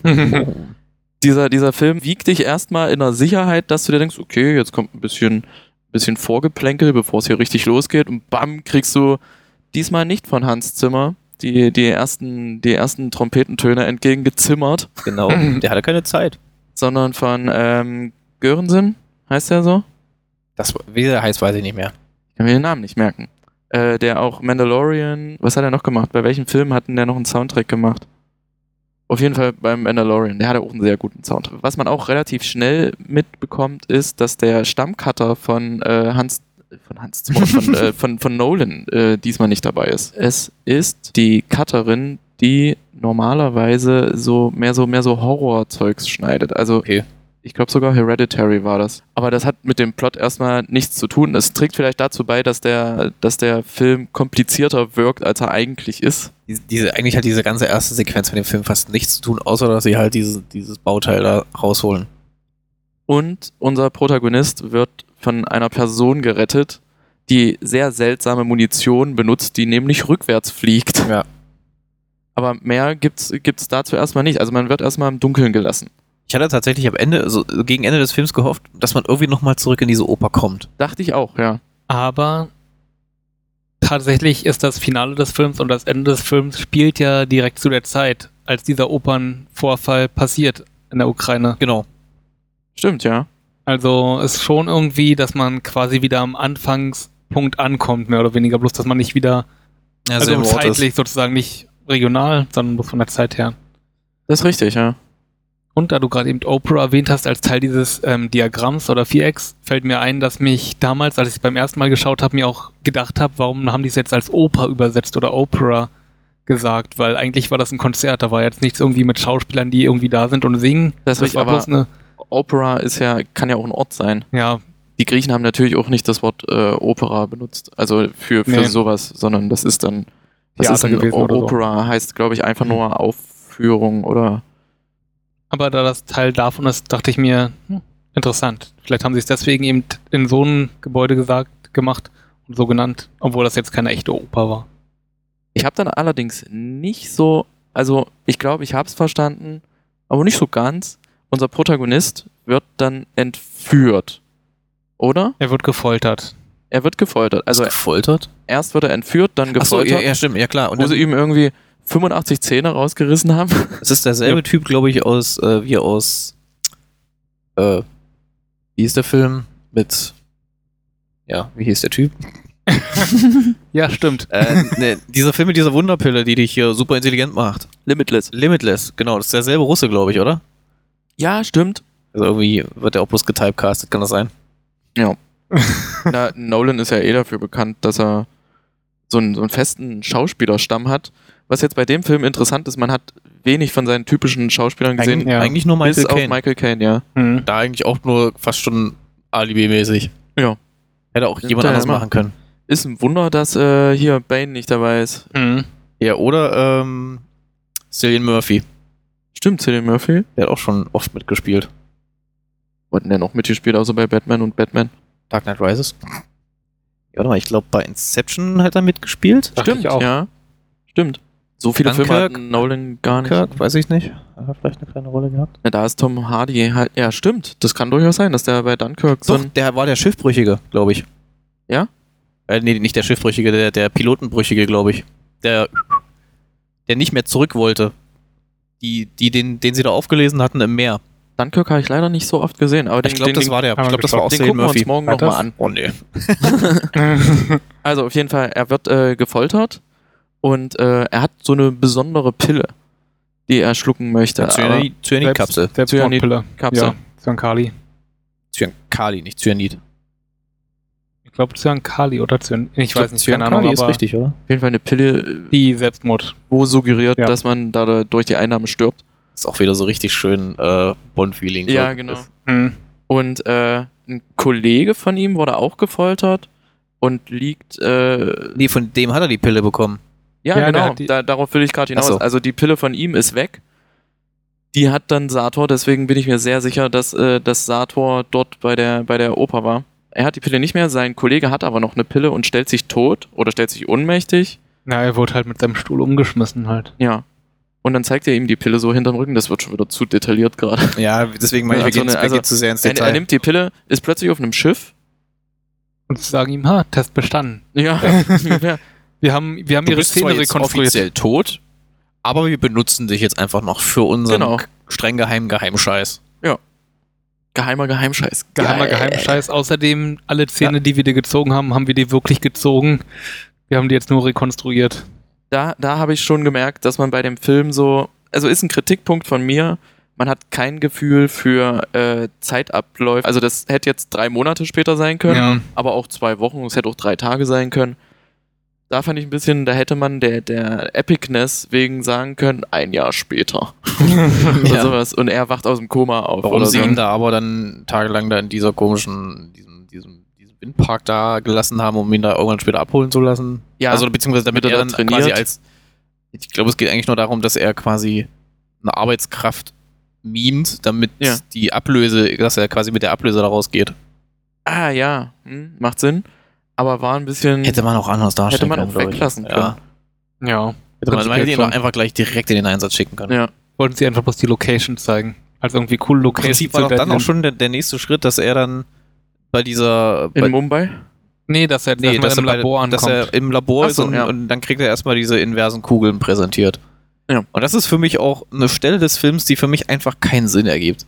Dieser, dieser Film wiegt dich erstmal in der Sicherheit, dass du dir denkst, okay, jetzt kommt ein bisschen, bisschen Vorgeplänkel, bevor es hier richtig losgeht und bam, kriegst du diesmal nicht von Hans Zimmer die, die, ersten, die ersten Trompetentöne entgegengezimmert, Genau. Der hatte keine Zeit. sondern von ähm, Göransson, heißt der so? Das, wie der heißt, weiß ich nicht mehr. Ich kann mir den Namen nicht merken. Äh, der auch Mandalorian, was hat er noch gemacht? Bei welchem Film hat denn der noch einen Soundtrack gemacht? Auf jeden Fall beim Mandalorian, der hatte auch einen sehr guten Soundtrack. Was man auch relativ schnell mitbekommt, ist, dass der Stammcutter von äh, Hans von Hans Zimmer, von, äh, von, von Nolan äh, diesmal nicht dabei ist. Es ist die Cutterin, die normalerweise so mehr so mehr so Horrorzeugs schneidet. Also Okay. ich glaube sogar Hereditary war das. Aber das hat mit dem Plot erstmal nichts zu tun. Es trägt vielleicht dazu bei, dass der, dass der Film komplizierter wirkt, als er eigentlich ist. Diese, diese, eigentlich hat diese ganze erste Sequenz mit dem Film fast nichts zu tun, außer dass sie halt diese, dieses Bauteil da rausholen. Und unser Protagonist wird von einer Person gerettet, die sehr seltsame Munition benutzt, die nämlich rückwärts fliegt. Ja. Aber mehr gibt's, gibt's dazu erstmal nicht. Also man wird erstmal im Dunkeln gelassen. Ich hatte tatsächlich am Ende, so gegen Ende des Films gehofft, dass man irgendwie nochmal zurück in diese Oper kommt. Dachte ich auch, ja. Aber tatsächlich ist das Finale des Films und das Ende des Films spielt ja direkt zu der Zeit, als dieser Opernvorfall passiert in der Ukraine. Genau. Stimmt, ja. Also ist schon irgendwie, dass man quasi wieder am Anfangspunkt ankommt, mehr oder weniger, bloß dass man nicht wieder, Ja, also Sam Waters. zeitlich sozusagen nicht regional, sondern bloß von der Zeit her. Das ist richtig, ja. Und da du gerade eben Oprah erwähnt hast als Teil dieses ähm, Diagramms oder Vierecks, fällt mir ein, dass mich damals, als ich es beim ersten Mal geschaut habe, mir auch gedacht habe, warum haben die es jetzt als Oper übersetzt oder Opera gesagt, weil eigentlich war das ein Konzert, da war jetzt nichts irgendwie mit Schauspielern, die irgendwie da sind und singen. Das ist richtig, war aber bloß eine, Opera ist ja, kann ja auch ein Ort sein. ja, Die Griechen haben natürlich auch nicht das Wort äh, Opera benutzt, also für, für Nee. sowas, sondern das ist dann das Theater ist ein gewesen oder so. Opera heißt, glaube ich, einfach nur Aufführung oder Aber da das Teil davon ist, dachte ich mir, hm, interessant. Vielleicht haben sie es deswegen eben in so ein Gebäude gesagt, gemacht und so genannt, obwohl das jetzt keine echte Oper war. Ich habe dann allerdings nicht so, also ich glaube, ich habe es verstanden, aber nicht so ganz. Unser Protagonist wird dann entführt, oder? Er wird gefoltert. Er wird gefoltert. Also gefoltert? erst wird er entführt, dann Achso, gefoltert, ja, ja, stimmt, ja klar. Und wo dann, sie ihm irgendwie fünfundachtzig Zähne rausgerissen haben. das ist derselbe Ja. Typ, glaube ich, aus, äh, wie aus, äh, wie hieß der Film mit, ja, wie hieß der Typ? Ja, stimmt. äh, ne, dieser Film mit dieser Wunderpille, die dich hier super intelligent macht. Limitless. Limitless, genau, das ist derselbe Russe, glaube ich, oder? Ja, stimmt. Also irgendwie wird der auch bloß getypecastet, kann das sein? Ja. Na, Nolan ist ja eh dafür bekannt, dass er so einen, so einen festen Schauspielerstamm hat. Was jetzt bei dem Film interessant ist, man hat wenig von seinen typischen Schauspielern gesehen. Eigentlich, ja. eigentlich nur Michael bis auf Caine. Michael Caine, ja. Hm. Da eigentlich auch nur fast schon Alibi-mäßig. Ja. Hätte auch Sind jemand da anders immer- machen können. Ist ein Wunder, dass äh, hier Bane nicht dabei ist. Hm. Ja, oder ähm, Cillian Murphy. Stimmt, Cillian Murphy. Der hat auch schon oft mitgespielt. Wo hat denn der noch mitgespielt, außer bei Batman und Batman? Dark Knight Rises. Ja, warte mal, ich glaube bei Inception hat er mitgespielt. Dachte Stimmt, ich auch. ja. Stimmt. So viele Dunkirk. Filme hat Nolan gar nicht. Kirk, weiß ich nicht. Hat er vielleicht eine kleine Rolle gehabt? Ja, da ist Tom Hardy halt. Ja, stimmt. Das kann durchaus sein, dass der bei Dunkirk so Doch, ein. der war der Schiffbrüchige, glaube ich. Ja? Äh, nee, nicht der Schiffbrüchige, der, der Pilotenbrüchige, glaube ich. Der, der nicht mehr zurück wollte. Die, die den, den sie da aufgelesen hatten im Meer. Dunkirk habe ich leider nicht so oft gesehen, aber den, Ich glaube, den, das war der. haben Ich wir glaube, das war auch den Cillian gucken wir uns Murphy. morgen War nochmal das? an. Oh nee. Also auf jeden Fall, er wird äh, gefoltert und äh, er hat so eine besondere Pille, die er schlucken möchte. aber- Cyanid- Cyanidkapsel. Selbstmordpille. Kapsel. Ja, Zyankali. Cyankali, nicht Cyanid. Ich glaube Zyankali oder Zyan... Ich weiß nicht, keine Cyankali Ahnung, ist aber richtig, oder? Auf jeden Fall eine Pille, äh, die Selbstmord. wo suggeriert, Ja. dass man da durch die Einnahme stirbt. Ist auch wieder so richtig schön äh, Bond-Feeling. Ja, So. genau. Das- Hm. Und äh, ein Kollege von ihm wurde auch gefoltert und liegt. Äh, Nee, von dem hat er die Pille bekommen. ja, Ja, der genau. hat die- Da, darauf will ich gerade hinaus. Ach so. Also die Pille von ihm ist weg. Die hat dann Sator, deswegen bin ich mir sehr sicher, dass, äh, dass Sator dort bei der, bei der Oper war. Er hat die Pille nicht mehr, sein Kollege hat aber noch eine Pille und stellt sich tot oder stellt sich ohnmächtig. Na, er wurde halt mit seinem Stuhl umgeschmissen halt. Ja. Und dann zeigt er ihm die Pille so hinterm Rücken. Das wird schon wieder zu detailliert gerade. Ja, deswegen meine ich, Also wir gehen, eine- wir also gehen zu sehr ins Er, Detail. er nimmt die Pille, ist plötzlich auf einem Schiff. Und sie sagen ihm, ha, Test bestanden. Ja. ja. Wir haben, wir haben du ihre bist zwar Szene jetzt rekonstruiert. offiziell tot, aber wir benutzen dich jetzt einfach noch für unseren Genau. k- streng geheimen Geheimscheiß. Geheimer Geheimscheiß. Geheimer Geil. Geheimscheiß. Außerdem, alle Zähne, die wir dir gezogen haben, haben wir dir wirklich gezogen. Wir haben die jetzt nur rekonstruiert. Da, da habe ich schon gemerkt, dass man bei dem Film so, also ist ein Kritikpunkt von mir, man hat kein Gefühl für äh, Zeitabläufe. Also das hätte jetzt drei Monate später sein können, Ja. aber auch zwei Wochen, es hätte auch drei Tage sein können. Da fand ich ein bisschen, da hätte man der, der Epicness wegen sagen können, ein Jahr später. Oder Ja. sowas. Und er wacht aus dem Koma auf. Warum oder sie so. ihn da aber dann tagelang da in dieser komischen, diesem, diesem, diesem Windpark da gelassen haben, um ihn da irgendwann später abholen zu lassen. Ja, Also beziehungsweise damit damit er er dann dann trainiert. quasi als, ich glaube, es geht eigentlich nur darum, dass er quasi eine Arbeitskraft mimt, damit Ja. die Ablöse, dass er quasi mit der Ablöse da rausgeht. Ah ja, hm, macht Sinn. Aber war ein bisschen. Hätte man auch anders darstellen Hätte man können, auch glaub ich. weglassen Ja. Ja. Hätte man, man Prinzipiell hätte ihn schon. auch einfach gleich direkt in den Einsatz schicken können. Ja. Wollten sie einfach bloß die Location zeigen. Also irgendwie cool Im Location. Prinzip war doch dann auch schon der, der nächste Schritt, dass er dann bei dieser In bei, Mumbai? Nee, dass er jetzt nee, erstmal dass, im er bei, Labor dass ankommt. er im Labor Ach ist so, und, ja. und dann kriegt er erstmal diese inversen Kugeln präsentiert. Ja. Und das ist für mich auch eine Stelle des Films, die für mich einfach keinen Sinn ergibt.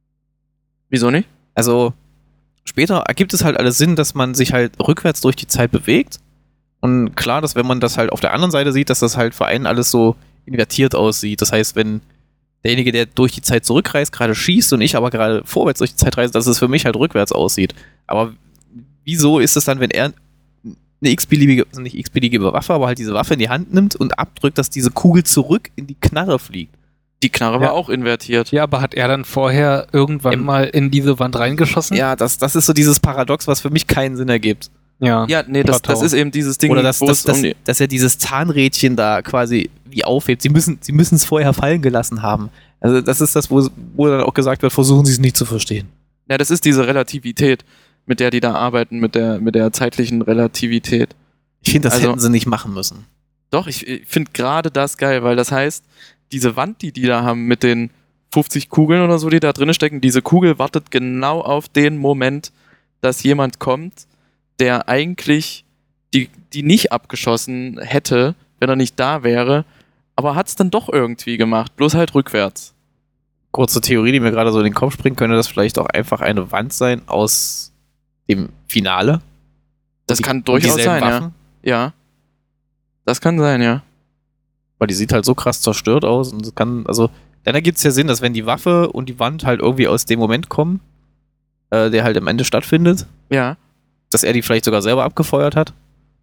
Wieso nicht? Also später ergibt es halt alles Sinn, dass man sich halt rückwärts durch die Zeit bewegt. Und klar, dass wenn man das halt auf der anderen Seite sieht, dass das halt für einen alles so invertiert aussieht. Das heißt, wenn derjenige, der durch die Zeit zurückreist, gerade schießt und ich aber gerade vorwärts durch die Zeit reise, dass es für mich halt rückwärts aussieht. Aber wieso ist es dann, wenn er eine x-beliebige, also nicht x-beliebige Waffe, aber halt diese Waffe in die Hand nimmt und abdrückt, dass diese Kugel zurück in die Knarre fliegt? Die Knarre Ja. war auch invertiert. Ja, aber hat er dann vorher irgendwann Im- mal in diese Wand reingeschossen? Ja, das, das ist so dieses Paradox, was für mich keinen Sinn ergibt. Ja. Ja, nee, das, das ist eben dieses Ding, Oder dass, wo dass, es dass, um die, dass er dieses Zahnrädchen da quasi wie aufhebt. Sie müssen sie müssen es vorher fallen gelassen haben. Also das ist das, wo, wo dann auch gesagt wird, versuchen Sie es nicht zu verstehen. Ja, das ist diese Relativität, mit der die da arbeiten, mit der, mit der zeitlichen Relativität. Ich finde, das Also- hätten sie nicht machen müssen. Doch, ich, ich finde gerade das geil, weil das heißt, diese Wand, die die da haben mit den fünfzig Kugeln oder so, die da drin stecken, diese Kugel wartet genau auf den Moment, dass jemand kommt, der eigentlich die, die nicht abgeschossen hätte, wenn er nicht da wäre, aber hat es dann doch irgendwie gemacht, bloß halt rückwärts. Kurze Theorie, die mir gerade so in den Kopf springt, könnte das vielleicht auch einfach eine Wand sein aus dem Finale? Das Die- kann durchaus dieselben sein, ja. Waffen? Ja. Das kann sein, ja. Weil die sieht halt so krass zerstört aus und es kann, also, dann ergibt es ja Sinn, dass wenn die Waffe und die Wand halt irgendwie aus dem Moment kommen, äh, der halt am Ende stattfindet, Ja, dass er die vielleicht sogar selber abgefeuert hat.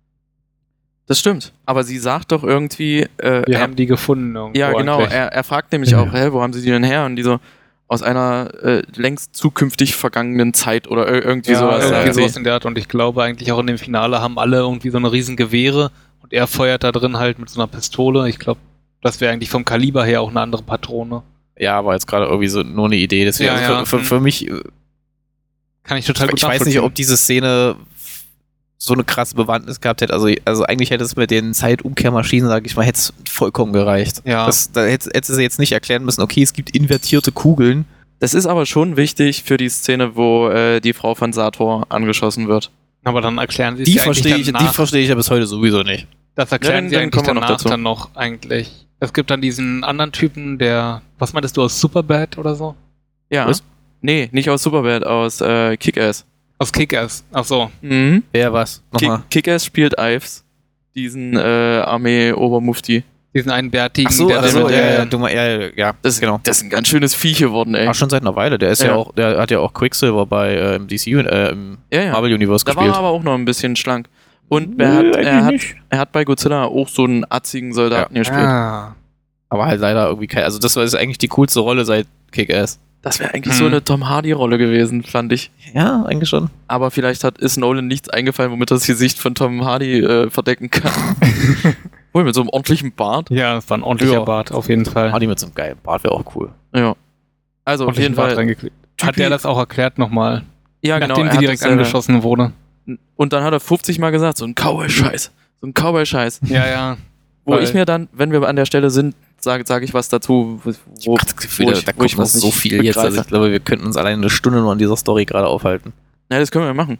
das stimmt. Aber sie sagt doch irgendwie, äh, Wir er, haben die gefunden irgendwo. ja genau, eigentlich. er, er fragt nämlich Ja. auch, hä, wo haben sie die denn her? Und die so, aus einer äh, längst zukünftig vergangenen Zeit oder ir- irgendwie ja, sowas. irgendwie sagt sie. sowas in der Art. Und ich glaube eigentlich auch in dem Finale haben alle irgendwie so eine riesen Gewehre und er feuert da drin halt mit so einer Pistole. Ich glaube, das wäre eigentlich vom Kaliber her auch eine andere Patrone. Ja, war jetzt gerade irgendwie so nur eine Idee. Deswegen, Ja, also ja. Für, für, für mich, äh, Kann ich total ich, gut ich weiß nicht, nachvollziehen. ob diese Szene so eine krasse Bewandtnis gehabt hätte. Also, also eigentlich hätte es mit den Zeitumkehrmaschinen, sag ich mal, hätte es vollkommen gereicht. Ja. Das, da hätte, hätte sie jetzt nicht erklären müssen, okay, es gibt invertierte Kugeln. Das ist aber schon wichtig für die Szene, wo äh, die Frau von Sator angeschossen wird. Aber dann erklären sie es Die ja eigentlich verstehe ich, die danach. verstehe ich ja bis heute sowieso nicht. Das erklären Ja, dann- sie dann eigentlich kommen wir noch danach dazu. dann noch eigentlich. Es gibt dann diesen anderen Typen, der, was meintest du, aus Superbad oder so? Ja. Was? Nee, nicht aus Superbad, aus äh, Kick-Ass. Aus Kick-Ass. Ach so. Mhm. Wer was? Nochmal. Kick- Kick-Ass spielt Ives, diesen äh, Armee-Obermufti. Diesen einen Bärtigen, Ach so, der ach so, mit ja, der- ja, du, mal- ja, ja, ja, Das, genau. das ist ein ganz schönes Viech geworden, ey. Ach, schon seit einer Weile. Der ist ja, Ja. auch, der hat ja auch Quicksilver bei äh, im D C, äh, im ja, ja. Marvel Universe Da war gespielt. er aber auch noch ein bisschen schlank. Und er hat, er, hat, er hat bei Godzilla auch so einen atzigen Soldaten gespielt. Ah. Aber halt leider irgendwie kein. Also, das war ist eigentlich die coolste Rolle seit Kick-Ass. Das wäre eigentlich Hm. so eine Tom Hardy-Rolle gewesen, fand ich. Ja, eigentlich schon. Aber vielleicht hat, ist Nolan nichts eingefallen, womit er das Gesicht von Tom Hardy äh, verdecken kann. Wohl mit so einem ordentlichen Bart. Ja, das war ein ordentlicher Ja. Bart, auf jeden Fall. Hardy mit so einem geilen Bart wäre auch cool. Ja. Also auf Ordentlichen jeden Bart Fall. reingeklebt. Hat Typi- der das auch erklärt nochmal? Ja, genau. Nachdem er sie hat direkt das, äh, angeschossen wurde. Und dann hat er fünfzig Mal gesagt, so ein Cowboy-Scheiß. So ein Cowboy-Scheiß. Ja, ja. Wo Weil- ich mir dann, wenn wir an der Stelle sind, sage sag ich was dazu, wo, wo, Ich hab das Gefühl, wo da, ich, da wo ich kommt noch was so nicht viel jetzt. Also, begreife. ich glaube, wir könnten uns alleine eine Stunde nur an dieser Story gerade aufhalten. Ja, das können wir machen.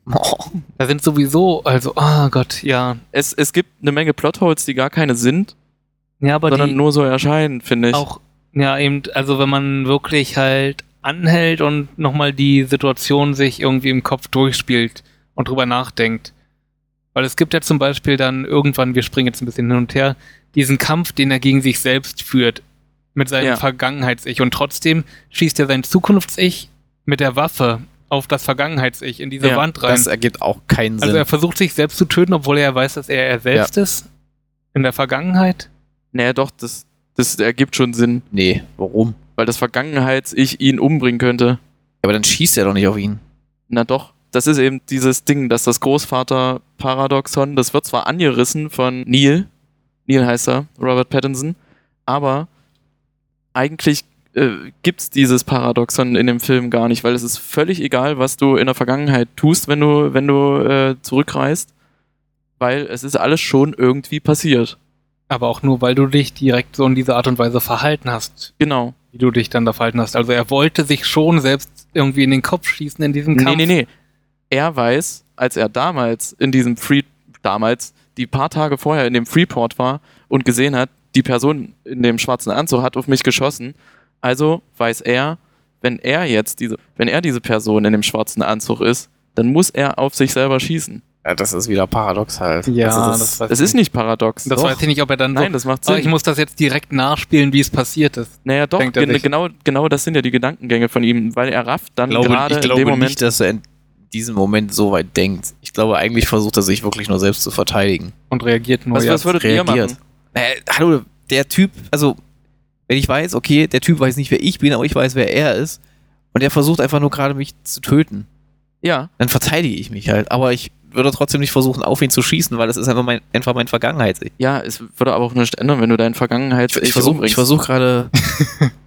Da sind sowieso, also, ah Gott, ja. Es, es gibt eine Menge Plotholes, die gar keine sind, Ja, aber sondern die nur so erscheinen, finde ich. auch, ja, eben, also wenn man wirklich halt anhält und nochmal die Situation sich irgendwie im Kopf durchspielt und drüber nachdenkt. Weil es gibt ja zum Beispiel dann irgendwann, wir springen jetzt ein bisschen hin und her, diesen Kampf, den er gegen sich selbst führt, mit seinem Ja. Vergangenheits-Ich. Und trotzdem schießt er sein Zukunfts-Ich mit der Waffe auf das Vergangenheits-Ich in diese Ja, Wand rein. Das ergibt auch keinen Sinn. Also er versucht sich selbst zu töten, obwohl er ja weiß, dass er er selbst ist. In der Vergangenheit. Naja, doch, das, das ergibt schon Sinn, nee, warum? weil das Vergangenheits-Ich ihn umbringen könnte. Aber dann schießt er doch nicht auf ihn. Na doch, das ist eben dieses Ding, dass das Großvater-Paradoxon, das wird zwar angerissen von Neil, Neil heißt er, Robert Pattinson, aber eigentlich äh, gibt's dieses Paradoxon in dem Film gar nicht, weil es ist völlig egal, was du in der Vergangenheit tust, wenn du, wenn du äh, zurückreist, weil es ist alles schon irgendwie passiert. Aber auch nur, weil du dich direkt so in dieser Art und Weise verhalten hast, Genau. wie du dich dann da verhalten hast. Also er wollte sich schon selbst irgendwie in den Kopf schießen in diesem Nee, Kampf. nee, nee. Er weiß, als er damals in diesem Free, damals, die paar Tage vorher in dem Freeport war und gesehen hat, die Person in dem schwarzen Anzug hat auf mich geschossen. Also weiß er, wenn er jetzt diese, wenn er diese Person in dem schwarzen Anzug ist, dann muss er auf sich selber schießen. Ja, das ist wieder paradox halt. Ja, Also das weiß Das ich ist nicht paradox. Das Doch. weiß ich nicht, ob er dann Nein, so, das macht oh, Sinn. ich muss das jetzt direkt nachspielen, wie es passiert ist. naja, doch, denkt er gen sich. genau, genau das sind ja die Gedankengänge von ihm, weil er rafft dann Ich glaube, gerade ich glaube in dem Moment. nicht, dass er in diesem Moment so weit denkt. Ich glaube, eigentlich versucht er sich wirklich nur selbst zu verteidigen. Und reagiert nur was, jetzt. was würdet ihr reagiert. machen? Äh, hallo, der Typ, also, wenn ich weiß, okay, der Typ weiß nicht, wer ich bin, aber ich weiß, wer er ist, und er versucht einfach nur gerade mich zu töten, Ja, dann verteidige ich mich halt. Aber ich würde trotzdem nicht versuchen, auf ihn zu schießen, weil das ist einfach mein, einfach mein Vergangenheits-Ich. ja, es würde aber auch nichts ändern, wenn du deine Vergangenheit Ich versuche ich versuch gerade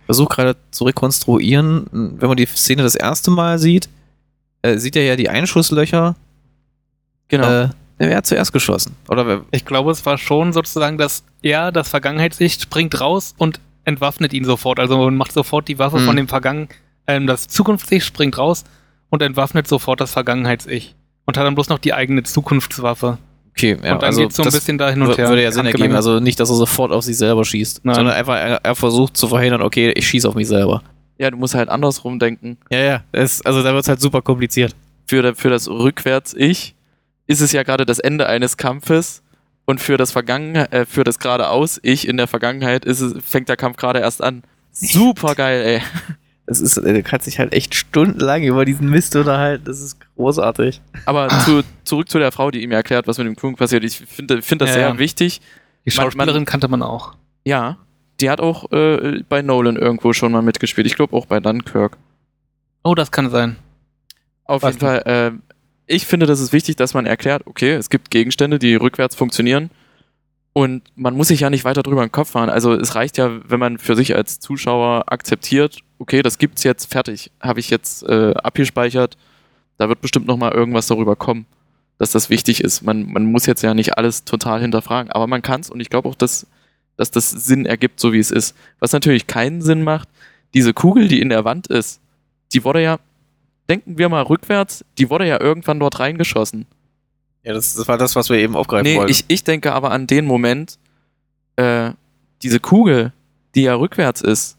versuche gerade zu rekonstruieren, wenn man die Szene das erste Mal sieht, äh, sieht er ja die Einschusslöcher. Genau. Äh, wer hat zuerst geschossen? Oder wer? Ich glaube, es war schon sozusagen, dass er, das Vergangenheits-Ich, springt raus und entwaffnet ihn sofort. Also macht sofort die Waffe Hm. von dem Vergangen, ähm, das Zukunfts-Ich springt raus und entwaffnet sofort das Vergangenheits-Ich. Und hat dann bloß noch die eigene Zukunftswaffe. Okay, ja, und dann also geht es so ein das bisschen da hin und wür- her. würde ja Sinn ergeben. Handgemenge. Also nicht, dass er sofort auf sich selber schießt, Nein. sondern einfach er, er versucht zu verhindern, okay, ich schieße auf mich selber. Ja, du musst halt andersrum denken. Ja, ja. Das, also da wird es halt super kompliziert. Für, da- für das Rückwärts-Ich ist es ja gerade das Ende eines Kampfes und für das Vergangen, äh, für das geradeaus-Ich in der Vergangenheit ist es, fängt der Kampf gerade erst an. Super geil, ey. Das ist, du kannst dich halt echt stundenlang über diesen Mist unterhalten. Das ist großartig. Aber zu, zurück zu der Frau, die ihm erklärt, was mit dem Klon passiert. Ich finde find das Ja, sehr ja. wichtig. Die man- Schauspielerin kannte man auch. Ja, die hat auch äh, bei Nolan irgendwo schon mal mitgespielt. Ich glaube auch bei Dunkirk. Oh, das kann sein. Auf Weiß jeden Fall, äh, ich finde, das ist wichtig, dass man erklärt, okay, es gibt Gegenstände, die rückwärts funktionieren und man muss sich ja nicht weiter drüber in den Kopf fahren. Also es reicht ja, wenn man für sich als Zuschauer akzeptiert, okay, das gibt's jetzt, fertig, habe ich jetzt äh, abgespeichert, da wird bestimmt nochmal irgendwas darüber kommen, dass das wichtig ist. Man, man muss jetzt ja nicht alles total hinterfragen, aber man kann's und ich glaube auch, dass, dass das Sinn ergibt, so wie es ist. Was natürlich keinen Sinn macht, diese Kugel, die in der Wand ist, die wurde ja, denken wir mal rückwärts, die wurde ja irgendwann dort reingeschossen. Ja, das, das war das, was wir eben aufgreifen Nee, wollten. ich, ich denke aber an den Moment, äh, diese Kugel, die ja rückwärts ist,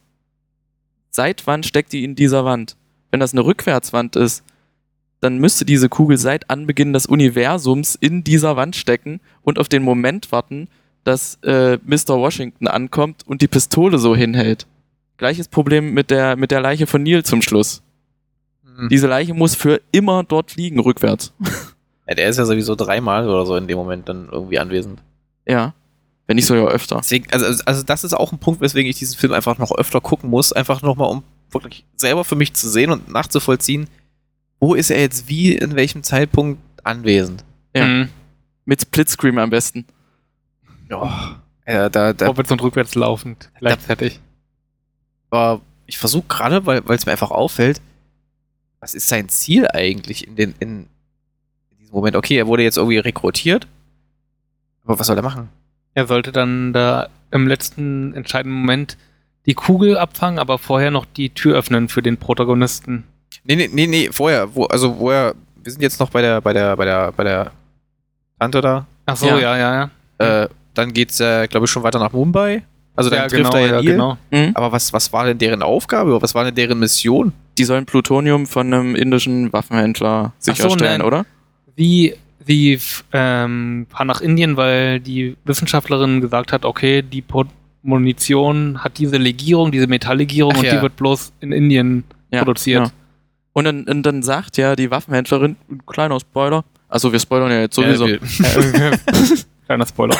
seit wann steckt die in dieser Wand? Wenn das eine Rückwärtswand ist, dann müsste diese Kugel seit Anbeginn des Universums in dieser Wand stecken und auf den Moment warten, dass äh, Mister Washington ankommt und die Pistole so hinhält. Gleiches Problem mit der, mit der Leiche von Neil zum Schluss. Hm. Diese Leiche muss für immer dort liegen, rückwärts. Ja, der ist ja sowieso dreimal oder so in dem Moment dann irgendwie anwesend. Ja. Wenn nicht sogar öfter. Deswegen, also, also das ist auch ein Punkt, weswegen ich diesen Film einfach noch öfter gucken muss. Einfach nochmal, um wirklich selber für mich zu sehen und nachzuvollziehen, wo ist er jetzt wie, in welchem Zeitpunkt anwesend. Ja. Mhm. Mit Splitscreen am besten. Ja, ja da, da Vorwärts und rückwärts laufend. Gleichzeitig. war, ich versuche gerade, weil es mir einfach auffällt, was ist sein Ziel eigentlich in, den, in, in diesem Moment? Okay, er wurde jetzt irgendwie rekrutiert, aber was soll er machen? Er sollte dann da im letzten entscheidenden Moment die Kugel abfangen, aber vorher noch die Tür öffnen für den Protagonisten. Nee, nee, nee, nee, vorher, wo, also wo er, wir sind jetzt noch bei der, bei der, bei der, bei der Tante da. Ach so, Ja. ja, ja, ja. Äh, dann geht's, äh, glaube ich, schon weiter nach Mumbai. Also dann ja, trifft genau, er ja, ja, Neil. genau. Mhm. Aber was, was war denn deren Aufgabe? Was war denn deren Mission? Die sollen Plutonium von einem indischen Waffenhändler so, sicherstellen, nein. oder? Wie sie f- ähm, fahren nach Indien, weil die Wissenschaftlerin gesagt hat, okay, die Pro- Munition hat diese Legierung, diese Metalllegierung Ach und ja. die wird bloß in Indien Ja, produziert. ja. Und dann, und dann sagt ja die Waffenhändlerin, ein kleiner Spoiler, also wir spoilern ja jetzt sowieso, Äh, wir- Äh, Kleiner Spoiler.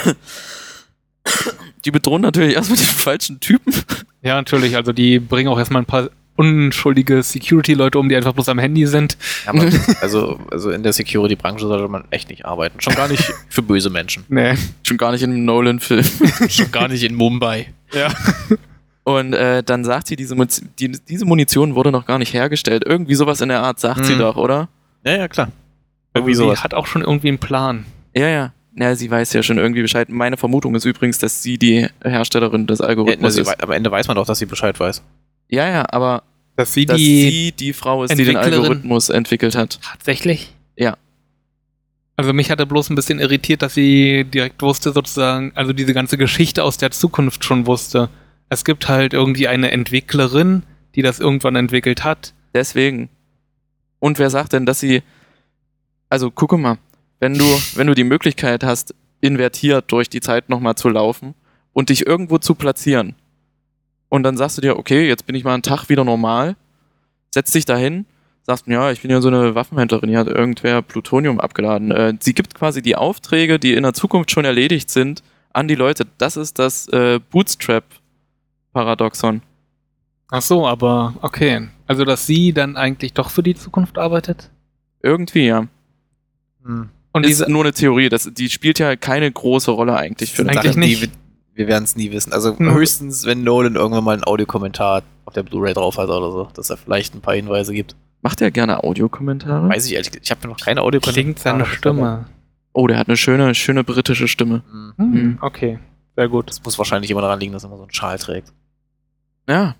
die bedrohen natürlich erstmal den falschen Typen. Ja, natürlich. Also die bringen auch erstmal ein paar unschuldige Security-Leute um, die einfach bloß am Handy sind. Ja, aber, also, also in der Security-Branche sollte man echt nicht arbeiten. Schon gar nicht für böse Menschen. Nee. Schon gar nicht in einem Nolan-Film. Schon gar nicht in Mumbai. Ja. Und äh, dann sagt sie, diese, Mu- die, diese Munition wurde noch gar nicht hergestellt. Irgendwie sowas in der Art sagt sie Hm. doch, oder? Ja, ja, klar. Irgendwie Irgendwie sie sowas. hat auch schon irgendwie einen Plan. Ja, ja. Ja, sie weiß ja schon irgendwie Bescheid. Meine Vermutung ist übrigens, dass sie die Herstellerin des Ja, Algorithmus sie, ist. wei- am Ende weiß man doch, dass sie Bescheid weiß. Ja, ja, aber Dass sie dass die sie die Frau ist, die den Entwicklerin- Algorithmus entwickelt hat. tatsächlich? Ja. Also mich hatte bloß ein bisschen irritiert, dass sie direkt wusste sozusagen, also diese ganze Geschichte aus der Zukunft schon wusste. Es gibt halt irgendwie eine Entwicklerin, die das irgendwann entwickelt hat. Deswegen. Und wer sagt denn, dass sie. Also, guck mal, wenn du, wenn du die Möglichkeit hast, invertiert durch die Zeit nochmal zu laufen und dich irgendwo zu platzieren. Und dann sagst du dir, okay, jetzt bin ich mal einen Tag wieder normal, setzt dich dahin, sagst, ja, ich bin ja so eine Waffenhändlerin, hier hat irgendwer Plutonium abgeladen. Äh, sie gibt quasi die Aufträge, die in der Zukunft schon erledigt sind, an die Leute. Das ist das äh, Bootstrap-Paradoxon. Ach so, aber okay. Also dass sie dann eigentlich doch für die Zukunft arbeitet? Irgendwie, ja. Und Und ist diese, nur eine Theorie, das, die spielt ja keine große Rolle eigentlich für den Eigentlich Sachen, nicht. die wir, Wir werden es nie wissen. Also Hm. höchstens, wenn Nolan irgendwann mal einen Audiokommentar auf der Blu-ray drauf hat oder so, dass er vielleicht ein paar Hinweise gibt. Macht er gerne Audiokommentare? Weiß ich ehrlich gesagt. Ich habe noch keine Audiokommentare. Klingt seine Stimme. Oh, der hat eine schöne, schöne britische Stimme. Hm. Hm, Mhm. okay, sehr gut. Das muss wahrscheinlich immer daran liegen, dass er immer so einen Schal trägt. Ja.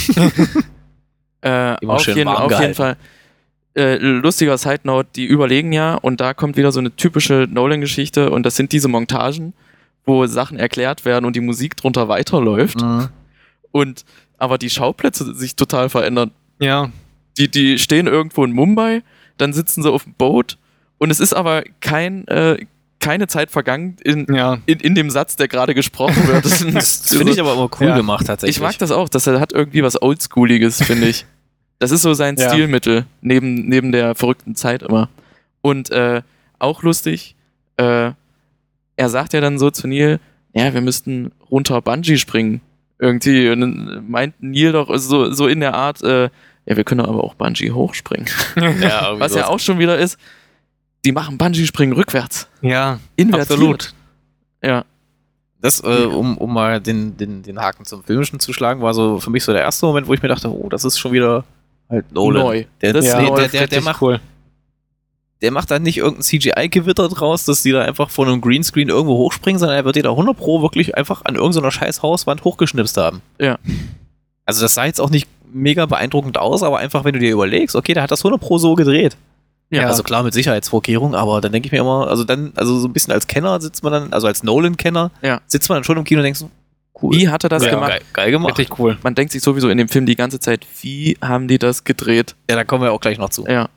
äh, Immer auf schön jeden, warm auf jeden gehalten. Fall. Äh, lustiger Side Note, die überlegen ja, und da kommt wieder so eine typische Nolan-Geschichte, und das sind diese Montagen, wo Sachen erklärt werden und die Musik drunter weiterläuft, Mhm. und aber die Schauplätze sich total verändern. Ja, Die, die stehen irgendwo in Mumbai, dann sitzen sie auf dem Boot, und es ist aber kein, äh, keine Zeit vergangen in, ja. in, in dem Satz, der gerade gesprochen wird. Das, sind- Das finde ich aber immer cool Ja. gemacht tatsächlich. ich mag das auch, dass er hat irgendwie was Oldschooliges, finde ich. Das ist so sein Ja. Stilmittel, neben, neben der verrückten Zeit immer. Und äh, auch lustig, äh, er sagt ja dann so zu Neil, ja, wir müssten runter Bungee springen. Irgendwie. Und dann meint Neil doch so, so in der Art, äh, ja, wir können doch aber auch Bungee hochspringen. Ja, irgendwie Was ja sowas. auch schon wieder ist, die machen Bungee-Springen rückwärts. Ja, Invertiert. absolut. Ja. Das, äh, um, um mal den, den, den Haken zum Filmischen zu schlagen, war so für mich so der erste Moment, wo ich mir dachte, oh, das ist schon wieder halt Nolan. Neu. Der, Das nee, ist der, neu, der, der, richtig macht, cool. der macht dann nicht irgendein C G I-Gewitter draus, dass die da einfach von einem Greenscreen irgendwo hochspringen, sondern er wird dir da hundert Pro wirklich einfach an irgendeiner scheiß Hauswand hochgeschnipst haben. Ja. Also das sah jetzt auch nicht mega beeindruckend aus, aber einfach, wenn du dir überlegst, okay, der hat das hundert Pro so gedreht. Ja. Also klar mit Sicherheitsvorkehrungen, aber dann denke ich mir immer, also dann, also so ein bisschen als Kenner sitzt man dann, also als Nolan-Kenner, Ja. sitzt man dann schon im Kino und denkst so, cool. Wie hat er das ja, gemacht? Geil, geil gemacht. Richtig cool. Man denkt sich sowieso in dem Film die ganze Zeit, wie haben die das gedreht? Ja, da kommen wir auch gleich noch zu. Ja.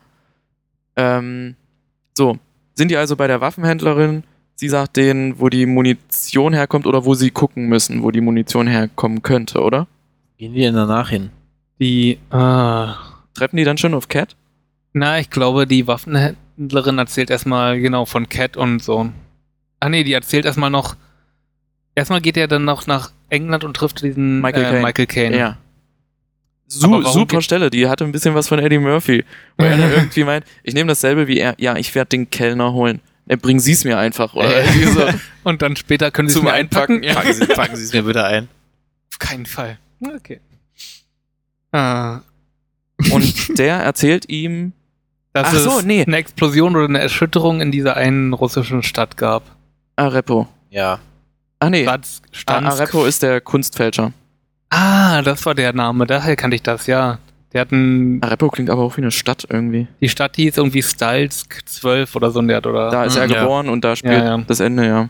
Ähm, so, sind die also bei der Waffenhändlerin? Sie sagt denen, wo die Munition herkommt oder wo sie gucken müssen, wo die Munition herkommen könnte, oder? Gehen die denn danach hin? Die, äh, Treffen die dann schon auf Cat? na, ich glaube, die Waffenhändlerin erzählt erstmal genau von Cat und so. Ach nee, die erzählt erstmal noch. Erstmal geht er dann noch nach England und trifft diesen Michael äh, Caine. Michael Caine. Ja. Aber Su warum super geht- Stelle, die hatte ein bisschen was von Eddie Murphy. Wo er dann irgendwie meint, ich nehme dasselbe wie er, ja, ich werde den Kellner holen. Ja, bringen Sie es mir einfach. Oder Äh. irgendwie so. Und dann später können sie es Zum mir einpacken. Einpacken, ja. Packen Sie, packen Sie es mir bitte ein. Auf keinen Fall. Okay. Ah, Und der erzählt ihm, dass Ach es so, nee. eine Explosion oder eine Erschütterung in dieser einen russischen Stadt gab. Arepo. Ja. Ach nee, Stanz, A- Stanz, Arepo ist der Kunstfälscher. ah, das war der Name, daher kannte ich das, ja. Der hat ein, Arepo klingt aber auch wie eine Stadt irgendwie. die Stadt hieß irgendwie Stalsk zwölf oder so in der, oder? Da ist Hm, er ja. geboren und da spielt Ja, ja. das Ende, ja.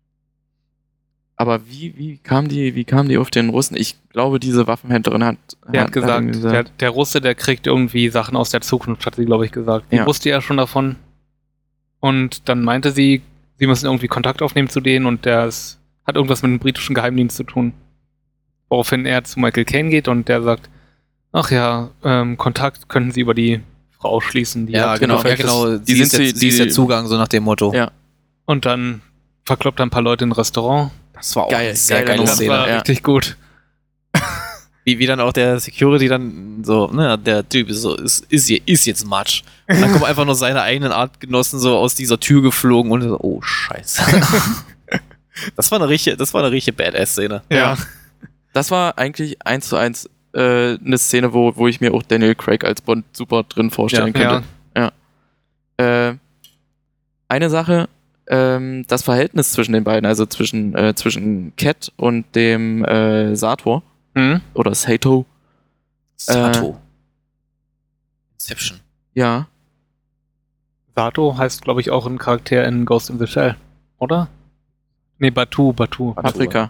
Aber wie, wie kam die, wie kam die auf den Russen? Ich glaube, diese Waffenhändlerin hat, Der hat gesagt, irgendwie der, der Russe, der kriegt irgendwie Sachen aus der Zukunft, hat sie, glaube ich, gesagt. Die Ja. wusste ja schon davon. Und dann meinte sie, sie müssen irgendwie Kontakt aufnehmen zu denen und der ist, hat irgendwas mit dem britischen Geheimdienst zu tun. Woraufhin er zu Michael Caine geht und der sagt, ach ja, ähm, Kontakt könnten sie über die Frau schließen. Die Ja, hat genau. Ja, gefälschtes- genau. die Sie, ist sind der, sie- sie ist der die- Zugang, so nach dem Motto. Ja. Und dann verkloppt er ein paar Leute in ein Restaurant. Das war auch Geil, eine sehr geile geile Nummer. Das Szene. war ja. richtig gut. Wie, wie dann auch der Security dann so, ne, der Typ ist so, ist, ist, je- ist jetzt Matsch. Und dann kommen einfach nur seine eigenen Artgenossen so aus dieser Tür geflogen und so, oh Scheiße. Das war eine richtige, das war eine richtige Badass-Szene. Ja. Das war eigentlich eins zu eins äh, eine Szene, wo, wo ich mir auch Daniel Craig als Bond super drin vorstellen Ja. könnte. Äh, eine Sache, ähm, das Verhältnis zwischen den beiden, also zwischen, äh, zwischen Cat und dem äh, Sator Hm? oder Sato, Sato. Inception. ja, Sato heißt, glaube ich, auch ein Charakter in Ghost in the Shell, oder? Nee, Batu, Batu. Paprika.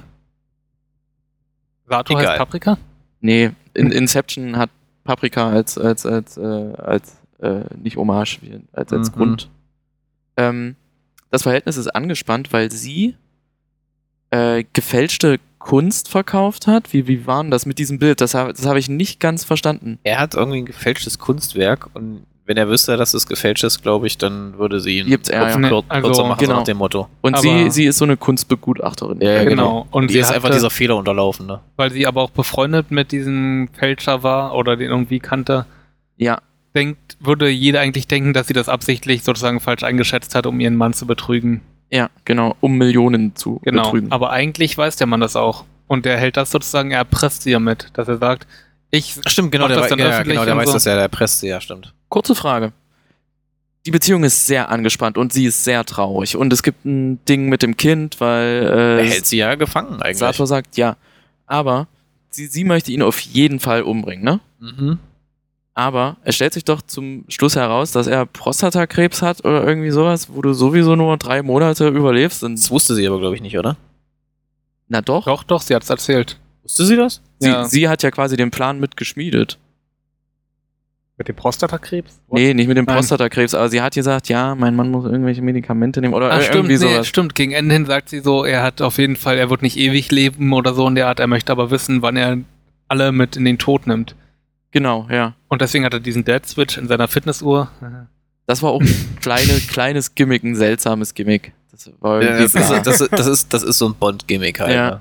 Sato Egal. heißt Paprika? Nee, in Inception hat Paprika als, als, als, äh, als äh, nicht Hommage, wie- als, als Mhm. Grund. Ähm, das Verhältnis ist angespannt, weil sie äh, gefälschte Kunst verkauft hat. Wie, wie war denn das mit diesem Bild? Das, hab- das habe ich nicht ganz verstanden. Er hat irgendwie ein gefälschtes Kunstwerk und wenn er wüsste, dass es gefälscht ist, glaube ich, dann würde sie ihn Gibt's er, ja. kür Also, kürzer machen, genau. so nach dem Motto. Und Aber- sie, sie ist so eine Kunstbegutachterin. Ja, ja, genau. Und Die sie ist einfach hatte- dieser Fehler unterlaufen, ne? weil sie aber auch befreundet mit diesem Fälscher war oder den irgendwie kannte, Ja, denkt, würde jeder eigentlich denken, dass sie das absichtlich sozusagen falsch eingeschätzt hat, um ihren Mann zu betrügen. Ja, genau, um Millionen zu Genau. betrügen. Aber eigentlich weiß der Mann das auch. Und der hält das sozusagen, er erpresst sie damit, dass er sagt, ich Stimmt, genau, mach der, das dann ja, öffentlich genau, der und weiß so. das ja, der presst ja, stimmt. Kurze Frage. Die Beziehung ist sehr angespannt und sie ist sehr traurig. Und es gibt ein Ding mit dem Kind, weil Er äh, hält sie ja gefangen eigentlich. Sator sagt, ja. Aber sie, sie möchte ihn auf jeden Fall umbringen, ne? Mhm. Aber es stellt sich doch zum Schluss heraus, dass er Prostatakrebs hat oder irgendwie sowas, wo du sowieso nur drei Monate überlebst. Und Das wusste sie aber, glaube ich, nicht, oder? na doch. Doch, doch, sie hat es erzählt. Wusste sie das? Sie, Ja. sie hat ja quasi den Plan mitgeschmiedet. Mit dem Prostatakrebs? Nee, nicht mit dem Nein. Prostatakrebs, aber sie hat gesagt, ja, mein Mann muss irgendwelche Medikamente nehmen oder Ach, ir- stimmt, irgendwie nee, sowas. stimmt. Gegen Ende hin sagt sie so, er hat auf jeden Fall, er wird nicht ewig leben oder so in der Art, er möchte aber wissen, wann er alle mit in den Tod nimmt. Genau, ja. Und deswegen hat er diesen Dead-Switch in seiner Fitnessuhr. Das war auch ein kleine, kleines Gimmick, ein seltsames Gimmick. Das war Ja, irgendwie das, ist, klar. das, ist, das, ist, das ist so ein Bond-Gimmick halt. Ja. ne?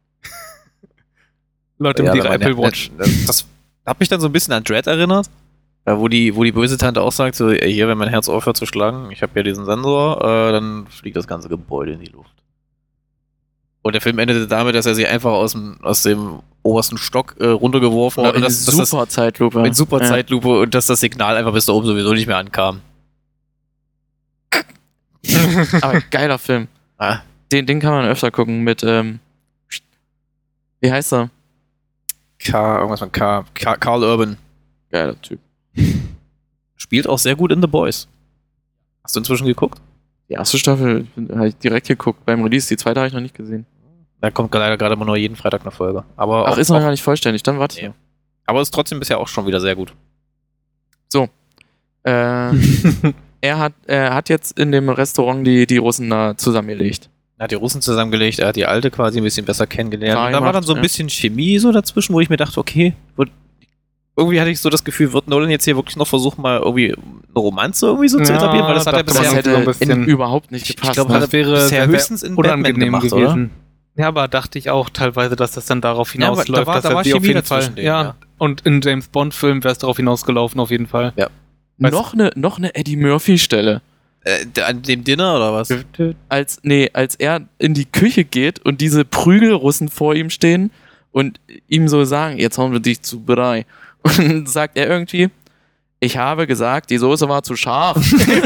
Leute Ja, mit ihrer aber Apple ne- Watch. ne- Das, das hat mich dann so ein bisschen an Dread erinnert, äh, wo die, wo die böse Tante auch sagt, so, ey, hier, wenn mein Herz aufhört zu schlagen, ich habe ja diesen Sensor, äh, dann fliegt das ganze Gebäude in die Luft. Und der Film endete damit, dass er sie einfach aus dem, aus dem obersten Stock äh, runtergeworfen Oh, hat. in Und das, das, das, super Zeitlupe. mit super Ja. Zeitlupe und dass das Signal einfach bis da oben sowieso nicht mehr ankam. Aber geiler Film. Ah. Den, den kann man öfter gucken mit, ähm, wie heißt er? K, irgendwas von K, K Carl Urban. Geiler Typ. Spielt auch sehr gut in The Boys. Hast du inzwischen geguckt? Die erste Staffel habe ich direkt geguckt beim Release, die zweite habe ich noch nicht gesehen. Da kommt leider gerade immer nur jeden Freitag eine Folge. Aber Ach, auch, ist noch auch, gar nicht vollständig, dann warte ich. Nee. Aber ist trotzdem bisher auch schon wieder sehr gut. Äh, er, hat, er hat jetzt in dem Restaurant die, die Russen da zusammengelegt. Er hat die Russen zusammengelegt, er hat die Alte quasi ein bisschen besser kennengelernt. Klar Und da war dann gemacht, so ein ja. bisschen Chemie so dazwischen, wo ich mir dachte, okay, wird, irgendwie hatte ich so das Gefühl, wird Nolan jetzt hier wirklich noch versuchen, mal irgendwie eine Romanze irgendwie so zu Ja, etablieren, weil das hat er dachte Das man bisher, so ein hätte bisschen- in, überhaupt nicht Ich gepasst. glaub, ne? hat Das wäre bisher sehr, höchstens in sehr Batman unangenehm gemacht, gewesen. Ja, aber dachte ich auch teilweise, dass das dann darauf Ja, aber hinausläuft, da war- dass da er war sie auf Chemie jeden Fall. dazwischen denen, Ja. ja. Und in James Bond Film wäre es darauf hinausgelaufen auf jeden Fall. noch eine noch eine Eddie Murphy Stelle, äh, der- an dem Dinner oder was? als nee, als er in die Küche geht und diese Prügelrussen vor ihm stehen und ihm so sagen, jetzt hauen wir dich zu Brei. Und dann sagt er irgendwie, ich habe gesagt, die Soße war zu scharf.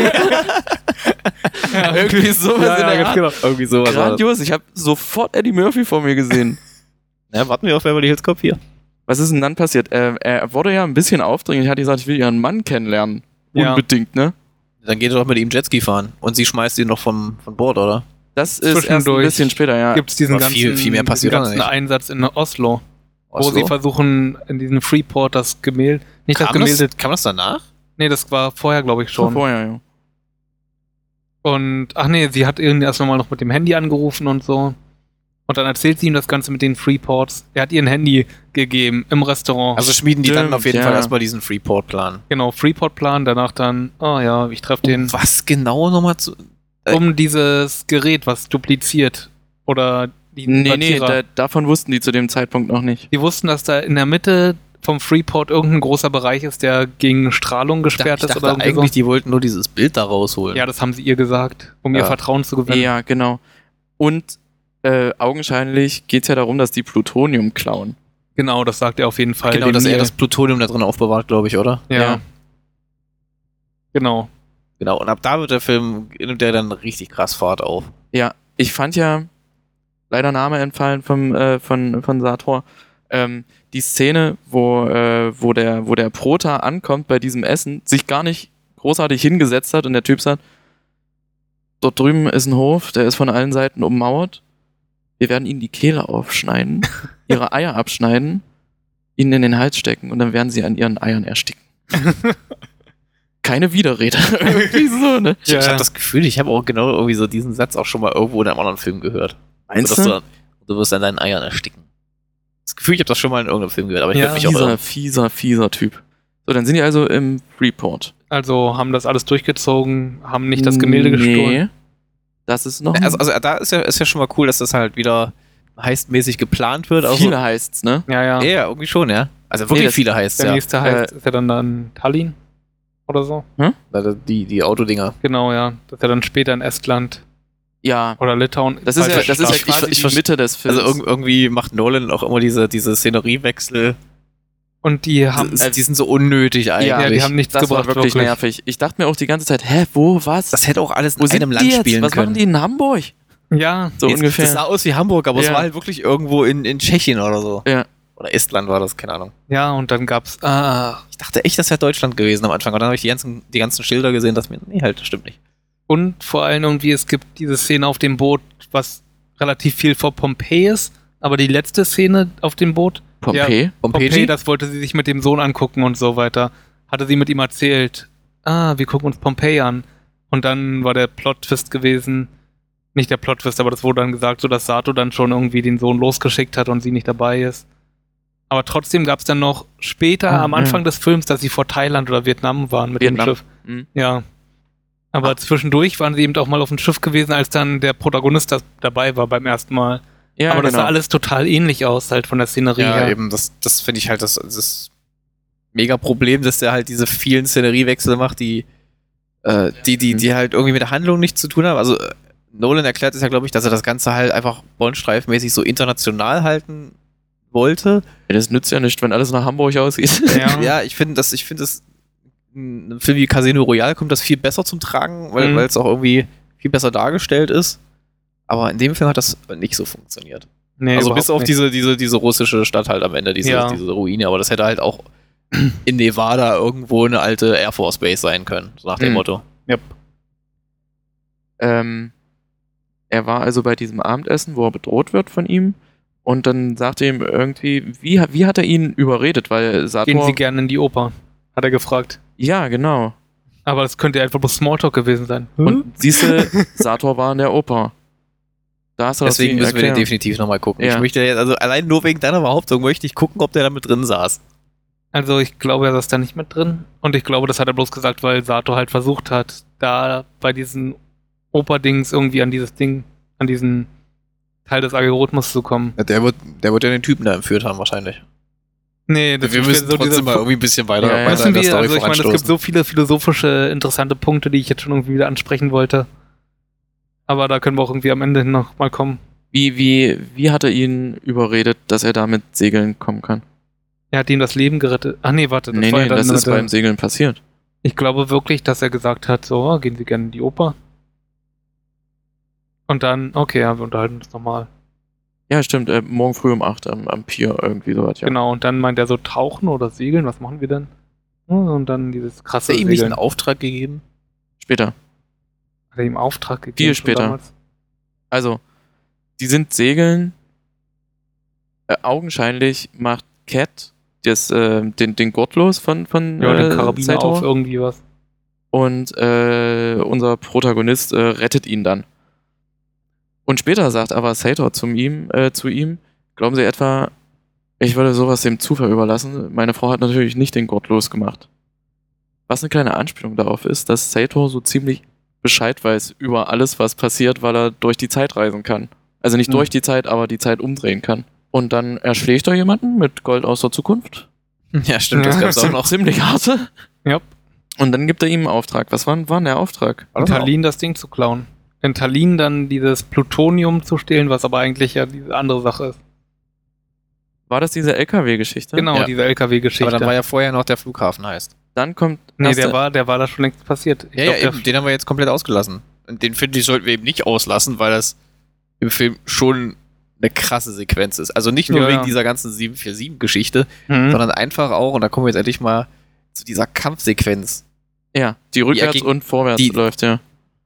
Irgendwie sowas Ja, in ja, der ganz Art. genau. Irgendwie sowas. war das. Grandios, ich habe sofort Eddie Murphy vor mir gesehen. Ja, warten wir auf Beverly Hills Cop vier. Was ist denn dann passiert? Er, er wurde ja ein bisschen aufdringlich, hat gesagt, ich will ihren Mann kennenlernen. Ja. Unbedingt, ne? Dann geht er doch mit ihm Jetski fahren und sie schmeißt ihn noch vom, von Bord, oder? Das ist erst ein Zwischendurch bisschen später, ja. Gibt es diesen Aber ganzen, viel- viel mehr passiert diesen auch ganzen nicht. Einsatz in Oslo, wo Oslo? sie versuchen, in diesem Freeport das Gemälde, nicht das kam, Gemälde, das, kam das danach? nee, das war vorher, glaube ich, Schon schon. vorher, ja. Und, ach nee, sie hat ihn erst nochmal noch mit dem Handy angerufen und so. Und dann erzählt sie ihm das Ganze mit den Freeports. Er hat ihr ein Handy gegeben im Restaurant. Also schmieden die dann Stimmt, auf jeden ja. Fall erstmal diesen Freeport-Plan. genau, Freeport-Plan, danach dann, oh ja, ich treffe den, Was genau nochmal zu. um dieses Gerät, was dupliziert. Oder die Nee, nee, Invertierer. da, davon wussten die zu dem Zeitpunkt noch nicht. Die wussten, dass da in der Mitte vom Freeport irgendein großer Bereich ist, der gegen Strahlung Ich dachte, gesperrt ich ist dachte oder irgendwie eigentlich, so. die wollten nur dieses Bild da rausholen. Ja, das haben sie ihr gesagt, um ihr Ja. Vertrauen zu gewinnen. Ja, genau. Und äh, augenscheinlich geht es ja darum, dass die Plutonium klauen. Genau, das sagt er auf jeden Fall. Genau, dem dass er Neil. das Plutonium da drin aufbewahrt, glaube ich, oder? Ja. Ja. Genau. Genau, und ab da wird der Film, nimmt der dann richtig krass Fahrt auf. Ja, ich fand ja, leider Name entfallen vom, äh, von, von Sator, ähm, die Szene, wo, äh, wo, der, wo der Prota ankommt bei diesem Essen, sich gar nicht großartig hingesetzt hat und der Typ sagt, dort drüben ist ein Hof, der ist von allen Seiten ummauert. Wir werden ihnen die Kehle aufschneiden, ihre Eier abschneiden, ihnen in den Hals stecken und dann werden sie an ihren Eiern ersticken. Keine Widerrede. Irgendwie so, ne? Ich, ich habe das Gefühl, ich habe auch genau irgendwie so diesen Satz auch schon mal irgendwo in einem anderen Film gehört. Meinst Also, du? dass du, du wirst an deinen Eiern ersticken. Das Gefühl, ich habe das schon mal in irgendeinem Film gehört, aber ich Ja, würde mich auch Fieser, irren. fieser, fieser Typ. So, dann sind die also im Freeport. Also haben das alles durchgezogen, haben nicht das Gemälde Nee, gestohlen. das ist noch Also, also da ist ja, ist ja schon mal cool, dass das halt wieder heistmäßig geplant wird. Also, viele heißt's, ne? Ja, ja. ja, irgendwie schon, ja. Also wirklich Nee, das- viele heißt Der ja. nächste heißt, ist ja dann dann Tallinn oder so. Also die, die Autodinger. Genau, ja. Das ist ja dann später in Estland. Ja, Oder Litauen. das ist ja, Falscher das ist ja Ich- quasi ich- die ich- Mitte des Films. Also irg- irgendwie macht Nolan auch immer diese, diese Szeneriewechsel. Und die haben. Also, die sind so unnötig eigentlich. Ja, die haben nichts das war gebracht, wirklich, wirklich. nervig. Ich dachte mir auch die ganze Zeit, hä, wo, was? Das hätte auch alles in wo sind einem die Land jetzt? spielen Was können. machen die in Hamburg? Ja, So Jetzt- ungefähr. Das sah aus wie Hamburg, aber es Ja. war halt wirklich irgendwo in, in Tschechien oder so. Ja. Oder Estland war das, keine Ahnung. ja, und dann gab's. Ah, Ich dachte echt, das wäre Deutschland gewesen am Anfang. Und dann habe ich die ganzen, die ganzen Schilder gesehen, dass mir, nee, halt, das stimmt nicht. und vor allem irgendwie, es gibt diese Szene auf dem Boot, was relativ viel vor Pompeii ist, aber die letzte Szene auf dem Boot, Pompeii? Pompeii, Pompeji? das wollte sie sich mit dem Sohn angucken und so weiter. Hatte sie mit ihm erzählt, ah, wir gucken uns Pompeii an. Und dann war der Plot-Twist gewesen, nicht der Plot-Twist, aber das wurde dann gesagt, so dass Sato dann schon irgendwie den Sohn losgeschickt hat und sie nicht dabei ist. Aber trotzdem gab es dann noch später Ah, am ja. Anfang des Films, dass sie vor Thailand oder Vietnam waren mit Vietnam. dem Schiff. Hm. Ja. Aber zwischendurch waren sie eben auch mal auf dem Schiff gewesen, als dann der Protagonist das dabei war beim ersten Mal. Ja, aber das genau. sah alles total ähnlich aus, halt von der Szenerie Ja, her. eben, das, das finde ich halt das, das mega Problem, dass der halt diese vielen Szeneriewechsel macht, die, äh, die, die, die halt irgendwie mit der Handlung nichts zu tun haben. Also äh, Nolan erklärt es ja, glaube ich, dass er das Ganze halt einfach Bond-Streifmäßig so international halten wollte. Ja, das nützt ja nicht, wenn alles nach Hamburg aussieht. Ja. Ja, ich finde das, ich finde das, in einem Film wie Casino Royale kommt das viel besser zum Tragen, weil Mhm. weil es auch irgendwie viel besser dargestellt ist. Aber in dem Film hat das nicht so funktioniert. Nee, also überhaupt bis auf nicht. diese, diese, diese russische Stadt halt am Ende, diese, Ja. diese Ruine, aber das hätte halt auch in Nevada irgendwo eine alte Air Force Base sein können, so nach dem Mhm. Motto. Ähm, er war also bei diesem Abendessen, wo er bedroht wird von ihm. Und dann sagte ihm irgendwie, wie, wie hat er ihn überredet? Weil Sator... Gehen Sie gerne in die Oper? Hat er gefragt. Ja, genau. Aber das könnte einfach bloß Smalltalk gewesen sein. Und siehst du, Sator war in der Oper. Da hast du doch Deswegen die müssen wir den Erklärung. definitiv nochmal gucken. Ja. Ich möchte jetzt, also allein nur wegen deiner Behauptung möchte ich gucken, ob der da mit drin saß. Also ich glaube, er saß da nicht mit drin. Und ich glaube, das hat er bloß gesagt, weil Sato halt versucht hat, da bei diesen Oper-Dings irgendwie an dieses Ding, an diesen Teil des Algorithmus zu kommen. Ja, der wird, der wird ja den Typen da entführt haben, wahrscheinlich. Nee, das wir ist müssen so trotzdem diese mal irgendwie ein bisschen weiter, Ja, ja. weiter Müssen in der wir, Story also ich meine, es gibt voranstoßen. so viele philosophische, interessante Punkte, die ich jetzt schon irgendwie wieder ansprechen wollte. Aber da können wir auch irgendwie am Ende noch mal kommen. Wie, wie, wie hat er ihn überredet, dass er da mit Segeln kommen kann? Er hat ihm das Leben gerettet. Ach nee, warte, das nee, war nee, ja dann das ist mit der- beim Segeln passiert. Ich glaube wirklich, dass er gesagt hat, so, gehen Sie gerne in die Oper. Und dann, okay, ja, wir unterhalten uns nochmal. Ja, stimmt. Äh, morgen früh um acht am, am Pier irgendwie sowas, ja. Genau, und dann meint er so, tauchen oder segeln, was machen wir denn? Ja, Und dann dieses krasse Hat er ihm nicht Segeln. einen Auftrag gegeben? Später. Hat er ihm Auftrag gegeben? Viel schon später. damals? Also, die sind segeln. Äh, augenscheinlich macht Cat das, äh, den, den Gurt los von, von Ja, den äh, Karabiner Sator. auf irgendwie was. Und äh, unser Protagonist äh, rettet ihn dann. Und später sagt aber Sator zu ihm, äh, zu ihm, glauben Sie etwa, ich würde sowas dem Zufall überlassen? Meine Frau hat natürlich nicht den Gurt losgemacht. Was eine kleine Anspielung darauf ist, dass Sator so ziemlich Bescheid weiß über alles, was passiert, weil er durch die Zeit reisen kann. Also nicht Hm. durch die Zeit, aber die Zeit umdrehen kann. Und dann erschlägt er jemanden mit Gold aus der Zukunft. Ja, stimmt, das Ja, gab's auch noch. Ziemlich harte. Ja. Und dann gibt er ihm einen Auftrag. Was war, war denn der Auftrag? In Tallinn das Ding zu klauen. In Tallinn dann dieses Plutonium zu stehlen, was aber eigentlich ja diese andere Sache ist. War das diese L K W-Geschichte? Genau, Ja. diese L K W-Geschichte. Aber dann war ja vorher noch der Flughafen heißt. Dann kommt. Nee, erste- der war, der war da schon längst passiert. Ich Ja, glaub, ja, der- eben, den haben wir jetzt komplett ausgelassen. Und den finde ich, sollten wir eben nicht auslassen, weil das im Film schon eine krasse Sequenz ist. Also nicht nur Ja, wegen ja. dieser ganzen sieben vier sieben-Geschichte, Mhm. sondern einfach auch, und da kommen wir jetzt endlich mal zu dieser Kampfsequenz. Ja, die rückwärts gegen- und vorwärts die- läuft, ja.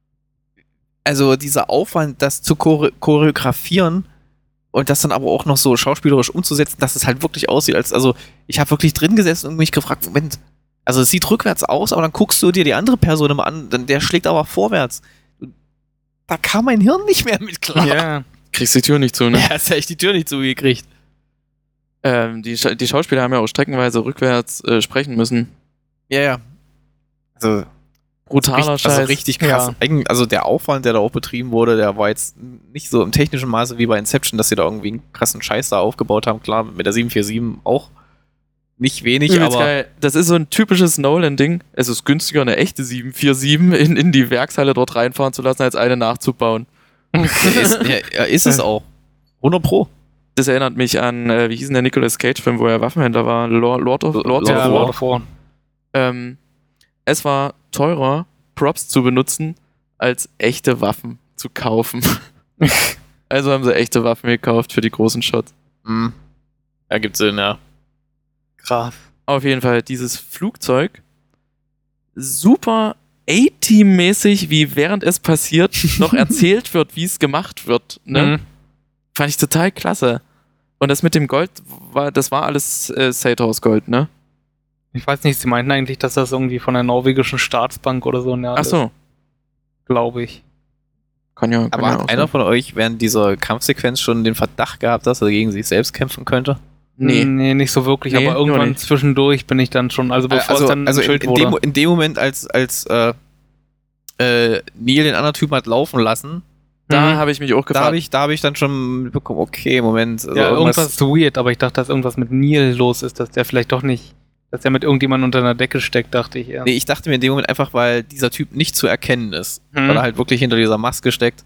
Also dieser Aufwand, das zu chore choreografieren und das dann aber auch noch so schauspielerisch umzusetzen, dass es halt wirklich aussieht, als, also ich habe wirklich drin gesessen und mich gefragt, Moment, also es sieht rückwärts aus, aber dann guckst du dir die andere Person immer an, dann der schlägt aber vorwärts. Da kam mein Hirn nicht mehr mit klar. Ja, Kriegst die Tür nicht zu, ne? Er hat ja echt die Tür nicht zugekriegt. Ähm, die, Scha die Schauspieler haben ja auch streckenweise rückwärts äh, sprechen müssen. Ja, ja. Also, Brutaler richtig, Scheiß. also richtig krass. Ja. Eigen- Also der Aufwand, der da auch betrieben wurde, der war jetzt nicht so im technischen Maße wie bei Inception, dass sie da irgendwie einen krassen Scheiß da aufgebaut haben. Klar, mit der sieben vier sieben auch nicht wenig, Übelst aber geil. Das ist so ein typisches Nolan-Ding. Es ist günstiger, eine echte sieben vier sieben in, in die Werkshalle dort reinfahren zu lassen, als eine nachzubauen. ist, ja, ja, ist es auch. hundert Pro. Das erinnert mich an, äh, wie hieß denn der Nicolas Cage-Film, wo er Waffenhändler war? Lord, Lord of, Lord Ja, of Lord War. of War. Ähm, es war teurer, Props zu benutzen, als echte Waffen zu kaufen. Also haben sie echte Waffen gekauft für die großen Shots. Mhm. Ergibt Sinn, ja. Krass. Auf jeden Fall dieses Flugzeug super A-Team-mäßig, wie während es passiert noch erzählt wird, wie es gemacht wird. Ne? Mhm. Fand ich total klasse. Und das mit dem Gold, war, das war alles äh, Satos Gold, ne? Ich weiß nicht, sie meinten eigentlich, dass das irgendwie von der norwegischen Staatsbank oder so in der Ach so. Glaube ich. Kann ja, kann Aber ja hat auch einer sein. von euch während dieser Kampfsequenz schon den Verdacht gehabt, dass er gegen sich selbst kämpfen könnte? Nee. Nee, nicht so wirklich, Nee, aber nur irgendwann nicht. zwischendurch bin ich dann schon, also bevor also es dann also ein in, Schild in, wurde. dem, in dem Moment, als, als äh, äh, Neil den anderen Typen hat laufen lassen, Da Mhm. habe ich mich auch da gefragt. habe ich, da hab ich dann schon mitbekommen, okay, Moment. Also ja, irgendwas ist weird, aber ich dachte, dass irgendwas mit Neil los ist, dass der vielleicht doch nicht, dass der mit irgendjemandem unter einer Decke steckt, dachte ich eher. Nee, ich dachte mir in dem Moment einfach, weil dieser Typ nicht zu erkennen ist, Mhm. weil er halt wirklich hinter dieser Maske steckt.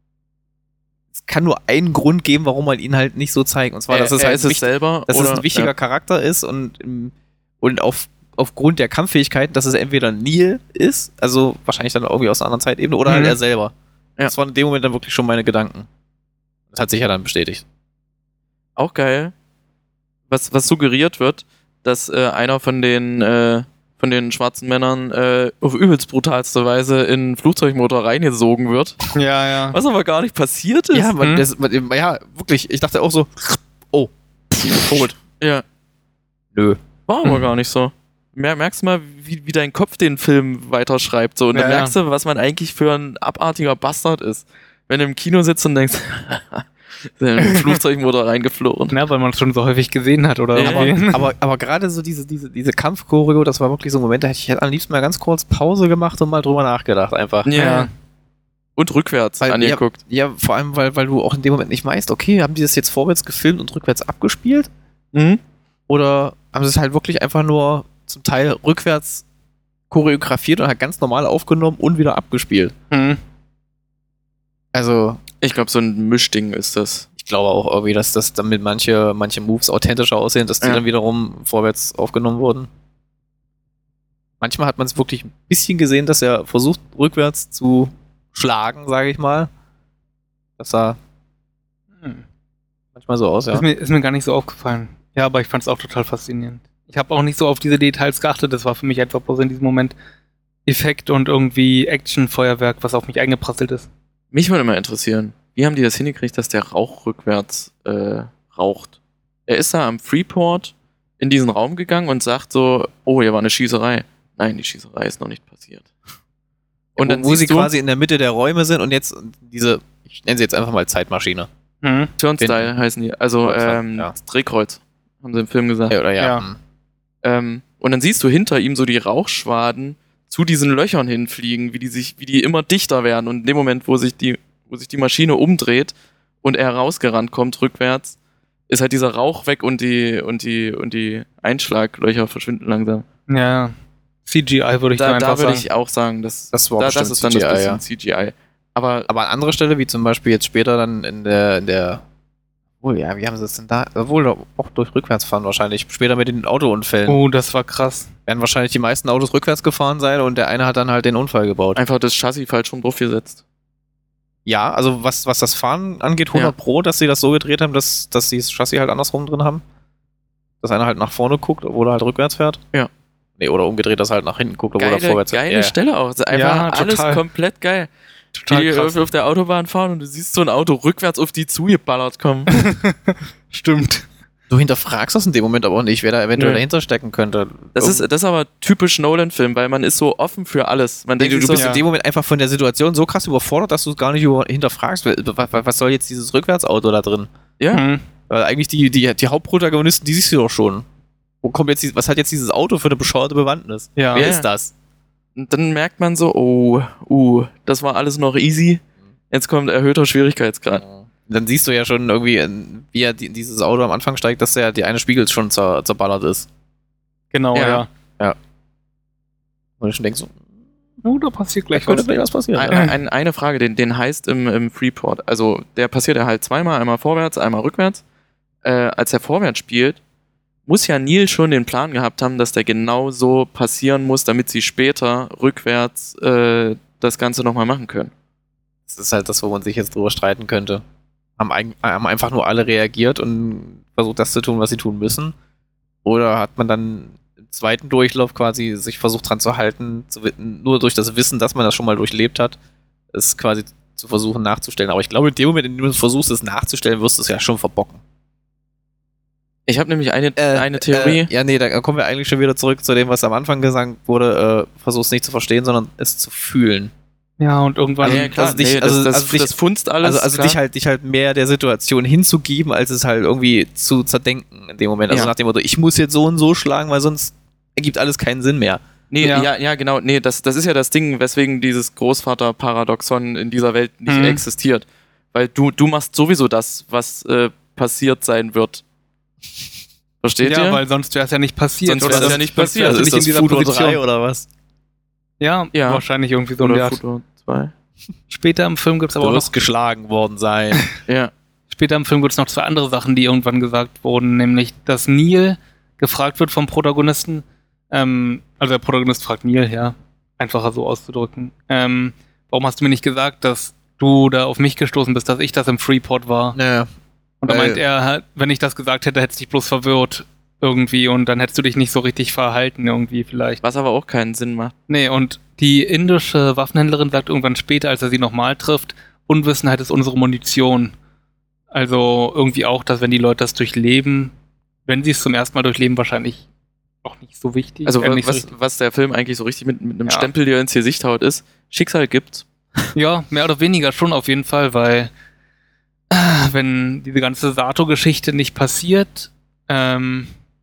Es kann nur einen Grund geben, warum man ihn halt nicht so zeigt. Und zwar, dass es er halt ist es wichtig, selber dass oder es ein wichtiger ja. Charakter ist und, im- und auf, aufgrund der Kampffähigkeiten, dass es entweder Neil ist, also wahrscheinlich dann irgendwie aus einer anderen Zeitebene, oder halt Mhm. er selber. Ja. Das waren in dem Moment dann wirklich schon meine Gedanken. Das hat sich ja dann bestätigt. Auch geil, was, was suggeriert wird, dass äh, einer von den äh, von den schwarzen Männern äh, auf übelst brutalste Weise in einen Flugzeugmotor reingesogen wird. Ja, ja. Was aber gar nicht passiert ist. Ja, man, Hm? das, man, ja, wirklich. Ich dachte auch so, oh, tot. Ja, Nö. war aber Hm. gar nicht so. Mer merkst du mal, wie, wie dein Kopf den Film weiterschreibt. So. Und dann Ja, ja. merkst du, was man eigentlich für ein abartiger Bastard ist. Wenn du im Kino sitzt und denkst, ist in einen Flugzeugmotor reingeflogen. Ja, weil man es schon so häufig gesehen hat, oder? Ja, irgendwie. Aber, aber gerade so diese, diese, diese Kampfchoreo, das war wirklich so ein Moment, da hätte ich am liebsten mal ganz kurz Pause gemacht und mal drüber nachgedacht einfach. Ja. Ja. Und rückwärts Weil- angeguckt. Ja, vor allem, weil, weil du auch in dem Moment nicht weißt, okay, haben die das jetzt vorwärts gefilmt und rückwärts abgespielt? Mhm. Oder haben sie es halt wirklich einfach nur zum Teil rückwärts choreografiert und halt ganz normal aufgenommen und wieder abgespielt? Mhm. Also, Ich glaube, so ein Mischding ist das. ich glaube auch irgendwie, dass das damit manche, manche Moves authentischer aussehen, dass die Ja. dann wiederum vorwärts aufgenommen wurden. Manchmal hat man es wirklich ein bisschen gesehen, dass er versucht, rückwärts zu schlagen, sage ich mal. Das sah Hm. manchmal so aus, ja. Ist, mir, ist mir gar nicht so aufgefallen. Ja, aber ich fand es auch total faszinierend. Ich habe auch nicht so auf diese Details geachtet. Das war für mich einfach bloß in diesem Moment Effekt und irgendwie Action-Feuerwerk, was auf mich eingeprasselt ist. Mich würde mal interessieren, wie haben die das hingekriegt, dass der Rauch rückwärts äh, raucht? Er ist da am Freeport in diesen Raum gegangen und sagt so, oh, hier war eine Schießerei. Nein, die Schießerei ist noch nicht passiert. Und dann wo sie siehst du, quasi in der Mitte der Räume sind und jetzt diese, ich nenne sie jetzt einfach mal Zeitmaschine. Mhm. Turnstile heißen die, also Turnstile, ähm, ja. Drehkreuz, haben sie im Film gesagt. Ja, oder ja. Ja. hm. Ähm, und dann siehst du hinter ihm so die Rauchschwaden zu diesen Löchern hinfliegen, wie die sich, wie die immer dichter werden. Und in dem Moment, wo sich die, wo sich die Maschine umdreht und er rausgerannt kommt rückwärts, ist halt dieser Rauch weg und die und die und die Einschlaglöcher verschwinden langsam. Ja. C G I würde ich da, Da, einfach da würde sagen. ich auch sagen, dass Das war da, bestimmt das ist dann C G I, das bisschen ja. C G I. Aber Aber an anderer Stelle, wie zum Beispiel jetzt später dann in der, in der, oh ja, wie haben sie das denn da? Wohl auch durch Rückwärtsfahren wahrscheinlich. Später mit den Autounfällen. Oh, das war krass. Werden wahrscheinlich die meisten Autos rückwärts gefahren sein und der eine hat dann halt den Unfall gebaut. einfach das Chassis falsch rum draufgesetzt. Ja, also was, was das Fahren angeht, hundert Pro, dass sie das so gedreht haben, dass, dass sie das Chassis halt andersrum drin haben. Dass einer halt nach vorne guckt, obwohl er halt rückwärts fährt. Ja. Nee, oder umgedreht, dass er halt nach hinten guckt, obwohl er Geile, vorwärts geile Ja, ja. Stelle auch. Also einfach Ja, alles total. komplett geil. Total die krass. auf, auf der Autobahn fahren und du siehst so ein Auto rückwärts auf die zugeballert kommen. Stimmt. Du hinterfragst das in dem Moment aber auch nicht, wer da eventuell Nö. dahinter stecken könnte. Das ist, das ist aber typisch Nolan-Film, weil man ist so offen für alles. Man Nee, denkt du, du sich bist so, ja. in dem Moment einfach von der Situation so krass überfordert, dass du es gar nicht über- hinterfragst. Was, was soll jetzt dieses Rückwärtsauto da drin? ja, Mhm. Weil eigentlich die, die, die Hauptprotagonisten, die siehst du doch schon. Wo kommt jetzt, die- was hat jetzt dieses Auto für eine bescheuerte Bewandtnis? Ja. Wer Ja. ist das? und dann merkt man so, oh, uh, das war alles noch easy. Jetzt kommt erhöhter Schwierigkeitsgrad. Dann siehst du ja schon irgendwie, wie er in dieses Auto am Anfang steigt, dass der die eine Spiegel schon zer, zerballert ist. Genau, Ja. ja. Und ich schon denk so, Oh, da passiert gleich Könnte was. vielleicht was passieren. Ein, ja. ein, eine Frage, den, den heißt im, im Freeport, also der passiert ja halt zweimal, einmal vorwärts, einmal rückwärts. Äh, als er vorwärts spielt, muss ja Neil schon den Plan gehabt haben, dass der genau so passieren muss, damit sie später rückwärts äh, das Ganze nochmal machen können. Das ist halt das, wo man sich jetzt drüber streiten könnte. Haben, ein, haben einfach nur alle reagiert und versucht, das zu tun, was sie tun müssen? Oder hat man dann im zweiten Durchlauf quasi sich versucht dran zu halten, zu, nur durch das Wissen, dass man das schon mal durchlebt hat, es quasi zu versuchen nachzustellen. Aber ich glaube, in dem Moment, in dem du versuchst, es nachzustellen, wirst du es ja schon verbocken. Ich habe nämlich eine, eine Theorie. Äh, ja, nee, da kommen wir eigentlich schon wieder zurück zu dem, was am Anfang gesagt wurde. Äh, versuch's nicht zu verstehen, sondern es zu fühlen. Ja, und irgendwann. Also, ja, klar, also dich- nee, das, also- das, also dich- das funzt alles. Also, also klar. dich halt, dich halt mehr der Situation hinzugeben, als es halt irgendwie zu zerdenken in dem Moment. Also Ja. nach dem Motto, ich muss jetzt so und so schlagen, weil sonst ergibt alles keinen Sinn mehr. Nee, ja. Ja. ja, genau. Nee, das, das ist ja das Ding, weswegen dieses Großvater-Paradoxon in dieser Welt nicht Mhm. existiert. Weil du, du machst sowieso das, was äh, passiert sein wird. Versteht ja, ihr? weil sonst wäre es ja nicht passiert. Sonst oder wär's das- ja nicht sonst passiert. wärst du Also nicht in dieser Futur Position. drei oder was? Ja, Ja. wahrscheinlich irgendwie so. Oder Ja. Futur zwei. Später im Film gibt es aber Du auch noch wirst geschlagen worden sein. Ja. Später im Film gibt es noch zwei andere Sachen, die irgendwann gesagt wurden, nämlich, dass Neil gefragt wird vom Protagonisten, ähm, also der Protagonist fragt Neil, ja, einfacher so auszudrücken, ähm, warum hast du mir nicht gesagt, dass du da auf mich gestoßen bist, dass ich das im Freeport war? naja. Und da weil- meint er, wenn ich das gesagt hätte, hättest du dich bloß verwirrt irgendwie und dann hättest du dich nicht so richtig verhalten irgendwie vielleicht. Was aber auch keinen Sinn macht. Nee, und die indische Waffenhändlerin sagt irgendwann später, als er sie nochmal trifft, Unwissenheit ist unsere Munition. Also irgendwie auch, dass wenn die Leute das durchleben, wenn sie es zum ersten Mal durchleben, wahrscheinlich auch nicht so wichtig. Also äh, nicht so was, richtig. was der Film eigentlich so richtig mit, mit einem Ja. Stempel dir ins Gesicht haut, ist, Schicksal gibt's. Ja, mehr oder weniger schon auf jeden Fall, weil äh, wenn diese ganze Sato-Geschichte nicht passiert, ähm,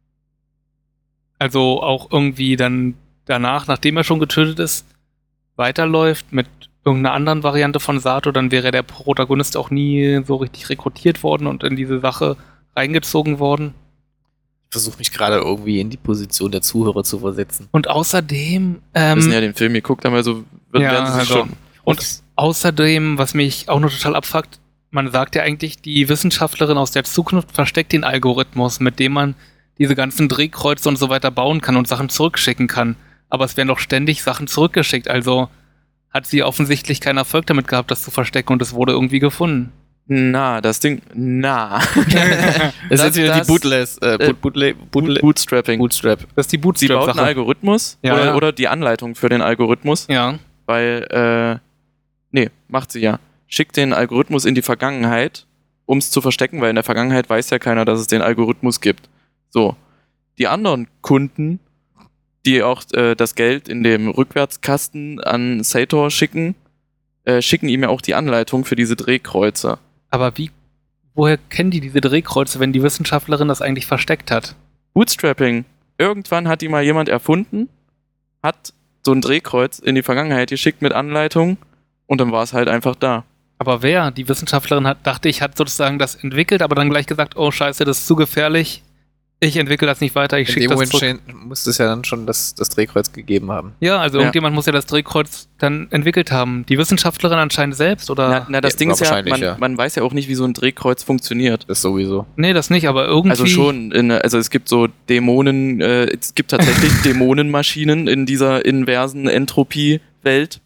also auch irgendwie dann danach, nachdem er schon getötet ist, weiterläuft mit irgendeiner anderen Variante von Sato, dann wäre der Protagonist auch nie so richtig rekrutiert worden und in diese Sache reingezogen worden. Ich versuche mich gerade irgendwie in die Position der Zuhörer zu versetzen. Und außerdem, Wir ähm, müssen ja den Film geguckt haben, also wird, ja, werden sie sich also- schon. und außerdem, was mich auch noch total abfuckt, man sagt ja eigentlich, die Wissenschaftlerin aus der Zukunft versteckt den Algorithmus, mit dem man diese ganzen Drehkreuze und so weiter bauen kann und Sachen zurückschicken kann. Aber es werden doch ständig Sachen zurückgeschickt, also hat sie offensichtlich keinen Erfolg damit gehabt, das zu verstecken und es wurde irgendwie gefunden. Na, das Ding, na. Das, Das- ist wieder das- die Bootless, äh, äh, Boot, Bootle, Bootle, Bootstrapping. Bootstrap. Das ist die Sie baut einen Bootstrap-Sache. Algorithmus Ja, oder, ja. oder die Anleitung für den Algorithmus, Ja, weil, äh, nee, macht sie ja. Schickt den Algorithmus in die Vergangenheit, um es zu verstecken, weil in der Vergangenheit weiß ja keiner, dass es den Algorithmus gibt. So. Die anderen Kunden, die auch äh, das Geld in dem Rückwärtskasten an Sator schicken, äh, schicken ihm ja auch die Anleitung für diese Drehkreuze. aber wie, woher kennen die diese Drehkreuze, wenn die Wissenschaftlerin das eigentlich versteckt hat? Bootstrapping. Irgendwann hat die mal jemand erfunden, hat so ein Drehkreuz in die Vergangenheit geschickt mit Anleitung und dann war es halt einfach da. Aber wer? Die Wissenschaftlerin hat, dachte ich, hat sozusagen das entwickelt, aber dann gleich gesagt, oh scheiße, das ist zu gefährlich. Ich entwickle das nicht weiter, ich In schicke dem das Moment zurück. stehen- muss es ja dann schon das, das Drehkreuz gegeben haben. Ja, also Ja. irgendjemand muss ja das Drehkreuz dann entwickelt haben. Die Wissenschaftlerin anscheinend selbst oder? Na, na das ja, Ding ist ja wahrscheinlich, man, ja. man weiß ja auch nicht, wie so ein Drehkreuz funktioniert. Das sowieso. Nee, das nicht, aber irgendwie. Also schon, in, also es gibt so Dämonen, äh, es gibt tatsächlich Dämonenmaschinen in dieser inversen Entropie-Welt.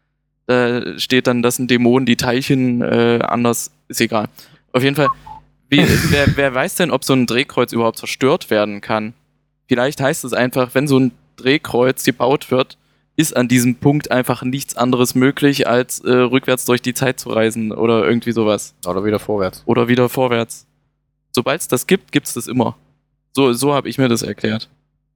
Da steht dann, dass ein Dämon die Teilchen äh, anders, ist egal. Auf jeden Fall, wie, wer, wer weiß denn, ob so ein Drehkreuz überhaupt zerstört werden kann? Vielleicht heißt es einfach, wenn so ein Drehkreuz gebaut wird, ist an diesem Punkt einfach nichts anderes möglich, als äh, rückwärts durch die Zeit zu reisen oder irgendwie sowas. Oder wieder vorwärts. Oder wieder vorwärts. Sobald es das gibt, gibt es das immer. So, so habe ich mir das erklärt.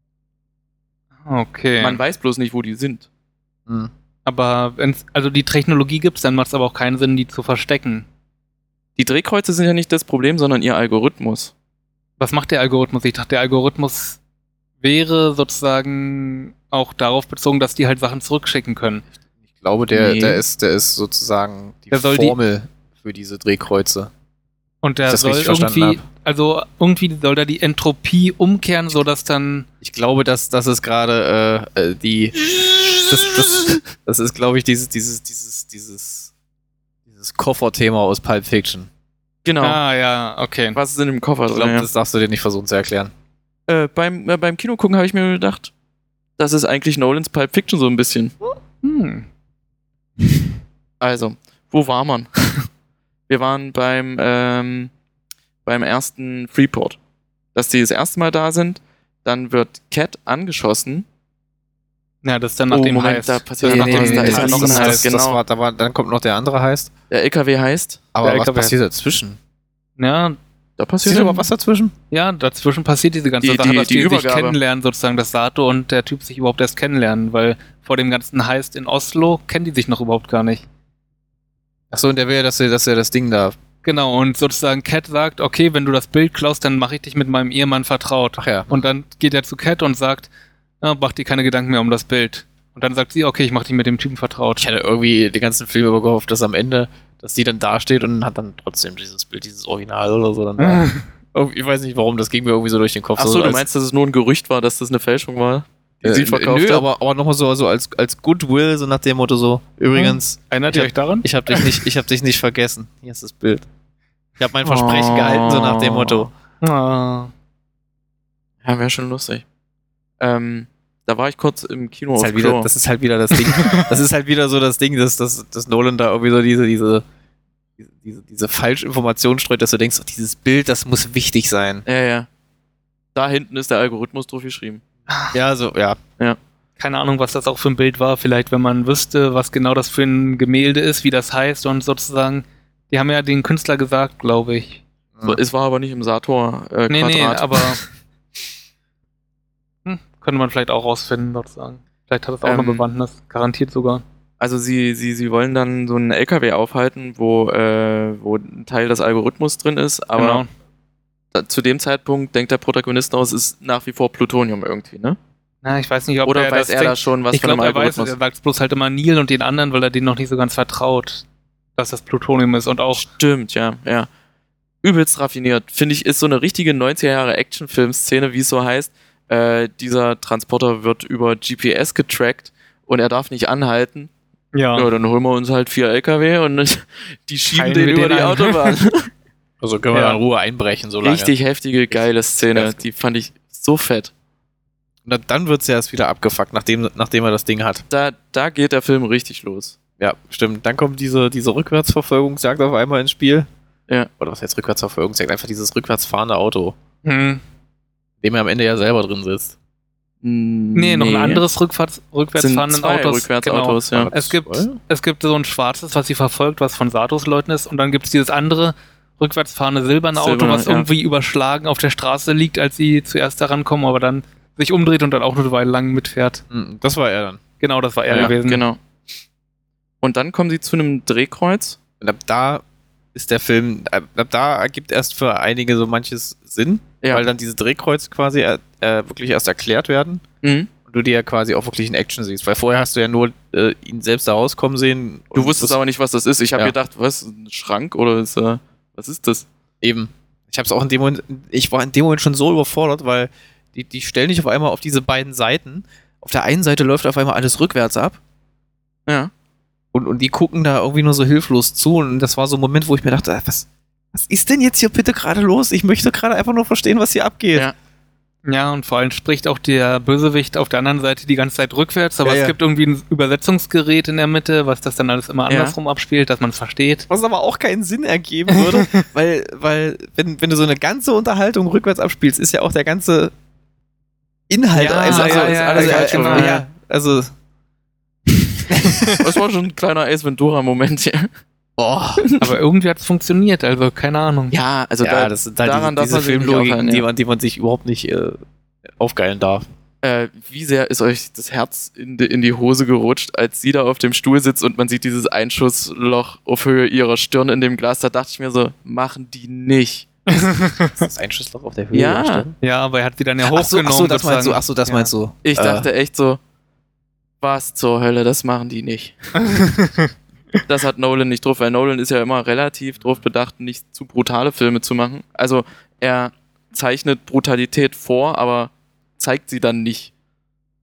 Okay. Man weiß bloß nicht, wo die sind. Hm. aber wenn's, also die Technologie gibt's, dann macht es aber auch keinen Sinn, die zu verstecken. Die Drehkreuze sind ja nicht das Problem, sondern ihr Algorithmus. Was macht der Algorithmus? Ich dachte, der Algorithmus wäre sozusagen auch darauf bezogen, dass die halt Sachen zurückschicken können. Ich glaube, der, Nee. der, ist, der ist sozusagen die Der soll die- Formel für diese Drehkreuze. Und der das soll richtig verstanden irgendwie, also irgendwie soll da die Entropie umkehren, sodass dann Ich glaube, dass das ist gerade äh, äh, die das, das, das ist, glaube ich, dieses, dieses, dieses, dieses, dieses Kofferthema aus Pulp Fiction. Genau. Ah, ja, okay. Was ist in dem Koffer Ich drin? glaube, Ja. das darfst du dir nicht versuchen zu erklären. Äh, beim, äh, beim Kino gucken habe ich mir gedacht, das ist eigentlich Nolans Pulp Fiction so ein bisschen. Hm. Also, wo war man? Wir waren beim, ähm, beim ersten Freeport. Dass die das erste Mal da sind, dann wird Cat angeschossen. Ja, das ist dann nach Oh, dem Moment, Heist. da passiert Das noch ist nach was, dem da ist Heist. ja noch ein das, Heist, das, das genau. war, da war, dann kommt noch der andere Heist. Der L K W heißt, Aber Der was L K W. passiert dazwischen? Ja, da passiert Passiert aber was dazwischen? ja, dazwischen passiert diese ganze Die- Sache, die- dass die die, sich Übergabe. kennenlernen, sozusagen, dass Sato und der Typ sich überhaupt erst kennenlernen, weil vor dem ganzen Heist in Oslo kennen die sich noch überhaupt gar nicht. Achso, und der will ja, dass er, dass er das Ding da. Genau, und sozusagen Cat sagt, okay, wenn du das Bild klaust, dann mache ich dich mit meinem Ehemann vertraut. Ach ja. Und dann geht er zu Cat und sagt, ja, mach dir keine Gedanken mehr um das Bild. Und dann sagt sie, okay, ich mach dich mit dem Typen vertraut. Ich hatte irgendwie den ganzen Film über gehofft, dass am Ende, dass die dann dasteht und hat dann trotzdem dieses Bild, dieses Original oder so dann da. Irgendwie- Ich weiß nicht warum, das ging mir irgendwie so durch den Kopf. Achso, so du als- meinst, dass es nur ein Gerücht war, dass das eine Fälschung war, die äh, sie verkauft nö, hat? aber, aber nochmal so, so als, als Goodwill, so nach dem Motto so, übrigens, Erinnert ihr Ja. euch daran? ich hab dich nicht, ich hab dich nicht vergessen. Hier ist das Bild. Ich habe mein Versprechen gehalten, so nach dem Motto. Ah. Ja, wäre schon lustig. Ähm, da war ich kurz im Kino Das ist, auf halt wieder, Klo. das ist halt wieder das Ding. Das ist halt wieder so das Ding, dass, dass, dass Nolan da irgendwie so diese, diese, diese, diese, diese Falschinformation streut, dass du denkst, oh, dieses Bild, das muss wichtig sein. Ja, ja. Da hinten ist der Algorithmus drauf geschrieben. Ja, so, ja. Keine Ahnung, was das auch für ein Bild war. Vielleicht, wenn man wüsste, was genau das für ein Gemälde ist, wie das heißt und sozusagen, die haben ja den Künstler gesagt, glaube ich. So, es war aber nicht im Sator äh, Nee, Quadrat. nee, aber hm, könnte man vielleicht auch rausfinden, sozusagen. Vielleicht hat es auch Ähm, eine Bewandtnis, garantiert sogar. Also sie, sie, sie wollen dann so einen L K W aufhalten, wo, äh, wo ein Teil des Algorithmus drin ist, aber Genau. da, zu dem Zeitpunkt denkt der Protagonist aus, es ist nach wie vor Plutonium irgendwie, ne? Na, ich weiß nicht, ob Oder er weiß das er da denkt. schon was Ich von dem glaube, er weiß, Algorithmus? er sagt bloß halt immer Neil und den anderen, weil er denen noch nicht so ganz vertraut, dass das Plutonium ist und auch Stimmt, ja, ja. Übelst raffiniert. Finde ich, ist so eine richtige neunziger Jahre Actionfilm-Szene, wie es so heißt. Äh, dieser Transporter wird über G P S getrackt und er darf nicht anhalten. ja. Ja, dann holen wir uns halt vier L K W und die schieben Teilen den wir über den die ein. Autobahn. Also können wir Ja. da in Ruhe einbrechen, so lange. Richtig heftige, geile Szene. heftig. Die fand ich so fett. Und dann- dann wird's ja erst wieder abgefuckt, nachdem, nachdem er das Ding hat. Da, da geht der Film richtig los. Ja, stimmt. Dann kommt diese, diese Rückwärtsverfolgungsjagd auf einmal ins Spiel. Ja. Oder was heißt Rückwärtsverfolgungsjagd? Einfach dieses rückwärts fahrende Auto, Hm. in dem er am Ende ja selber drin sitzt. Nee, noch ein anderes rückwärts, rückwärts Sind fahrenden zwei Autos. Rückwärtsautos, genau. ja. Es gibt, Zwei? es gibt so ein schwarzes, was sie verfolgt, was von Satos Leuten ist, und dann gibt es dieses andere rückwärts fahrende silberne Auto, Silberne, was ja. irgendwie überschlagen auf der Straße liegt, als sie zuerst daran kommen, aber dann sich umdreht und dann auch eine Weile lang mitfährt. Hm, Das war er dann. Genau, das war er Ja, gewesen. genau. Und dann kommen sie zu einem Drehkreuz. Und ab da ist der Film, ab, ab da ergibt erst für einige so manches Sinn, Ja. weil dann diese Drehkreuze quasi äh, äh, wirklich erst erklärt werden Mhm. und du die ja quasi auch wirklich in Action siehst. Weil vorher hast du ja nur äh, ihn selbst da rauskommen sehen. Du und wusstest das- aber nicht, was das ist. Ich habe Ja. gedacht, was, ein Schrank oder ist, äh, was ist das? Eben. Ich hab's auch in dem Moment, ich war in dem Moment schon so überfordert, weil die, die stellen dich auf einmal auf diese beiden Seiten. Auf der einen Seite läuft auf einmal alles rückwärts ab. Ja. Und, und die gucken da irgendwie nur so hilflos zu. Und das war so ein Moment, wo ich mir dachte, ah, was, was ist denn jetzt hier bitte gerade los? Ich möchte gerade einfach nur verstehen, was hier abgeht. Ja. Ja, und vor allem spricht auch der Bösewicht auf der anderen Seite die ganze Zeit rückwärts, aber Ja, es ja. gibt irgendwie ein Übersetzungsgerät in der Mitte, was das dann alles immer Ja. andersrum abspielt, dass man es versteht. Was aber auch keinen Sinn ergeben würde, weil, weil wenn, wenn du so eine ganze Unterhaltung rückwärts abspielst, ist ja auch der ganze Inhalt, Ja, also, also, ja, ja, also, ja, also, genau, ja, ja. also Das war schon ein kleiner Ace Ventura-Moment hier. oh. Aber irgendwie hat es funktioniert, also keine Ahnung. Ja, also ja, da, das sind halt daran darf diese, man diese sich nicht Filmlogiken, aufhalten, die, ja. man, die man sich überhaupt nicht äh, aufgeilen darf. äh, wie sehr ist euch das Herz in die, in die Hose gerutscht, als sie da auf dem Stuhl sitzt und man sieht dieses Einschussloch auf Höhe ihrer Stirn in dem Glas. Da dachte ich mir so, machen die nicht. Ist das Einschussloch auf der Höhe? Ja. der Stirn? Ja, aber er hat sie dann ja Ach so, hochgenommen. ach so, das meinst du, sozusagen. ach so, das Ja. meinst du. Ich Äh, dachte echt so, was zur Hölle, das machen die nicht. Das hat Nolan nicht drauf, weil Nolan ist ja immer relativ drauf bedacht, nicht zu brutale Filme zu machen. Also er zeichnet Brutalität vor, aber zeigt sie dann nicht.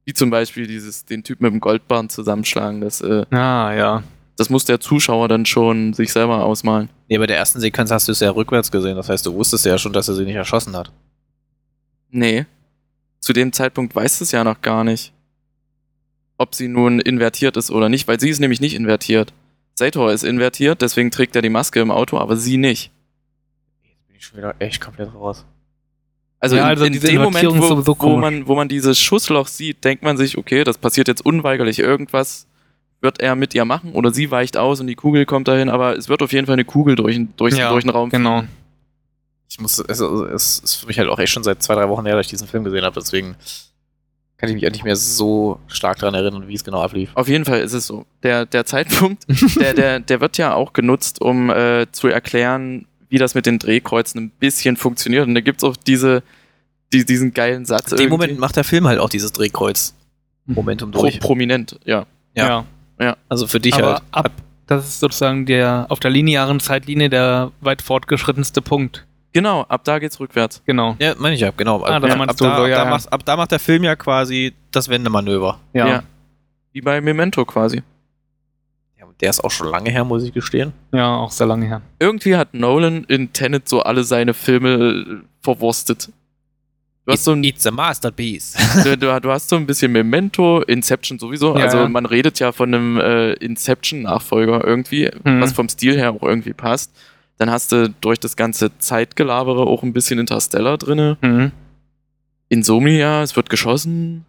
Wie zum Beispiel dieses, den Typ mit dem Goldbarren zusammenschlagen. Das, äh, Ah, ja. das muss der Zuschauer dann schon sich selber ausmalen. Nee, bei der ersten Sequenz hast du es ja rückwärts gesehen. Das heißt, du wusstest ja schon, dass er sie nicht erschossen hat. Nee. Zu dem Zeitpunkt weiß es ja noch gar nicht, ob sie nun invertiert ist oder nicht, weil sie ist nämlich nicht invertiert. Sator ist invertiert, deswegen trägt er die Maske im Auto, aber sie nicht. Jetzt bin ich schon wieder echt komplett raus. Also, Ja, in, also in diese dem Moment, Invertierung ist wo, sowieso wo, komisch. man, wo man dieses Schussloch sieht, denkt man sich, okay, das passiert jetzt unweigerlich. Irgendwas wird er mit ihr machen oder sie weicht aus und die Kugel kommt dahin, aber es wird auf jeden Fall eine Kugel durch, durch, Ja, durch den Raum. Genau. Ich muss, also, es ist für mich halt auch echt schon seit zwei, drei Wochen her, dass ich diesen Film gesehen habe. Deswegen kann ich mich auch nicht mehr so stark daran erinnern, wie es genau ablief. Auf jeden Fall ist es so. Der, der Zeitpunkt, der, der, der wird ja auch genutzt, um äh, zu erklären, wie das mit den Drehkreuzen ein bisschen funktioniert. Und da gibt es auch diese, die, diesen geilen Satz. In dem irgendwie. Moment macht der Film halt auch dieses Drehkreuz-Momentum Pro, durch. prominent, ja. Ja. Ja. Also für dich Aber halt. ab, das ist sozusagen der auf der linearen Zeitlinie der weit fortgeschrittenste Punkt. Genau, ab da geht's rückwärts. Genau. Ja, meine ich ja, genau. Ah, das ab, meinst ab, du da, so, ab, ja, da ja. macht, ab da macht der Film ja quasi das Wendemanöver. Ja. Ja. Wie bei Memento quasi. Ja, der ist auch schon lange her, muss ich gestehen. Ja, auch sehr lange her. Irgendwie hat Nolan in Tenet so alle seine Filme äh, verwurstet. Du hast, so ein, It's a masterpiece. du, du, du hast so ein bisschen Memento, Inception sowieso. Ja, also ja. man redet ja von einem äh, Inception-Nachfolger irgendwie, Mhm. was vom Stil her auch irgendwie passt. Dann hast du durch das ganze Zeitgelabere auch ein bisschen Interstellar drinne. Mhm. Insomnia, es wird geschossen.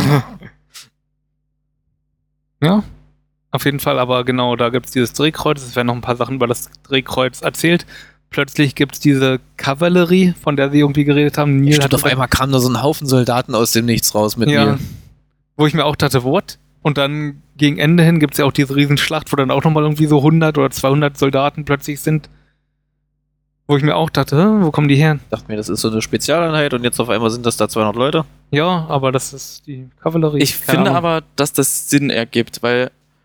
Ja, auf jeden Fall, aber genau, da gibt es dieses Drehkreuz, es werden noch ein paar Sachen über das Drehkreuz erzählt. Plötzlich gibt es diese Kavallerie, von der sie irgendwie geredet haben. Neil Stimmt, hat auf einmal kam da so ein Haufen Soldaten aus dem Nichts raus mit ja, mir. wo ich mir auch dachte, what? Und dann gegen Ende hin gibt es ja auch diese Riesenschlacht, wo dann auch nochmal irgendwie so hundert oder zweihundert Soldaten plötzlich sind. Wo ich mir auch dachte, hä, wo kommen die her? Ich dachte mir, das ist so eine Spezialeinheit und jetzt auf einmal sind das da zweihundert Leute. Ja, aber das ist die Kavallerie. Ich Keine finde Ahnung. aber, dass das Sinn ergibt, weil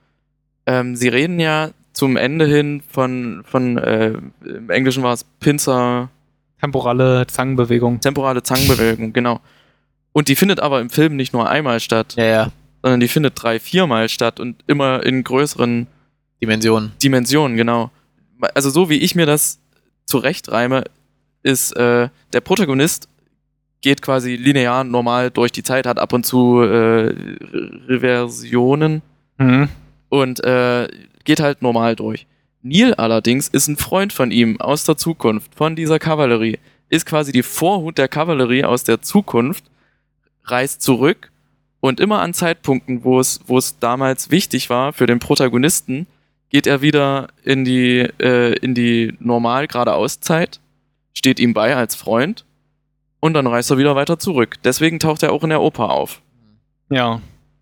ähm, sie reden ja zum Ende hin von, von äh, im Englischen war es Pinzer, Temporale Zangenbewegung. temporale Zangenbewegung, genau. Und die findet aber im Film nicht nur einmal statt, Ja, ja. sondern die findet drei, viermal statt und immer in größeren Dimensionen. Dimensionen, genau. Also so wie ich mir das zurechtreime, ist äh, der Protagonist geht quasi linear normal durch die Zeit, hat ab und zu äh, Re- Reversionen Mhm. und äh, geht halt normal durch. Neil allerdings ist ein Freund von ihm aus der Zukunft, von dieser Kavallerie, ist quasi die Vorhut der Kavallerie aus der Zukunft, reist zurück und immer an Zeitpunkten, wo es, wo es damals wichtig war für den Protagonisten, geht er wieder in die, äh, in die normal geradeauszeit, steht ihm bei als Freund und dann reist er wieder weiter zurück. Deswegen taucht er auch in der Oper auf. Ja.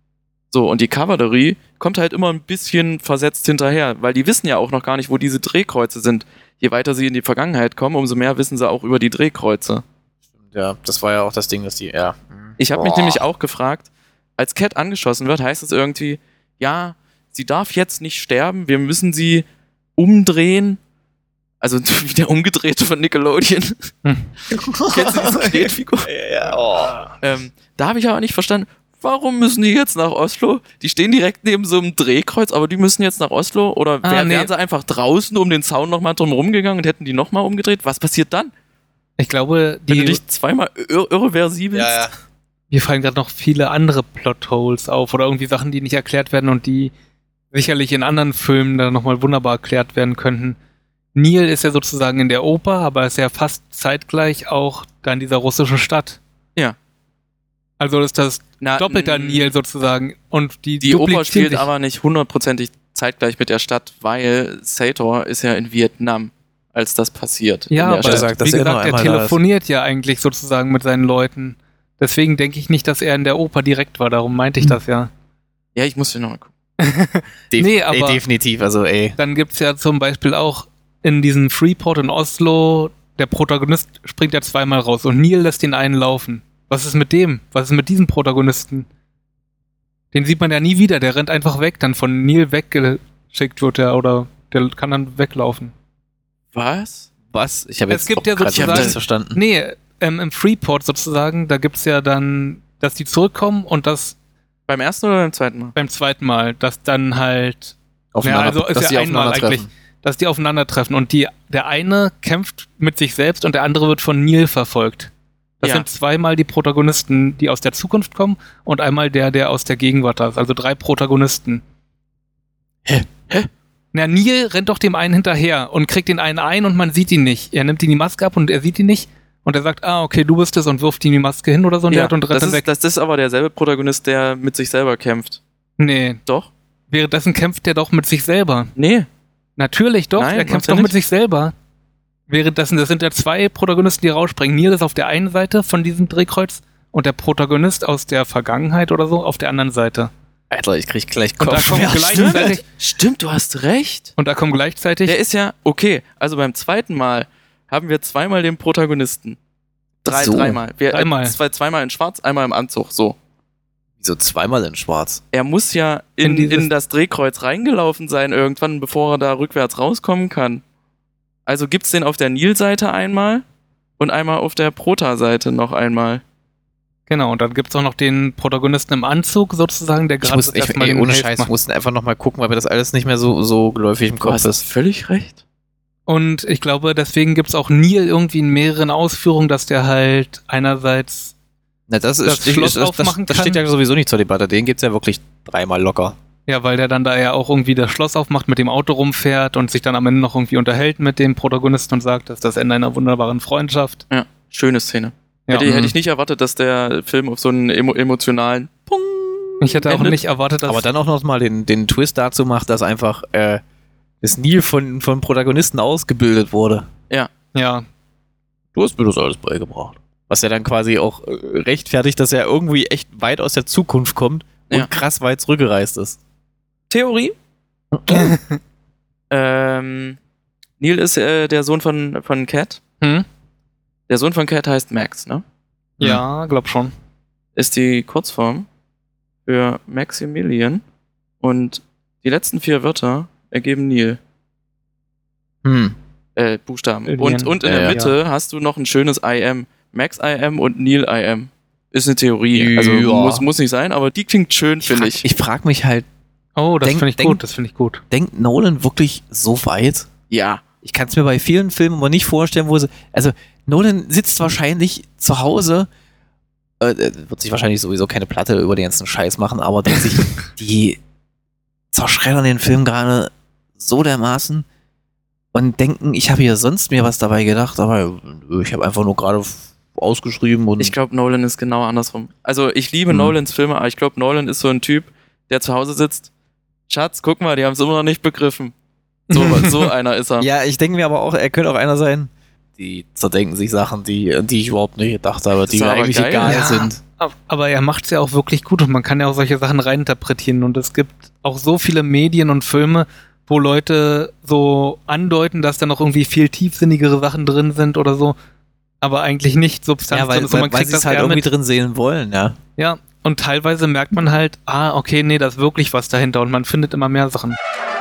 So, und die Kavallerie kommt halt immer ein bisschen versetzt hinterher, weil die wissen ja auch noch gar nicht, wo diese Drehkreuze sind. Je weiter sie in die Vergangenheit kommen, umso mehr wissen sie auch über die Drehkreuze. Ja, das war ja auch das Ding, dass die, ja. Ich habe mich Boah. nämlich auch gefragt, als Cat angeschossen wird, heißt es irgendwie, ja, sie darf jetzt nicht sterben, wir müssen sie umdrehen. Also wie der Umgedrehte von Nickelodeon. Hm. Kennst du diese Knetfigur? Ja, oh. Ähm, da habe ich aber nicht verstanden, warum müssen die jetzt nach Oslo? Die stehen direkt neben so einem Drehkreuz, aber die müssen jetzt nach Oslo? Oder Ah, wär, nee. wären sie einfach draußen um den Zaun nochmal drum rumgegangen und hätten die nochmal umgedreht? Was passiert dann? Ich glaube, Wenn du die, dich zweimal ir irreversibelst? Ja, ja. mir fallen gerade noch viele andere Plotholes auf oder irgendwie Sachen, die nicht erklärt werden und die sicherlich in anderen Filmen dann nochmal wunderbar erklärt werden könnten. Neil ist ja sozusagen in der Oper, aber ist ja fast zeitgleich auch da in dieser russischen Stadt. Ja. Also ist das Na, doppelter n- Neil sozusagen. Und die, Die Oper duplizieren spielt sich. aber nicht hundertprozentig zeitgleich mit der Stadt, weil Sator ist ja in Vietnam, als das passiert. Ja, in der aber Stadt. gesagt, dass wie er nur gesagt, er einmal da ist. telefoniert ja eigentlich sozusagen mit seinen Leuten. Deswegen denke ich nicht, dass er in der Oper direkt war. Darum meinte ich das ja. Ja, ich muss dir nochmal gucken. Def Nee, ey, aber- definitiv, also ey. Dann gibt's ja zum Beispiel auch in diesem Freeport in Oslo, der Protagonist springt ja zweimal raus und Neil lässt den einen laufen. Was ist mit dem? Was ist mit diesem Protagonisten? Den sieht man ja nie wieder, der rennt einfach weg, dann von Neil weggeschickt wird er oder der kann dann weglaufen. Was? Was? Ich habe Es jetzt gibt auch ja grad sozusagen- nichts verstanden. Nee, ähm, im Freeport sozusagen, da gibt's ja dann, dass die zurückkommen und dass Beim ersten oder beim zweiten Mal? Beim zweiten Mal, dass dann halt, Aufeinander, also ist dass ja die einmal aufeinandertreffen. eigentlich, dass die aufeinandertreffen und die, der eine kämpft mit sich selbst und der andere wird von Neil verfolgt. Das Ja. sind zweimal die Protagonisten, die aus der Zukunft kommen und einmal der, der aus der Gegenwart ist. Also drei Protagonisten. Hä? Hä? Na, Neil rennt doch dem einen hinterher und kriegt den einen ein und man sieht ihn nicht. Er nimmt ihm die Maske ab und er sieht ihn nicht und er sagt, ah, okay, du bist es und wirft ihm die Maske hin oder so und der Ja, hat und rennt das, dann weg. ist, das ist aber derselbe Protagonist, der mit sich selber kämpft. Nee, Doch? währenddessen kämpft er doch mit sich selber. Nee. Natürlich doch, Nein, er macht kämpft er doch mit nicht. sich selber. Währenddessen, das sind ja zwei Protagonisten, die rausspringen. Neil ist auf der einen Seite von diesem Drehkreuz und der Protagonist aus der Vergangenheit oder so auf der anderen Seite. Alter, ich krieg gleich Und da kommt Kopfschmerzen. gleichzeitig, Stimmt, du hast recht. und da kommen gleichzeitig, Der ist ja, okay, also beim zweiten Mal haben wir zweimal den Protagonisten. Drei, So. dreimal. Wir, Dreimal. Äh, zwei, zweimal in schwarz, einmal im Anzug, so. Wieso zweimal in schwarz? Er muss ja in, In dieses- in das Drehkreuz reingelaufen sein irgendwann, bevor er da rückwärts rauskommen kann. Also gibt's den auf der Nil-Seite einmal und einmal auf der Prota-Seite noch einmal. genau, und dann gibt es auch noch den Protagonisten im Anzug sozusagen, der Ich gerade muss, das ich, erstmal ey, den ohne Helft Scheiß, macht. mussten einfach nochmal gucken, weil mir das alles nicht mehr so, so geläufig im Du Kopf hast ist. völlig recht. Und ich glaube, deswegen gibt es auch Neil irgendwie in mehreren Ausführungen, dass der halt einerseits, Na, das, das ist, Schloss das, das, aufmachen das kann. steht ja sowieso nicht zur Debatte. Den gibt's ja wirklich dreimal locker. ja, weil der dann da ja auch irgendwie das Schloss aufmacht, mit dem Auto rumfährt und sich dann am Ende noch irgendwie unterhält mit dem Protagonisten und sagt, das ist das Ende einer wunderbaren Freundschaft. Ja, schöne Szene. Ja. Hätte, Mhm. hätte ich nicht erwartet, dass der Film auf so einen emo emotionalen Pung Ich hätte auch endet. nicht erwartet, dass Aber dann auch noch mal den, den Twist dazu macht, dass einfach äh, das Neil von, von Protagonisten ausgebildet wurde. ja, Du hast mir das alles beigebracht. Was ja dann quasi auch äh, rechtfertigt, dass er irgendwie echt weit aus der Zukunft kommt und Ja. krass weit zurückgereist ist. Theorie. ähm, Neil ist äh, der Sohn von, von Cat. hm? Der Sohn von Cat heißt Max, ne? Ja, glaub schon. Ist die Kurzform für Maximilian. Und die letzten vier Wörter ergeben Neil. Hm. Äh, Buchstaben. Alien. Und, und in Ja, der ja. Mitte hast du noch ein schönes I am. Max I am und Neil I am. Ist eine Theorie. Also Ja. muss, muss nicht sein, aber die klingt schön, finde ich. Ich frag mich halt, Oh, das Denk- finde ich denk- gut, das finde ich gut. denkt Nolan wirklich so weit? Ja. Ich kann es mir bei vielen Filmen aber nicht vorstellen, wo sie. Also, Nolan sitzt wahrscheinlich zu Hause, äh, äh, wird sich wahrscheinlich sowieso keine Platte über den ganzen Scheiß machen, aber denkt sich, die zerschreddern den Film gerade so dermaßen und denken, ich habe hier sonst mir was dabei gedacht, aber ich habe einfach nur gerade f- ausgeschrieben und. Ich glaube, Nolan ist genau andersrum. Also ich liebe Hm. Nolans Filme, aber ich glaube, Nolan ist so ein Typ, der zu Hause sitzt. Schatz, guck mal, die haben es immer noch nicht begriffen. So, so einer ist er. ja, ich denke mir aber auch, er könnte auch einer sein, die zerdenken sich Sachen, die, die ich überhaupt nicht gedacht habe, die ist mir aber eigentlich geil. egal Ja. sind. Ab- Aber er macht es ja auch wirklich gut und man kann ja auch solche Sachen reininterpretieren. Und es gibt auch so viele Medien und Filme, wo Leute so andeuten, dass da noch irgendwie viel tiefsinnigere Sachen drin sind oder so, aber eigentlich nicht Substanz Ja, weil, drin ist. Und weil, man weil kriegt sie es das halt eher irgendwie mit. drin sehen wollen, ja. Ja, und teilweise merkt man halt, ah, okay, nee, da ist wirklich was dahinter und man findet immer mehr Sachen.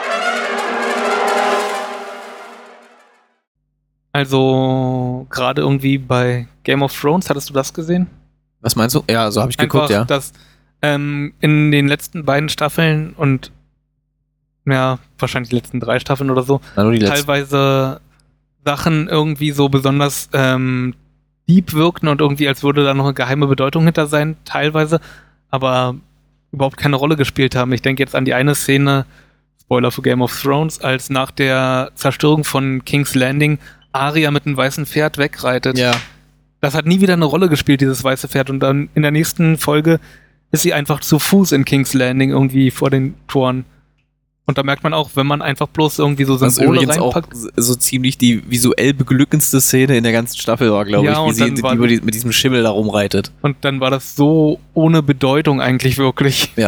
Also, gerade irgendwie bei Game of Thrones, hattest du das gesehen? Was meinst du? Ja, so habe ich geguckt, Einfach, ja. dass ähm, in den letzten beiden Staffeln und ja, wahrscheinlich die letzten drei Staffeln oder so, Na, nur die letzten. teilweise Sachen irgendwie so besonders ähm, deep wirkten und irgendwie als würde da noch eine geheime Bedeutung hinter sein, teilweise, aber überhaupt keine Rolle gespielt haben. Ich denke jetzt an die eine Szene, Spoiler für Game of Thrones, als nach der Zerstörung von King's Landing Arya mit einem weißen Pferd wegreitet. Ja. Das hat nie wieder eine Rolle gespielt, dieses weiße Pferd. Und dann in der nächsten Folge ist sie einfach zu Fuß in King's Landing irgendwie vor den Toren. Und da merkt man auch, wenn man einfach bloß irgendwie so Das ist Symbole übrigens auch reinpackt. so ziemlich die visuell beglückendste Szene in der ganzen Staffel war, glaube Ja, ich, wie und sie dann die, war- über die, mit diesem Schimmel da rumreitet. Und dann war das so ohne Bedeutung eigentlich wirklich. Ja.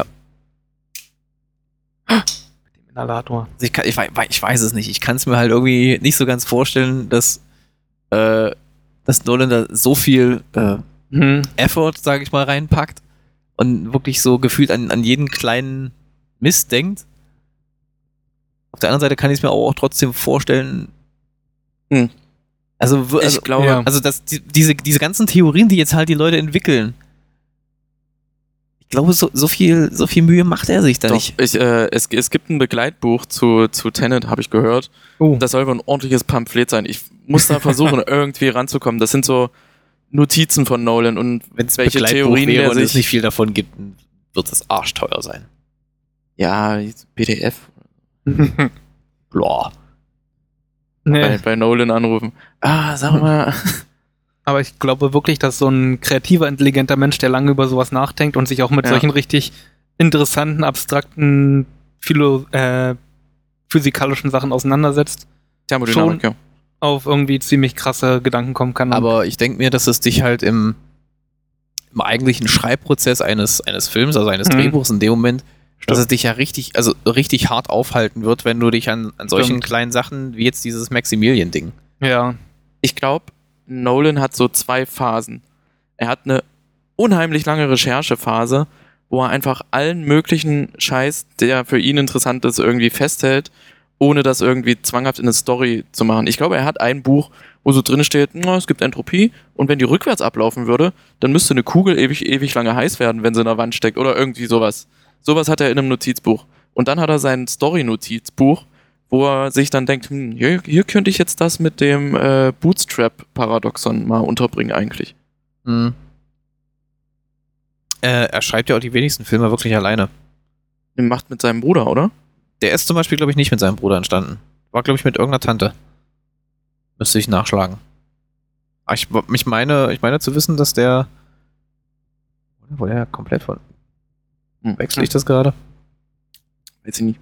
Mit dem Inhalator. Also ich, kann, ich, wei- ich weiß es nicht. Ich kann es mir halt irgendwie nicht so ganz vorstellen, dass, äh, dass Nolan da so viel äh, Hm. Effort, sage ich mal, reinpackt und wirklich so gefühlt an, an jeden kleinen Mist denkt. Auf der anderen Seite kann ich es mir auch trotzdem vorstellen. Hm. Also, w- also, Ich glaube, ja. also dass die, diese, diese ganzen Theorien, die jetzt halt die Leute entwickeln, Ich glaube, so, so, viel, so viel Mühe macht er sich da Doch, nicht. ich, äh, es, es gibt ein Begleitbuch zu, zu Tenet, habe ich gehört. Oh. Das soll aber ein ordentliches Pamphlet sein. Ich muss da versuchen, irgendwie ranzukommen. Das sind so Notizen von Nolan und Wenn es welche Begleitbuch Theorien wäre der und es sich... nicht viel davon gibt, wird es arschteuer sein. Ja, P D F. Boah. Bei, Nee, bei Nolan anrufen. Ah, sag mal. aber ich glaube wirklich, dass so ein kreativer, intelligenter Mensch, der lange über sowas nachdenkt und sich auch mit Ja. solchen richtig interessanten, abstrakten, philo äh, physikalischen Sachen auseinandersetzt, Thermodynamik, ja. auf irgendwie ziemlich krasse Gedanken kommen kann. Aber ich denke mir, dass es dich halt im, im eigentlichen Schreibprozess eines, eines Films, also eines Mhm. Drehbuchs in dem Moment, dass es dich ja richtig, also richtig hart aufhalten wird, wenn du dich an, an solchen Stimmt. kleinen Sachen wie jetzt dieses Maximilian-Ding. ja, Ich glaube, Nolan hat so zwei Phasen. Er hat eine unheimlich lange Recherchephase, wo er einfach allen möglichen Scheiß, der für ihn interessant ist, irgendwie festhält, ohne das irgendwie zwanghaft in eine Story zu machen. Ich glaube, er hat ein Buch, wo so drin steht, na, es gibt Entropie und wenn die rückwärts ablaufen würde, dann müsste eine Kugel ewig, ewig lange heiß werden, wenn sie in der Wand steckt oder irgendwie sowas. Sowas hat er in einem Notizbuch. Und dann hat er sein Story-Notizbuch, wo er sich dann denkt, hm, hier, hier könnte ich jetzt das mit dem äh, Bootstrap-Paradoxon mal unterbringen eigentlich. Mhm. Äh, er schreibt ja auch die wenigsten Filme wirklich alleine. Den macht mit seinem Bruder, oder? Der ist zum Beispiel, glaube ich, nicht mit seinem Bruder entstanden. War, glaube ich, mit irgendeiner Tante. Müsste ich nachschlagen. Aber ich, ich, meine, ich meine zu wissen, dass der. Oder wo der komplett von. Hm. Wechsle ich das gerade? Weiß ich nicht.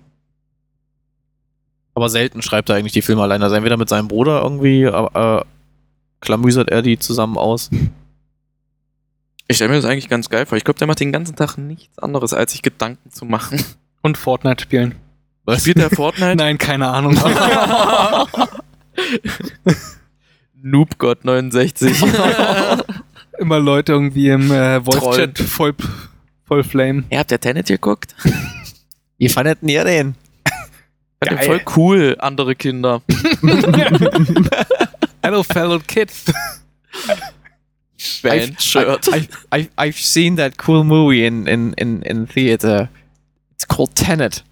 Aber selten schreibt er eigentlich die Filme alleine. Also entweder mit seinem Bruder irgendwie, äh, klamüsert er die zusammen aus. Ich stelle mir das eigentlich ganz geil vor. Ich glaube, der macht den ganzen Tag nichts anderes, als sich Gedanken zu machen. und Fortnite spielen. Was? Spielt der Fortnite? Nein, keine Ahnung. Noobgott neunundsechzig. Immer Leute irgendwie im äh, Voice-Chat voll, voll Flame. Ihr habt ja Tenet geguckt? Wie fandet ihr den? Ja, Geil. voll cool, andere Kinder. Hello, fellow kids. Band-Shirt. I've, I've, I've seen that cool movie in, in, in, in theater. It's called Tenet.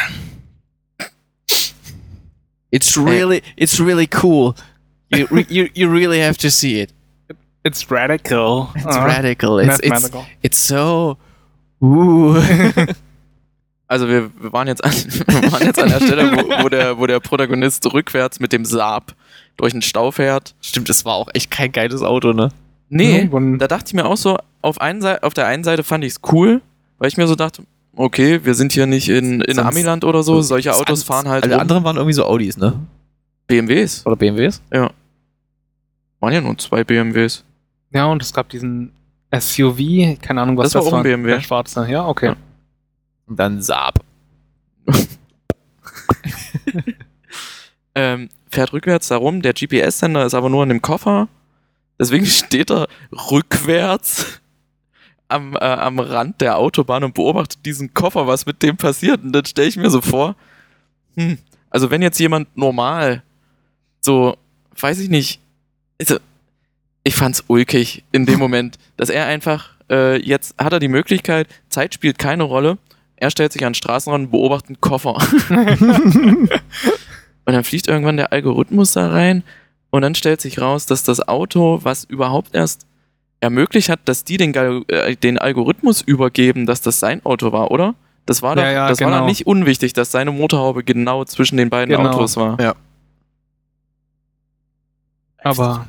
It's really, it's really cool. You, re, you, you really have to see it. It's radical. It's Ah, radical. It's, it's, mathematical. it's so. Ooh. Also wir, wir, waren jetzt an, wir waren jetzt an der Stelle, wo, wo, der, wo der Protagonist rückwärts mit dem Saab durch den Stau fährt. Stimmt, das war auch echt kein geiles Auto, ne? Nee, Ja, wann- da dachte ich mir auch so, auf, einen Seite, auf der einen Seite fand ich es cool, weil ich mir so dachte, okay, wir sind hier nicht in, in Sonst- Amiland oder so, solche Das Autos an- fahren halt Alle rum. anderen waren irgendwie so Audis, ne? B M Ws. Oder B M Ws? Waren ja nur zwei B M Ws. Ja, und es gab diesen S U V, keine Ahnung, was Das war das, auch ein B M W. Der schwarze, ja, okay. Ja. Und dann Saab. Ähm, fährt rückwärts da rum, der G P S-Sender ist aber nur in dem Koffer. Deswegen steht er rückwärts am, äh, am Rand der Autobahn und beobachtet diesen Koffer, was mit dem passiert. Und dann stelle ich mir so vor, hm, also wenn jetzt jemand normal so, weiß ich nicht, also, ich fand's ulkig in dem Moment, dass er einfach, äh, jetzt hat er die Möglichkeit, Zeit spielt keine Rolle, er stellt sich an den Straßenrand und beobachtet einen Koffer. Und dann fliegt irgendwann der Algorithmus da rein und dann stellt sich raus, dass das Auto, was überhaupt erst ermöglicht hat, dass die den, Gal äh, den Algorithmus übergeben, dass das sein Auto war, oder? Das war doch, Ja, ja, das war genau. doch nicht unwichtig, dass seine Motorhaube genau zwischen den beiden Genau. Autos war. Ja. Aber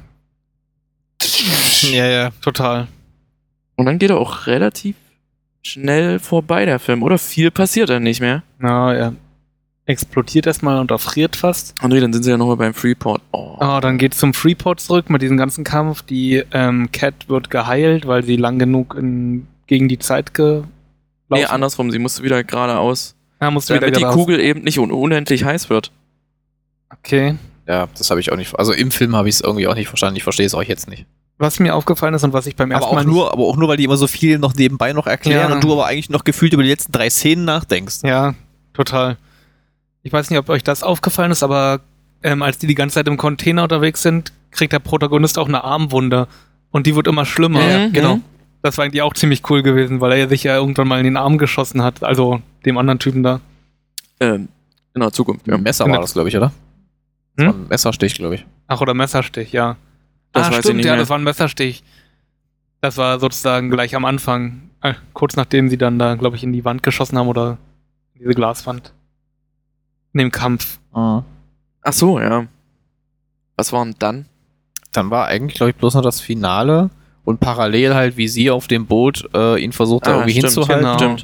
Ja, ja. total. Und dann geht er auch relativ schnell vorbei, der Film, oder? Viel passiert dann nicht mehr. Na, er explodiert erstmal und erfriert fast. Und nee, dann sind sie ja nochmal beim Freeport. Oh. Ah, dann geht's zum Freeport zurück mit diesem ganzen Kampf. Die ähm, Cat wird geheilt, weil sie lang genug in, gegen die Zeit gelaufen Nee, andersrum, sie musste wieder geradeaus. Ja, musst du wieder Damit die geradeaus. Kugel eben nicht un unendlich heiß wird. Okay. Ja, das habe ich auch nicht. Also im Film habe ich es irgendwie auch nicht verstanden. Ich verstehe es auch jetzt nicht. Was mir aufgefallen ist und was ich beim Aber ersten auch, Mal nur, aber auch nur, weil die immer so viel noch nebenbei noch erklären Ja. und du aber eigentlich noch gefühlt über die letzten drei Szenen nachdenkst. nicht, ja, total. Ich weiß nicht, ob euch das aufgefallen ist, aber ähm, als die die ganze Zeit im Container unterwegs sind, kriegt der Protagonist auch eine Armwunde und die wird immer schlimmer. Ja, ja, genau. Das war eigentlich auch ziemlich cool gewesen, weil er sich ja irgendwann mal in den Arm geschossen hat, also dem anderen Typen da. Ähm, in der Zukunft, ja. Ein Messer war das, glaube ich, oder? Das war ein Messerstich, glaube ich. Ach, oder Messerstich, ja. Das ah, weiß ich stimmt, nicht ja, mehr. das war ein Messerstich. Das war sozusagen gleich am Anfang, äh, kurz nachdem sie dann da, glaube ich, in die Wand geschossen haben oder in diese Glaswand. In dem Kampf. Mhm. Ach so, ja. Was war denn dann? Dann war eigentlich, glaube ich, bloß noch das Finale und parallel halt, wie sie auf dem Boot äh, ihn versucht hat, Ah, irgendwie stimmt, hinzuhalten. genau. Stimmt.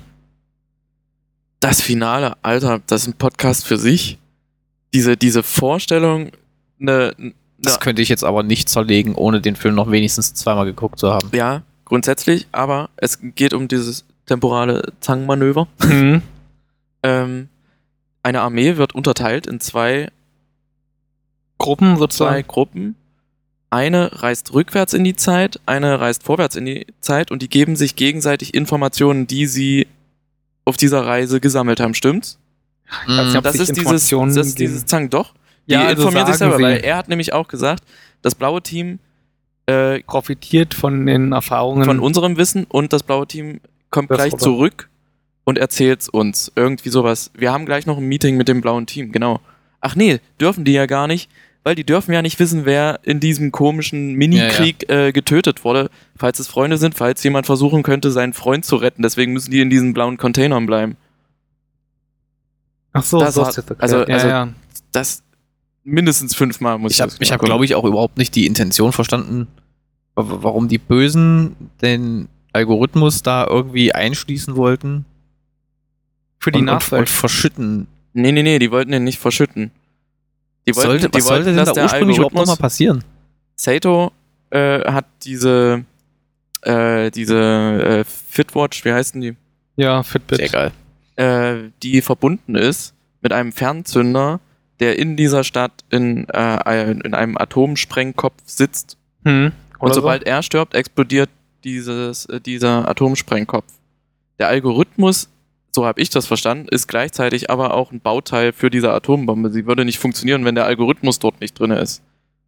Das Finale, Alter, das ist ein Podcast für sich. Diese, diese Vorstellung, eine, Das eine könnte ich jetzt aber nicht zerlegen, ohne den Film noch wenigstens zweimal geguckt zu haben. ja, grundsätzlich, aber es geht um dieses temporale Zang-Manöver. Mhm. Ähm, eine Armee wird unterteilt in zwei, Gruppen zwei sozusagen. Gruppen. Eine reist rückwärts in die Zeit, eine reist vorwärts in die Zeit und die geben sich gegenseitig Informationen, die sie auf dieser Reise gesammelt haben, stimmt's? Ich weiß nicht, ob Das sich ist dieses, Informationen das ist geben. dieses Zang, doch. Die Ja, also informieren sich sagen selber, sie. weil er hat nämlich auch gesagt, das blaue Team äh, Profitiert von den Erfahrungen. von unserem Wissen und das blaue Team kommt Das gleich oder? zurück und erzählt's uns. Irgendwie sowas. Wir haben gleich noch ein Meeting mit dem blauen Team, genau. Ach nee, dürfen die ja gar nicht, weil die dürfen ja nicht wissen, wer in diesem komischen Mini-Krieg Äh, getötet wurde, falls es Freunde sind, falls jemand versuchen könnte, seinen Freund zu retten. Deswegen müssen die in diesen blauen Containern bleiben. Ach so, Das so hat- ist das erklärt. also- ja, also- ja. Das mindestens fünfmal muss ich Ich habe, das ich mal hab, gucken. glaube ich, auch überhaupt nicht die Intention verstanden, wa- warum die Bösen den Algorithmus da irgendwie einschließen wollten Für die und, und, Nachwelt. und verschütten. Nee, nee, nee, die wollten den nicht verschütten. Die wollten, sollte, die was wollten sollte denn dass da der ursprünglich überhaupt Algorithmus nochmal passieren? Saito äh, hat diese äh, diese äh, Fitwatch, wie heißen die? Ja, Fitbit. Ist egal. Äh, die verbunden ist mit einem Fernzünder, der in dieser Stadt in, äh, ein- in einem Atomsprengkopf sitzt. Hm. Und Oder sobald er stirbt, explodiert dieses, äh, dieser Atomsprengkopf. Der Algorithmus, so habe ich das verstanden, ist gleichzeitig aber auch ein Bauteil für diese Atombombe. Sie würde nicht funktionieren, wenn der Algorithmus dort nicht drin ist.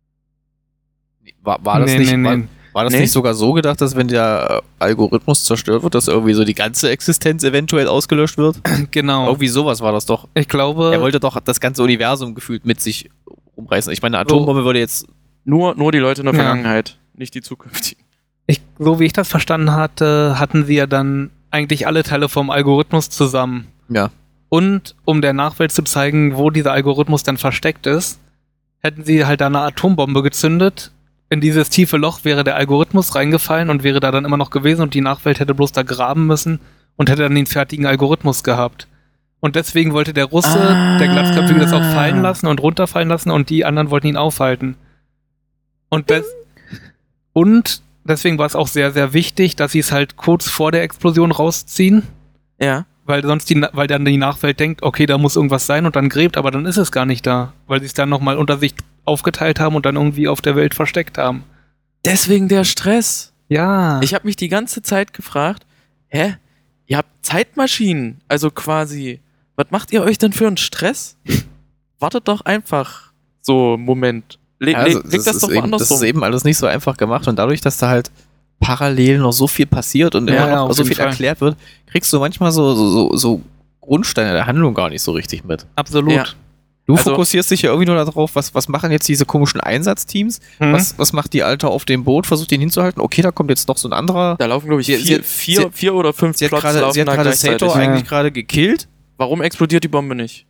War, war das, Nee, nicht, nee, war, nee. war das Nee? nicht sogar so gedacht, dass wenn der äh, Algorithmus zerstört wird, dass irgendwie so die ganze Existenz eventuell ausgelöscht wird? so? Genau. Irgendwie sowas war das doch. Ich glaube, Er wollte doch das ganze Universum gefühlt mit sich umreißen. Ich meine, eine Atombombe würde jetzt. Nur, nur die Leute in der Ja. Vergangenheit, nicht die zukünftigen. ich, so wie ich das verstanden hatte, hatten sie ja dann eigentlich alle Teile vom Algorithmus zusammen. Ja. Und um der Nachwelt zu zeigen, wo dieser Algorithmus dann versteckt ist, hätten sie halt da eine Atombombe gezündet. In dieses tiefe Loch wäre der Algorithmus reingefallen und wäre da dann immer noch gewesen und die Nachwelt hätte bloß da graben müssen und hätte dann den fertigen Algorithmus gehabt. Und deswegen wollte der Russe, Ah. der Glatzköpfige, das auch fallen lassen und runterfallen lassen und die anderen wollten ihn aufhalten. Und, des und deswegen war es auch sehr, sehr wichtig, dass sie es halt kurz vor der Explosion rausziehen. Ja. Weil sonst die, Na- weil dann die Nachwelt denkt, okay, da muss irgendwas sein und dann gräbt, aber dann ist es gar nicht da, weil sie es dann nochmal unter sich aufgeteilt haben und dann irgendwie auf der Welt versteckt haben. Deswegen der Stress. Ja. Ich habe mich die ganze Zeit gefragt, hä? Ihr habt Zeitmaschinen, also quasi, was macht ihr euch denn für einen Stress? Wartet doch einfach so einen Moment. Le Ja, also, le leg das, ist doch eben, woanders das ist rum. eben alles nicht so einfach gemacht und dadurch, dass da halt parallel noch so viel passiert und Ja, immer ja, noch auf so jeden viel Fall. erklärt wird, kriegst du manchmal so, so, so, so Grundsteine der Handlung gar nicht so richtig mit. Absolut. Ja. Du Also- fokussierst dich ja irgendwie nur darauf, was, was machen jetzt diese komischen Einsatzteams? Hm? Was, was macht die Alte auf dem Boot? Versucht ihn hinzuhalten? Okay, da kommt jetzt noch so ein anderer. Da laufen, glaube ich, Sie- vier, sie- vier, sie- vier oder fünf Sie hat Plots gerade laufen sie hat da gerade gleichzeitig. Sato Ja. eigentlich gerade gekillt. Warum explodiert die Bombe nicht?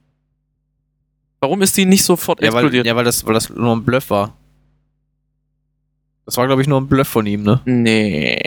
Warum ist die nicht sofort Ja, weil, explodiert? ja weil, das, weil das nur ein Bluff war. Das war, glaube ich, nur ein Bluff von ihm, ne? Nee.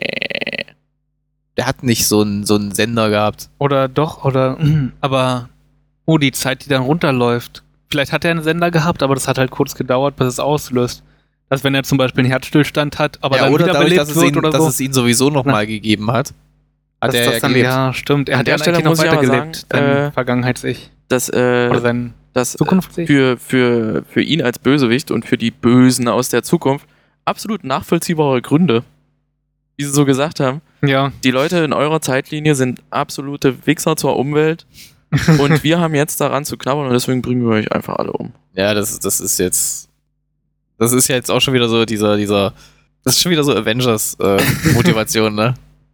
Der hat nicht so einen so einen Sender gehabt. Oder doch, oder. Aber. Oh, die Zeit, die dann runterläuft. Vielleicht hat er einen Sender gehabt, aber das hat halt kurz gedauert, bis es auslöst. Dass wenn er zum Beispiel einen Herzstillstand hat, aber ja, dann oder dadurch, wiederbelebt dass es, wird ihn, oder dass so. es ihn sowieso nochmal gegeben hat. Hat dass er das ja dann, gelebt. ja, stimmt. Er An hat der ja Stelle eigentlich noch muss ich aber weitergelebt. sagen, Sein äh, Vergangenheits-Ich. Das, äh, Oder sein das äh, Zukunfts-Ich. für, für, für ihn als Bösewicht und für die Bösen aus der Zukunft absolut nachvollziehbare Gründe, wie sie so gesagt haben. Ja. Die Leute in eurer Zeitlinie sind absolute Wichser zur Umwelt und wir haben jetzt daran zu knabbern und deswegen bringen wir euch einfach alle um. Ja, das, das ist jetzt. Das ist ja jetzt auch schon wieder so dieser, dieser. Das ist schon wieder so Avengers-Motivation, ne?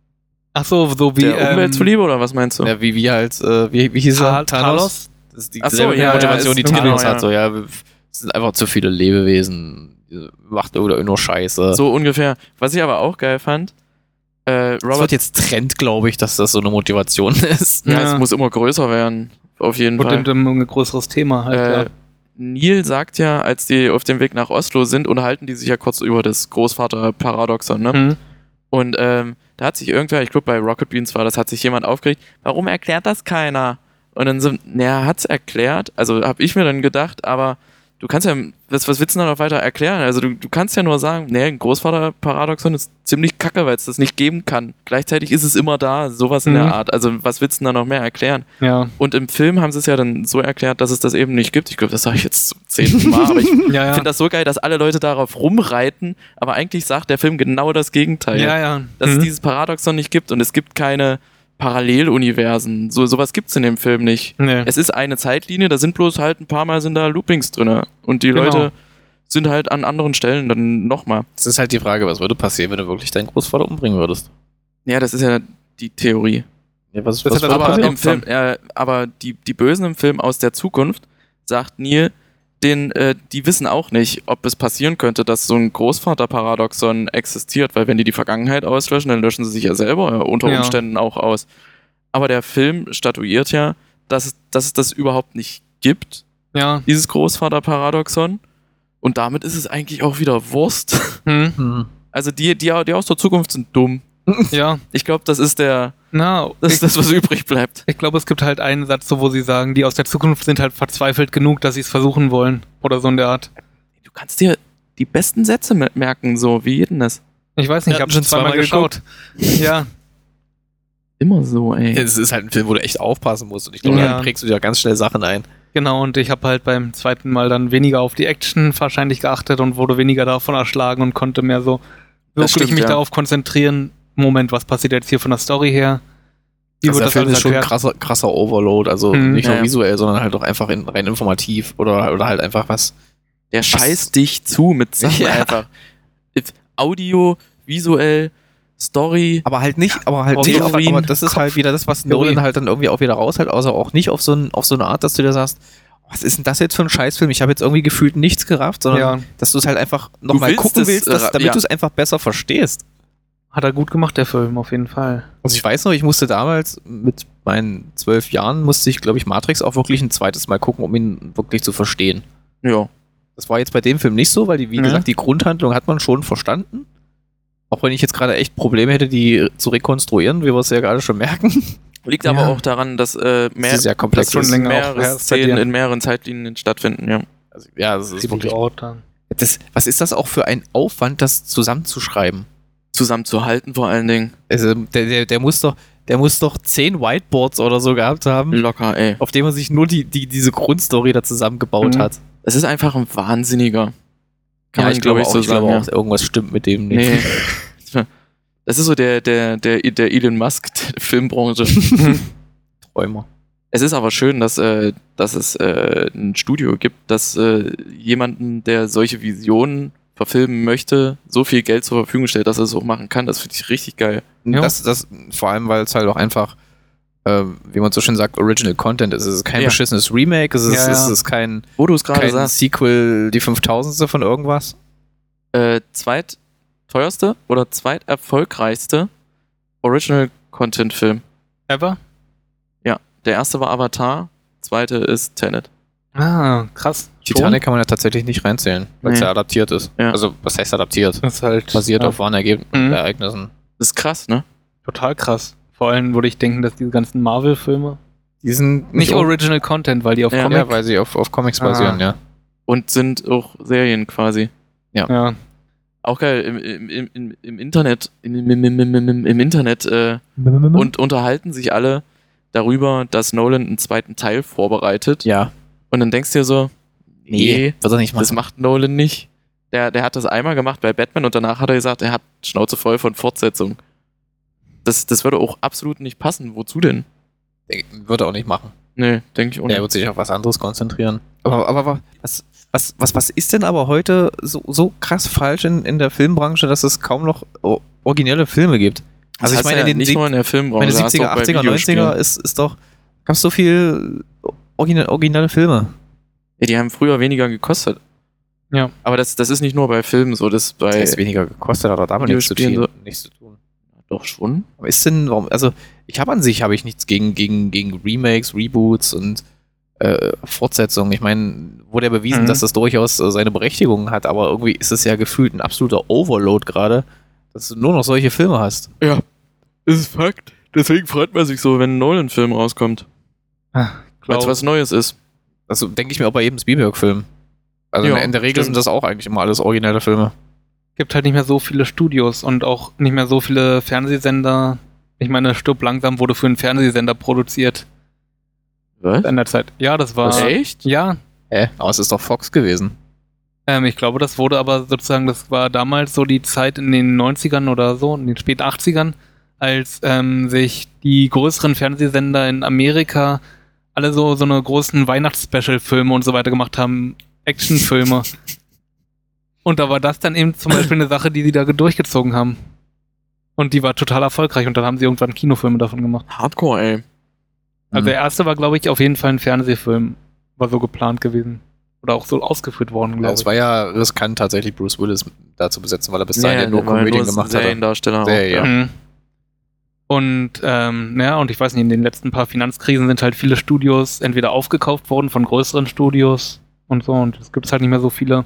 Ach so, so wie Der Umwelt ähm, zuliebe oder was meinst du? Ja, wie, wie halt, äh, wie, wie hieß er? Tal- Talos? Das ist die Ach so, selbe ja, Motivation, ja, die ist- Talos genau, hat. So, ja, es sind einfach zu viele Lebewesen. Macht oder nur Scheiße. So ungefähr. Was ich aber auch geil fand, äh, das wird Robert, jetzt Trend, glaube ich, dass das so eine Motivation ist. ja, Ja. es muss immer größer werden. Auf jeden Und Fall. dann ein größeres Thema halt, Äh, ja. Neil sagt ja, als die auf dem Weg nach Oslo sind, unterhalten die sich ja kurz über das Großvater-Paradoxon, ne? Hm. Und ähm, da hat sich irgendwer, ich glaube bei Rocket Beans war das, hat sich jemand aufgeregt, warum erklärt das keiner? Und dann so, naja, hat's erklärt, also habe ich mir dann gedacht, aber du kannst ja, was, was willst du denn da noch weiter erklären? Also du, du kannst ja nur sagen, nee, ein Großvater-Paradoxon ist ziemlich kacke, weil es das nicht geben kann. Gleichzeitig ist es immer da, sowas in Mhm. der Art. Also was willst du denn da noch mehr erklären? Ja. Und im Film haben sie es ja dann so erklärt, dass es das eben nicht gibt. Ich glaube, das sage ich jetzt zum zehnten Mal, aber ich Ja, ja. finde das so geil, dass alle Leute darauf rumreiten, aber eigentlich sagt der Film genau das Gegenteil. ja, ja. Dass Mhm. es dieses Paradoxon nicht gibt und es gibt keine Paralleluniversen. So, sowas gibt es in dem Film nicht. Nee. Es ist eine Zeitlinie, da sind bloß halt ein paar Mal sind da Loopings drin. Und die Genau. Leute sind halt an anderen Stellen dann nochmal. Das ist halt die Frage, was würde passieren, wenn du wirklich deinen Großvater umbringen würdest? Ja, das ist ja die Theorie. Ja, was, Das was hat er würde aber Aber, passieren? im Film, äh, aber die, die Bösen im Film aus der Zukunft, sagt Neil, den, äh, die wissen auch nicht, ob es passieren könnte, dass so ein Großvater-Paradoxon existiert, weil wenn die die Vergangenheit auslöschen, dann löschen sie sich ja selber äh, unter Ja. Umständen auch aus. Aber der Film statuiert ja, dass, es- dass es das überhaupt nicht gibt, Ja. dieses Großvater-Paradoxon. Und damit ist es eigentlich auch wieder Wurst. Hm. Hm. Also die, die, die aus der Zukunft sind dumm. Ja. Ich glaube, das ist der, Na, das ich, ist das, was übrig bleibt. ich glaube, es gibt halt einen Satz, so, wo sie sagen, die aus der Zukunft sind halt verzweifelt genug, dass sie es versuchen wollen. Oder so in der Art. Du kannst dir die besten Sätze me- merken, so wie jeden das. Ich weiß nicht, ich Ja, habe schon schon zweimal zweimal geschaut. Ja. Immer so, ey. Es ist halt ein Film, wo du echt aufpassen musst. Und ich glaube, Ja. dann prägst du dir ganz schnell Sachen ein. Genau, und ich habe halt beim zweiten Mal dann weniger auf die Action wahrscheinlich geachtet und wurde weniger davon erschlagen und konnte mehr so Das wirklich stimmt, mich ja. darauf konzentrieren. Moment, was passiert jetzt hier von der Story her? Wie Also wird der das Film alles ist schon ein erklärt? krasser, krasser Overload. Also Mhm. nicht nur Ja, ja. visuell, sondern halt auch einfach in, rein informativ. Oder, oder halt einfach was. Der scheißt dich zu mit Sachen Ja. einfach. Audio, visuell, Story. Aber halt nicht, aber halt Kopf- nicht, aber, Kopf- aber das ist halt wieder das, was Theorie. Nolan halt dann irgendwie auch wieder raushält, außer auch nicht auf so, ein, auf so eine Art, dass du dir sagst, was ist denn das jetzt für ein Scheißfilm? Ich habe jetzt irgendwie gefühlt nichts gerafft, sondern Ja, dass du es halt einfach nochmal willst gucken es, willst, dass, äh, damit ja. du es einfach besser verstehst. hat er gut gemacht, der Film, auf jeden Fall. Also ich weiß noch, ich musste damals mit meinen zwölf Jahren, musste ich, glaube ich, Matrix auch wirklich ein zweites Mal gucken, um ihn wirklich zu verstehen. Ja. Das war jetzt bei dem Film nicht so, weil die, wie Ja. gesagt, die Grundhandlung hat man schon verstanden. Auch wenn ich jetzt gerade echt Probleme hätte, die zu rekonstruieren, wie wir es ja gerade schon merken. Liegt Ja. aber auch daran, dass äh, mehr, Das ist ja komplex. das schon ist. länger auch mehrere her ist bei Szenen dir. in mehreren Zeitlinien stattfinden, ja. Also, ja, das ist Sieben wirklich. Orte. Das, was ist das auch für ein Aufwand, das zusammenzuschreiben? Zusammenzuhalten vor allen Dingen. Also, der, der, der muss doch, der muss doch zehn Whiteboards oder so gehabt haben, Locker, ey. auf dem man sich nur die, die, diese Grundstory da zusammengebaut Mhm. hat. Es ist einfach ein Wahnsinniger. Kann ja, man, ich glaube glaub auch, so ich glaube sagen, auch, irgendwas stimmt mit dem nicht. Nee. Das ist so der, der, der, der Elon Musk der Filmbranche. Träumer. Es ist aber schön, dass, äh, dass es äh, ein Studio gibt, das äh, jemanden, der solche Visionen verfilmen möchte, so viel Geld zur Verfügung stellt, dass er es auch machen kann. Das finde ich richtig geil. Ja. Das, das, vor allem, weil es halt auch einfach, äh, wie man so schön sagt, Original Content ist. Es ist kein Ja. beschissenes Remake, es ist, Ja, ja. es ist kein, Wo du es gerade kein sagst, Sequel, die fünftausendste von irgendwas. äh, zweitteuerste oder zweiterfolgreichste Original-Content-Film. Ever? Ja, der erste war Avatar, zweite ist Tenet. Ah, krass. Titanic kann man ja tatsächlich nicht reinzählen, weil es Nee. ja adaptiert ist. Ja. Also, was heißt adaptiert? Schon. Das ist halt Basiert ja, auf wahren Ergeb Mhm. Ereignissen. Das ist krass, ne? total krass. Vor allem würde ich denken, dass diese ganzen Marvel-Filme Die sind nicht o- Original Content, weil die auf Ja, Comic. Ja, weil sie auf, auf Comics Ah. basieren, ja. Und sind auch Serien quasi. ja. Auch geil, im, im, im, im, im Internet, im, im, im, im, im, im Internet äh, und unterhalten sich alle darüber, dass Nolan einen zweiten Teil vorbereitet. Ja. Und dann denkst du dir so, nee, wird er nicht machen. das macht Nolan nicht. Der, der hat das einmal gemacht bei Batman und danach hat er gesagt, er hat Schnauze voll von Fortsetzung. Das, das würde auch absolut nicht passen. Wozu denn? Wird er auch nicht machen. Nee, denke ich auch Der nicht. wird sich auf was anderes konzentrieren. Aber, aber, aber was, was, was, was ist denn aber heute so, so krass falsch in, in der Filmbranche, dass es kaum noch o- originelle Filme gibt? Also ich hast meine, ja in den nicht sieb- nur in der Filmbranche, meine hast du siebziger, auch bei achtziger, Videospielen. neunziger ist, ist doch, gab's so viel original, originale Filme. Ja, die haben früher weniger gekostet. Ja. Aber das, das ist nicht nur bei Filmen so, das ist bei Das heißt, weniger gekostet, hat doch damit nichts zu, Videospielen tun, nichts zu tun. doch schon. Aber ist denn, warum, also ich habe an sich, habe ich nichts gegen, gegen, gegen Remakes, Reboots und äh, Fortsetzungen. Ich meine, wurde ja bewiesen, Mhm. dass das durchaus äh, seine Berechtigung hat, aber irgendwie ist es ja gefühlt ein absoluter Overload gerade, dass du nur noch solche Filme hast. Ja, ist Fakt. Deswegen freut man sich so, wenn ein Nolan-Film rauskommt. Weil es was Neues ist. Also denke ich mir auch bei jedem Spielberg-Film. Also Ja, in der Regel stimmt. sind das auch eigentlich immer alles originelle Filme. Gibt halt nicht mehr so viele Studios und auch nicht mehr so viele Fernsehsender. Ich meine, Stirb langsam wurde für einen Fernsehsender produziert Was? in der Zeit. Ja, das war. Echt? Ja, Hä? Aber es ist doch Fox gewesen. ähm, ich glaube, das wurde aber sozusagen, das war damals so die Zeit in den neunzigern oder so, in den späten achtzigern, als ähm, sich die größeren Fernsehsender in Amerika alle so, so eine großen Weihnachts-Special-Filme und so weiter gemacht haben, Actionfilme. Und da war das dann eben zum Beispiel eine Sache, die sie da durchgezogen haben. Und die war total erfolgreich und dann haben sie irgendwann Kinofilme davon gemacht. Hardcore, ey. Also Mhm. der erste war, glaube ich, auf jeden Fall ein Fernsehfilm. War so geplant gewesen. Oder auch so ausgeführt worden, Ja, glaube es ich. war ja riskant, tatsächlich Bruce Willis da zu besetzen, weil er bis dahin ja, nur der war Komödien nur gemacht hatte. Seriendarsteller auch, Serie, ja. Mhm. Und, ähm, ja, und ich weiß nicht, in den letzten paar Finanzkrisen sind halt viele Studios entweder aufgekauft worden von größeren Studios und so, und es gibt halt nicht mehr so viele.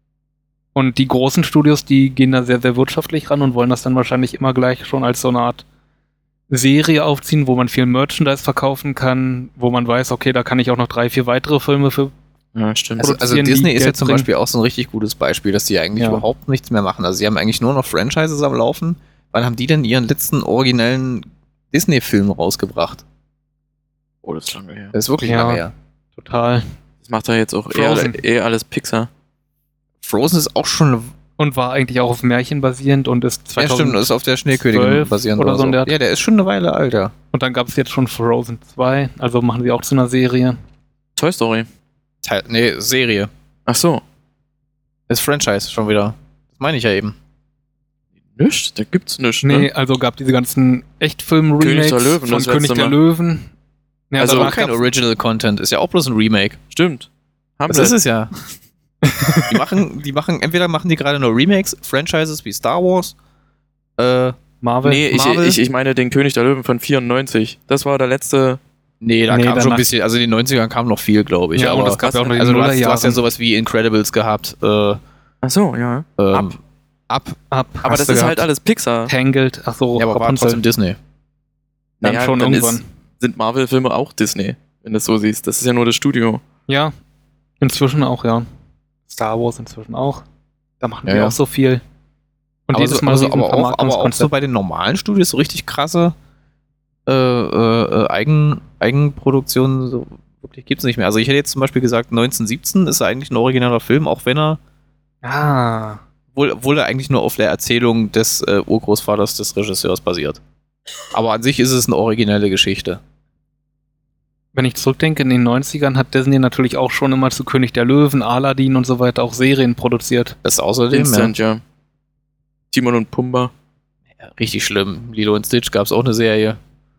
Und die großen Studios, die gehen da sehr, sehr wirtschaftlich ran und wollen das dann wahrscheinlich immer gleich schon als so eine Art Serie aufziehen, wo man viel Merchandise verkaufen kann, wo man weiß, okay, da kann ich auch noch drei, vier weitere Filme für. Ja, stimmt. Also, also produzieren, die Disney ist ja Geld zum bringen. Beispiel auch so ein richtig gutes Beispiel, dass die eigentlich Ja. überhaupt nichts mehr machen. Also sie haben eigentlich nur noch Franchises am Laufen. Wann haben die denn ihren letzten originellen Disney-Film rausgebracht? oh, das ist lange her. Das ist wirklich Ja. lange her. Total. Das macht ja jetzt auch Frozen. eher, eher alles Pixar. Frozen ist auch schon. Und war eigentlich auch auf Märchen basierend und ist Ja, zweitausend. stimmt, das ist auf der Schneekönigin zwölf basierend oder oder so so. in der Art. Ja, der ist schon eine Weile alt, ja. Und dann gab es jetzt schon Frozen zwei, also machen sie auch zu einer Serie. Toy Story. Teil, nee, Serie. Ach so. Ist Franchise schon wieder. Das meine ich ja eben. Nichts? Da gibt's nichts, Nee, ne? also gab diese ganzen Echtfilm-Remakes König der Löwen, von das König letzte der Mal. Löwen. Ja, also danach kein gab's- Original Content, ist ja auch bloß ein Remake. Stimmt. Haben Das ist es ja. die machen, die machen, entweder machen die gerade nur Remakes, Franchises wie Star Wars, äh, Marvel. Nee, ich, Marvel? ich, ich meine den König der Löwen von vierundneunzig. Das war der letzte. nee, da Nee, kam schon danach- ein bisschen, also in den neunzigern kam noch viel, glaube ich. Ja, aber und es gab ja auch noch die also du hast, du hast ja Nullerjahre. sowas wie Incredibles gehabt, äh, Ach so, ja. ähm, Ab. ab. Ab. Aber Hast das du ist gehabt. halt alles Pixar. Tangled. Ach so, Ja, aber war Rapunzel. trotzdem Disney. Dann Naja, schon dann irgendwann. Ist, sind Marvel-Filme auch Disney, wenn du es so siehst. Das ist ja nur das Studio. Ja, inzwischen auch, ja. Star Wars inzwischen auch. Da machen Ja, die ja. auch so viel. Und aber, jedes so, Mal also, riesen aber, auch, aber auch so Vermarktungskonzept. bei den normalen Studios so richtig krasse äh, äh, äh, Eigen, Eigenproduktionen so wirklich gibt's nicht mehr. Also ich hätte jetzt zum Beispiel gesagt, neunzehnhundertsiebzehn ist er eigentlich ein originaler Film, auch wenn er Ah. Obwohl, obwohl er eigentlich nur auf der Erzählung des äh, Urgroßvaters des Regisseurs basiert. Aber an sich ist es eine originelle Geschichte. Wenn ich zurückdenke, in den neunzigern hat Disney natürlich auch schon immer zu König der Löwen, Aladdin und so weiter auch Serien produziert. Das außerdem Instant, ja. Timon und Pumba. ja, richtig schlimm. Lilo und Stitch gab es auch eine Serie.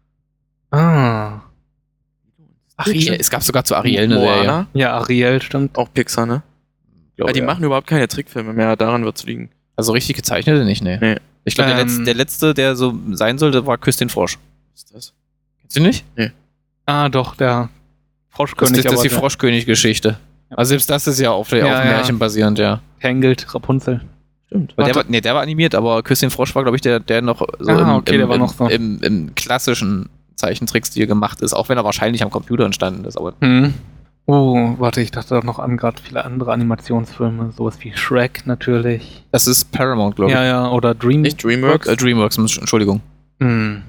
Ah. Ariel, es gab sogar zu Ariel eine Serie. Moana. Ja, Ariel, stimmt. Auch Pixar, ne? Glaube, Ja, die ja. machen überhaupt keine Trickfilme mehr. Daran wird's liegen. Also richtig gezeichnete nicht, ne? Nee. Ich glaube, der, Ähm. letzte, der letzte, der so sein sollte, war Küss den Frosch. Was ist das? Kennst du nicht? Ah, doch, der Das, Froschkönig. ist- das ist die aber der- Froschkönig-Geschichte. Also selbst das ist ja auf, der, Ja, auf ja. Märchen basierend, ja. Tangled, Rapunzel. Stimmt. Aber der Warte. war, nee, der war animiert, aber Küss den Frosch war, glaube ich, der, der noch so Ah, im, okay, im, der war im, noch so. im, im klassischen Zeichentrickstil gemacht ist, auch wenn er wahrscheinlich am Computer entstanden ist. Aber Hm. Oh, warte, ich dachte doch noch an gerade viele andere Animationsfilme. Sowas wie Shrek natürlich. das ist Paramount, glaube ich. Ja, ja, oder Dream. Nicht Dreamworks. Äh, Dreamworks, Entschuldigung. Hm.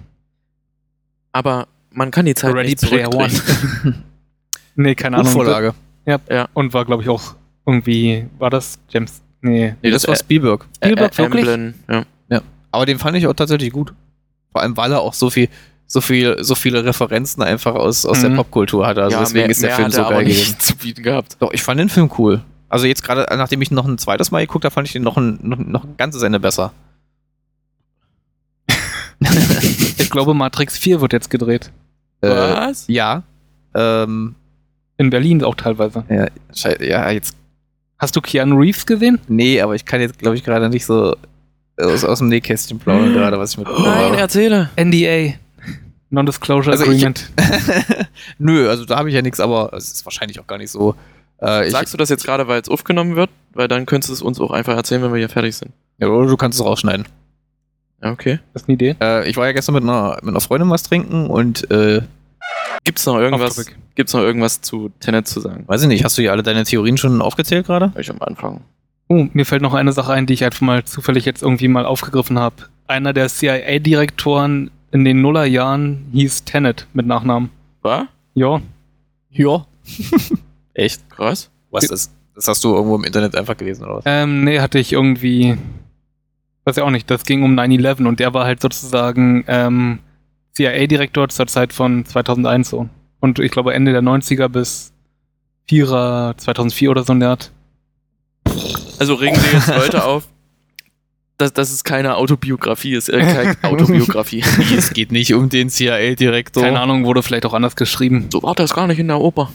Aber man kann die Zeit Ready nicht Player One. zurückdrehen. Nee, keine Ahnung. Vorlage. Und war, glaube ich, auch irgendwie, war das James? Nee. Nee, das war Spielberg. Spielberg, Ä- wirklich? Amblin, ja. Aber den fand ich auch tatsächlich gut. Vor allem, weil er auch so viel, so viel, so viele Referenzen einfach aus, aus der Mhm. Popkultur hatte. Also ja, deswegen mehr, ist der mehr Film hat so er aber geil gewesen. nicht zu bieten gehabt. Doch, ich fand den Film cool. Also jetzt gerade, nachdem ich ihn noch ein zweites Mal geguckt habe, fand ich den noch ein, noch, noch ein ganzes Ende besser. Ich glaube, Matrix vier wird jetzt gedreht. Was? Äh, ja. Ähm, In Berlin auch teilweise. ja, schei- ja, jetzt. Hast du Keanu Reeves gesehen? Nee, aber ich kann jetzt, glaube ich, gerade nicht so aus, aus dem Nähkästchen plaudern, gerade, was ich mit. Nein, erzähle. N D A. Non-Disclosure Also ich- Agreement. Nö, also da habe ich ja nichts, aber es ist wahrscheinlich auch gar nicht so. Äh, ich, Sagst du das jetzt gerade, weil es aufgenommen wird? Weil dann könntest du es uns auch einfach erzählen, wenn wir hier fertig sind. ja, oder du kannst es rausschneiden. Ja, okay. Das ist eine Idee. Äh, ich war ja gestern mit einer, mit einer Freundin was trinken und äh, Gibt's noch irgendwas, Off-topic. gibt's noch irgendwas zu Tenet zu sagen? weiß ich nicht, hast du hier alle deine Theorien schon aufgezählt gerade? Ich am Anfang. Oh, mir fällt noch eine Sache ein, die ich einfach mal zufällig jetzt irgendwie mal aufgegriffen habe. Einer der C I A-Direktoren in den Nullerjahren hieß Tenet mit Nachnamen. Was? Ja. Ja. Echt? Krass. Was ist? Das hast du irgendwo im Internet einfach gelesen, oder was? Ähm, nee, hatte ich irgendwie. Weiß ja auch nicht, das ging um nine eleven und der war halt sozusagen ähm, C I A-Direktor zur Zeit von zweitausendeins so. Und ich glaube Ende der neunziger bis Vierer zweitausendvier oder so in der Art. Also regen Sie jetzt Leute auf, dass, dass es keine Autobiografie ist. Äh, keine Autobiografie. Es geht nicht um den C I A-Direktor. Keine Ahnung, wurde vielleicht auch anders geschrieben. So war das gar nicht in der Oper.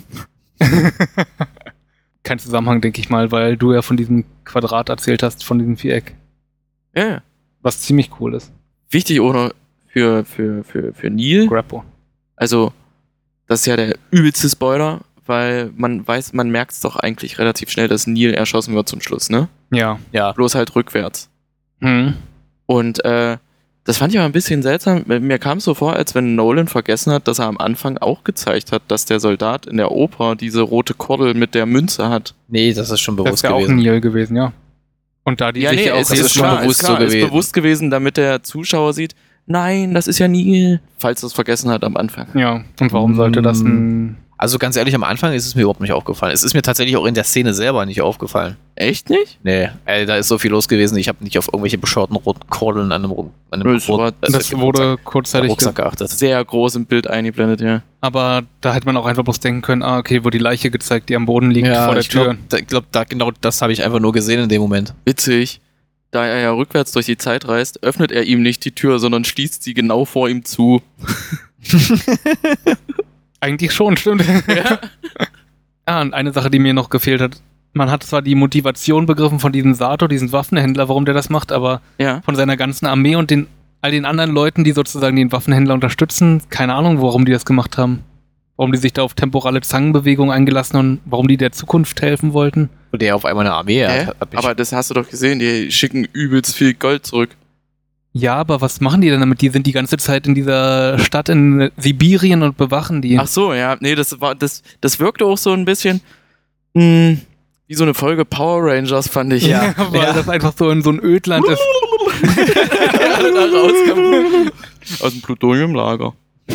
Kein Zusammenhang, denke ich mal, weil du ja von diesem Quadrat erzählt hast, von diesem Viereck. Ja, ja. Was ziemlich cool ist. Wichtig auch noch für, für, für, für Neil. Grappo. Also, das ist ja der übelste Spoiler, weil man weiß, man merkt es doch eigentlich relativ schnell, dass Neil erschossen wird zum Schluss, ne? Ja. Ja. Bloß halt rückwärts. Hm. Und äh, das fand ich aber ein bisschen seltsam. Mir kam es so vor, als wenn Nolan vergessen hat, dass er am Anfang auch gezeigt hat, dass der Soldat in der Oper diese rote Kordel mit der Münze hat. Nee, das ist schon Das bewusst wäre auch gewesen. Neil gewesen, ja. Und da die ja, sich nee, ja auch es das ist, ist schon klar, bewusst ist klar, so ist gewesen. bewusst gewesen, damit der Zuschauer sieht, nein, das ist ja Neil, falls er es vergessen hat am Anfang. Ja, und warum sollte das ein. Also ganz ehrlich, am Anfang ist es mir überhaupt nicht aufgefallen. Es ist mir tatsächlich auch in der Szene selber nicht aufgefallen. Echt nicht? Nee, ey, da ist so viel los gewesen. Ich habe nicht auf irgendwelche bescheuerten roten Kordeln an einem, Ru- an einem Das war- äh, Das wurde kurzzeitig. Rucksack geachtet. Sehr groß im Bild eingeblendet, ja. Aber da hätte man auch einfach bloß denken können, ah, okay, wo die Leiche gezeigt, die am Boden liegt vor der ich glaube, Tür. da, glaub, da, genau das habe ich einfach nur gesehen in dem Moment. Witzig. Da er ja rückwärts durch die Zeit reist, öffnet er ihm nicht die Tür, sondern schließt sie genau vor ihm zu. Eigentlich schon, stimmt. Ja. Ah, und eine Sache, die mir noch gefehlt hat. Man hat zwar die Motivation begriffen von diesem Sato, diesem Waffenhändler, warum der das macht, aber Ja. von seiner ganzen Armee und den all den anderen Leuten, die sozusagen den Waffenhändler unterstützen, keine Ahnung, warum die das gemacht haben. Warum die sich da auf temporale Zangenbewegungen eingelassen haben und warum die der Zukunft helfen wollten. Und der auf einmal eine Armee Hä? hat. hat mich, Aber das hast du doch gesehen, die schicken übelst viel Gold zurück. Ja, aber was machen die denn damit? Die sind die ganze Zeit in dieser Stadt in Sibirien und bewachen die. Ach so, ja, nee, das war, das, das wirkte auch so ein bisschen mh, wie so eine Folge Power Rangers, fand ich. Ja. weil ja. das einfach so in so ein Ödland ist. Alle da rauskamen. Aus dem Plutoniumlager.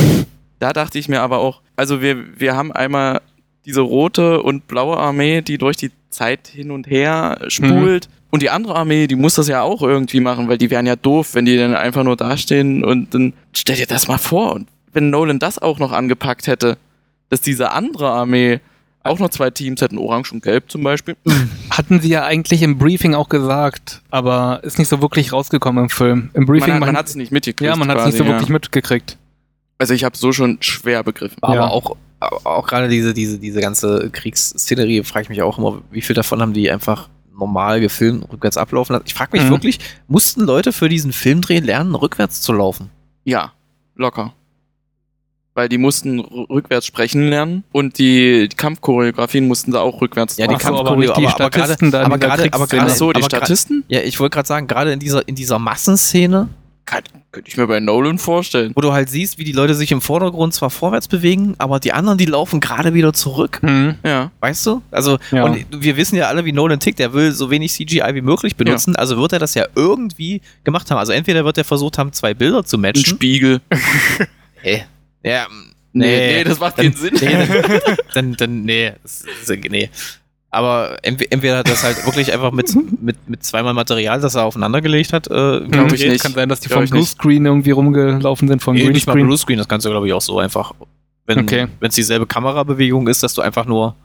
Da dachte ich mir aber auch, also wir, wir haben einmal diese rote und blaue Armee, die durch die Zeit hin und her spult. Mhm. Und die andere Armee, die muss das ja auch irgendwie machen, weil die wären ja doof, wenn die dann einfach nur dastehen und dann stell dir das mal vor. Und wenn Nolan das auch noch angepackt hätte, dass diese andere Armee auch noch zwei Teams hätten, Orange und Gelb zum Beispiel. Hatten sie ja eigentlich im Briefing auch gesagt, aber ist nicht so wirklich rausgekommen im Film. Im Briefing Man, man man- hat es nicht mitgekriegt. ja, man hat es quasi, nicht so ja. wirklich mitgekriegt. Also ich habe so schon schwer begriffen. aber Ja. auch, auch, auch gerade diese, diese, diese ganze Kriegsszenerie, frage ich mich auch immer, wie viel davon haben die einfach normal gefilmt, rückwärts ablaufen lassen. Ich frage mich Mhm. wirklich, mussten Leute für diesen Filmdreh lernen, rückwärts zu laufen? Ja, locker. Weil die mussten r- rückwärts sprechen lernen und die, die Kampfchoreografien mussten sie auch rückwärts Ja, die Ach so, aber Kampfchoreo, nicht die aber- aber gerade- Statisten da in aber dieser gerade- aber Kriegsszene. Ach gerade- so, die aber gra- Statisten? Ja, ich wollte gerade sagen, gerade in dieser, in dieser Massenszene, Kann, könnte ich mir bei Nolan vorstellen. wo du halt siehst, wie die Leute sich im Vordergrund zwar vorwärts bewegen, aber die anderen, die laufen gerade wieder zurück. Mhm. Ja. Weißt du? Also, Ja. und wir wissen ja alle, wie Nolan tickt. Er will so wenig C G I wie möglich benutzen. Also wird er das ja irgendwie gemacht haben. Also entweder wird er versucht haben, zwei Bilder zu Ein matchen. Spiegel. Hä? Ja, mm, Nee, nee, das macht keinen Sinn. Nee, dann, dann, dann nee, das ist, nee. Aber entweder, entweder hat er das halt wirklich einfach mit, mit, mit zweimal Material, das er aufeinander gelegt hat, äh, Glaub ich Mhm. nicht. Kann sein, dass die Glaub vom ich nicht. Bluescreen irgendwie rumgelaufen sind, vom nee, nicht mal Greenscreen. Bluescreen, das kannst du, glaube ich, auch so einfach, wenn Okay. es dieselbe Kamerabewegung ist, dass du einfach nur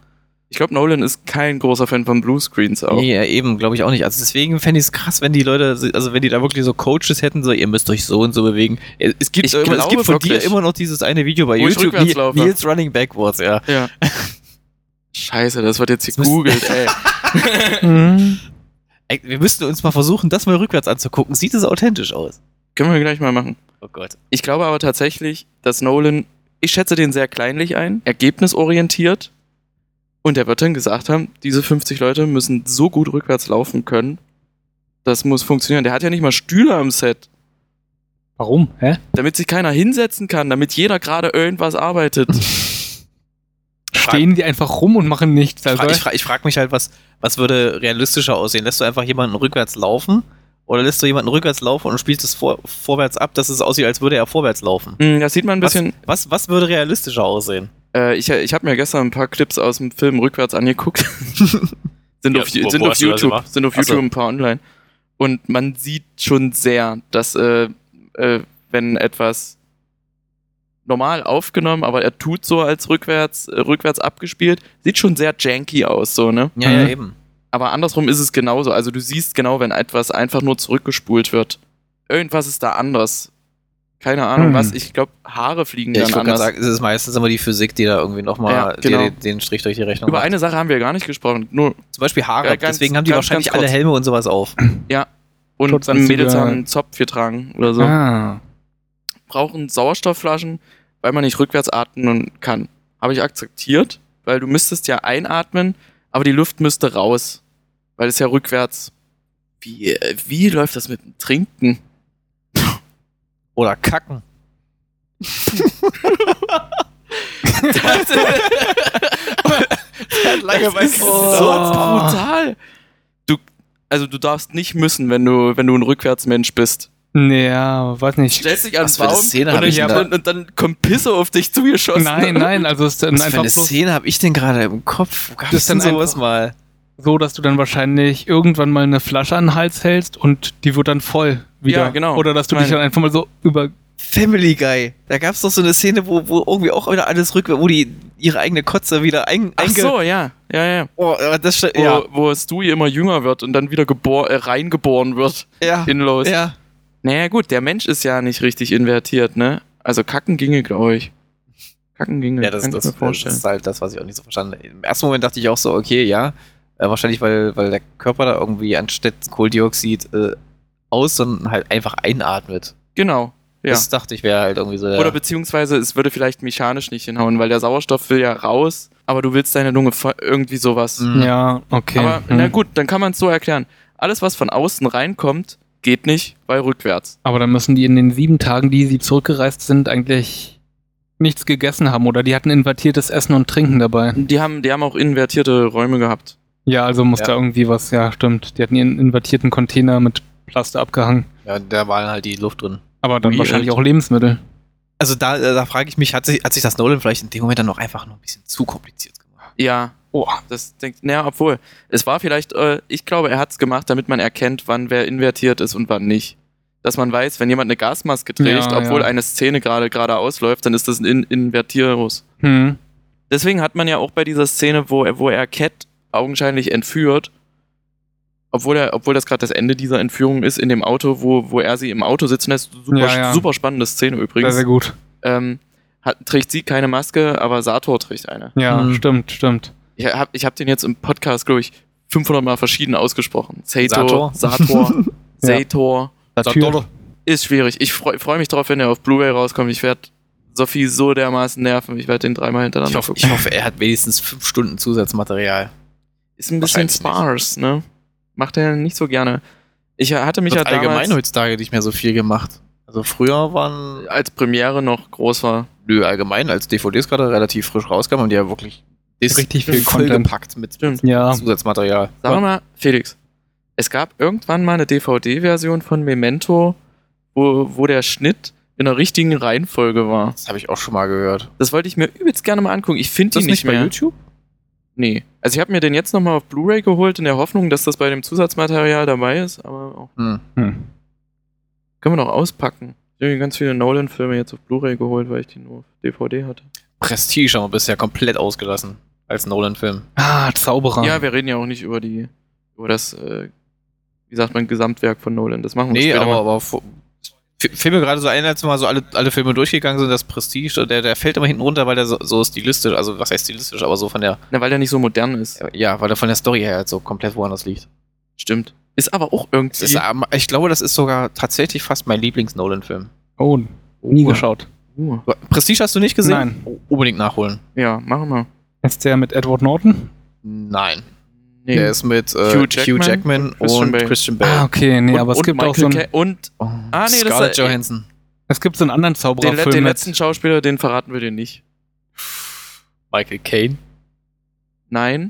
Ich glaube, Nolan ist kein großer Fan von Bluescreens auch. Nee, ja, eben, glaube ich auch nicht. Also deswegen fände ich es krass, wenn die Leute, also wenn die da wirklich so Coaches hätten, so, ihr müsst euch so und so bewegen. Es gibt, Ich immer, es glaube gibt von dir wirklich. immer noch dieses eine Video bei Wo ich YouTube, rückwärts Ni- laufe. Nils Running Backwards, ja. Ja. Scheiße, das wird jetzt Das müssen- gegoogelt, ey. Mhm. Ey, wir müssten uns mal versuchen, das mal rückwärts anzugucken. Sieht es authentisch aus? Können wir gleich mal machen. Oh Gott. Ich glaube aber tatsächlich, dass Nolan, ich schätze den sehr kleinlich ein, ergebnisorientiert. Und er wird dann gesagt haben, diese fünfzig Leute müssen so gut rückwärts laufen können. Das muss funktionieren. Der hat ja nicht mal Stühle am Set, Warum? Hä? damit sich keiner hinsetzen kann, damit jeder gerade irgendwas arbeitet. Stehen die einfach rum und machen nichts. Ich Also, frage frag, ich frag mich halt, was, was würde realistischer aussehen? Lässt du einfach jemanden rückwärts laufen? Oder lässt du jemanden rückwärts laufen und spielst es vor, vorwärts ab, dass es aussieht, als würde er vorwärts laufen? Hm, Das sieht man ein bisschen. Was, was, was würde realistischer aussehen? Äh, ich ich habe mir gestern ein paar Clips aus dem Film rückwärts angeguckt. sind Ja, auf, wo- sind wo auf hast du das YouTube. gemacht? Sind auf Ach so. YouTube ein paar online. Und man sieht schon sehr, dass äh, äh, wenn etwas normal aufgenommen, aber er tut so als rückwärts, äh, rückwärts abgespielt, sieht schon sehr janky aus, so, ne? Ja, Mhm. ja, eben. Aber andersrum ist es genauso. Also du siehst genau, wenn etwas einfach nur zurückgespult wird. Irgendwas ist da anders. Keine Ahnung Hm. was. Ich glaube, Haare fliegen Ja, dann ich wollte gerade anders. sagen, es ist meistens immer die Physik, die da irgendwie nochmal Ja, genau. den, den Strich durch die Rechnung Über macht. eine Sache haben wir gar nicht gesprochen. Nur Zum Beispiel Haare. Ja, ganz- Deswegen haben die ganz, wahrscheinlich ganz alle kurz. Helme und sowas auf. und Schutzanzüge. Mädels haben einen Zopf hier tragen oder so. ah. Brauchen Sauerstoffflaschen, weil man nicht rückwärts atmen kann. Habe ich akzeptiert, weil du müsstest ja einatmen, aber die Luft müsste raus. Weil es ja rückwärts. Wie, äh, wie läuft das mit dem Trinken? Oder kacken. Lange Das ist so so- brutal. Du, also du darfst nicht müssen, wenn du, wenn du ein Rückwärtsmensch bist. Nee, ja, weiß nicht. Stellst dich an Was für eine Baum Szene und, hab ich dann- denn da? und, und dann kommt Pisse auf dich zugeschossen. Nein, nein, also es ist dann Was für einfach eine so, Szene habe ich denn gerade im Kopf? Wo gab Das es denn dann sowas einfach- mal? so, dass du dann wahrscheinlich irgendwann mal eine Flasche an den Hals hältst und die wird dann voll wieder. Ja, genau. Oder dass du Ich dich meine- dann einfach mal so über... Family Guy. Da gab es doch so eine Szene, wo, wo irgendwie auch wieder alles rückwärts, wo die ihre eigene Kotze wieder ein, Ach einge... so, ja. Ja, ja. Oh, aber das sta- Wo, ja. wo Stewie immer jünger wird und dann wieder gebor äh, reingeboren wird. Ja. In Los. Ja. Naja, gut, der Mensch ist ja nicht richtig invertiert, ne? Also kacken ginge, glaube ich. Kacken ginge, Ja, das, kann das, ich mir das vorstellen. ist halt das, was ich auch nicht so verstanden habe. Im ersten Moment dachte ich auch so, okay, ja, äh, wahrscheinlich, weil, weil der Körper da irgendwie anstatt Kohlendioxid äh, aus, sondern halt einfach einatmet. Genau. Ja. Das dachte ich wäre halt irgendwie so der... Oder beziehungsweise es würde vielleicht mechanisch nicht hinhauen, weil der Sauerstoff will ja raus, aber du willst deine Lunge voll, irgendwie sowas. Mhm. Ja, okay. Aber Hm. na gut, dann kann man es so erklären. Alles, was von außen reinkommt, geht nicht, weil rückwärts. Aber dann müssen die in den sieben Tagen, die sie zurückgereist sind, eigentlich nichts gegessen haben. Oder die hatten invertiertes Essen und Trinken dabei. Die haben, die haben auch invertierte Räume gehabt. Ja, also muss Ja. da irgendwie was, ja, stimmt. Die hatten ihren invertierten Container mit Plaster abgehangen. Ja, da war halt die Luft drin. Aber dann Weird. wahrscheinlich auch Lebensmittel. Also da, äh, da frage ich mich, hat sich, hat sich das Nolan vielleicht in dem Moment dann noch einfach noch ein bisschen zu kompliziert gemacht? Ja, Oh. das denkt, naja, obwohl, es war vielleicht, äh, ich glaube, er hat es gemacht, damit man erkennt, wann wer invertiert ist und wann nicht. Dass man weiß, wenn jemand eine Gasmaske trägt, Ja, obwohl ja. eine Szene gerade geradeaus läuft, dann ist das ein In Invertierus. Hm. Deswegen hat man ja auch bei dieser Szene, wo er, wo er Cat augenscheinlich entführt, obwohl, er, obwohl das gerade das Ende dieser Entführung ist, in dem Auto, wo, wo er sie im Auto sitzen lässt, super, Ja, ja. super spannende Szene Sehr, übrigens, sehr gut. ähm, hat, trägt sie keine Maske, aber Sator trägt eine. Ja, Hm. stimmt, stimmt. Ich habe ich hab den jetzt im Podcast, glaube ich, fünfhundert Mal verschieden ausgesprochen. Sator, Sator? Sator, Ja. Sator. Satyr. Ist schwierig. Ich freue freu mich drauf, wenn er auf Blu-ray rauskommt. Ich werde Sophie so dermaßen nerven. Ich werde den dreimal hintereinander Ich hoffe, gucken. ich hoffe, er hat wenigstens fünf Stunden Zusatzmaterial. Ist ein bisschen Wahrscheinlich sparse, ne? Macht er nicht so gerne. Ich hatte mich ja Wird allgemein damals, heutzutage nicht mehr so viel gemacht. Also früher waren, als Premiere noch groß war. nö, allgemein, als D V Ds gerade relativ frisch rauskamen, haben die ja wirklich Disc Richtig viel Content. vollgepackt mit Stimmt. Ja. Zusatzmaterial. Sag mal, Felix, es gab irgendwann mal eine D V D-Version von Memento, wo, wo der Schnitt in der richtigen Reihenfolge war. Das habe ich auch schon mal gehört. Das wollte ich mir übelst gerne mal angucken. Ich finde die nicht mehr. YouTube? Nee. Also ich habe mir den jetzt nochmal auf Blu-ray geholt, in der Hoffnung, dass das bei dem Zusatzmaterial dabei ist, aber auch Hm. Hm. können wir noch auspacken. Ich habe mir ganz viele Nolan-Filme jetzt auf Blu-ray geholt, weil ich die nur auf D V D hatte. Prestige haben wir bisher komplett ausgelassen. Als Nolan-Film. Ah, Zauberer. Ja, wir reden ja auch nicht über die, über das, äh, wie sagt man, Gesamtwerk von Nolan. Das machen wir Nee, später aber, mal. aber f- fiel mir gerade so ein, als wir mal so alle, alle Filme durchgegangen sind, das Prestige, der, der fällt immer hinten runter, weil der so, so stilistisch, also was heißt stilistisch, aber so von der, Na, weil der nicht so modern ist. ja, weil der von der Story her halt so komplett woanders liegt. Stimmt. Ist aber auch irgendwie... Das ist, ähm, ich glaube, das ist sogar tatsächlich fast mein Lieblings-Nolan-Film. Oh, nie Oh. geschaut. Uh, Prestige hast du nicht gesehen? Nein. Oh, unbedingt nachholen. ja, machen wir. Ist der mit Edward Norton? Nein. Nee. Der ist mit äh, Hugh Hugh Jackman Jackman, und Christian und Bale. Christian Bale. Ah, okay, nee, und, aber es und gibt Michael auch so einen, Ca- und Oh, Ah, nee, das Scarlett ist- Johansson. es gibt so einen anderen den, Zaubererfilm den mit- letzten Schauspieler, den verraten wir dir nicht. Michael Caine. Nein,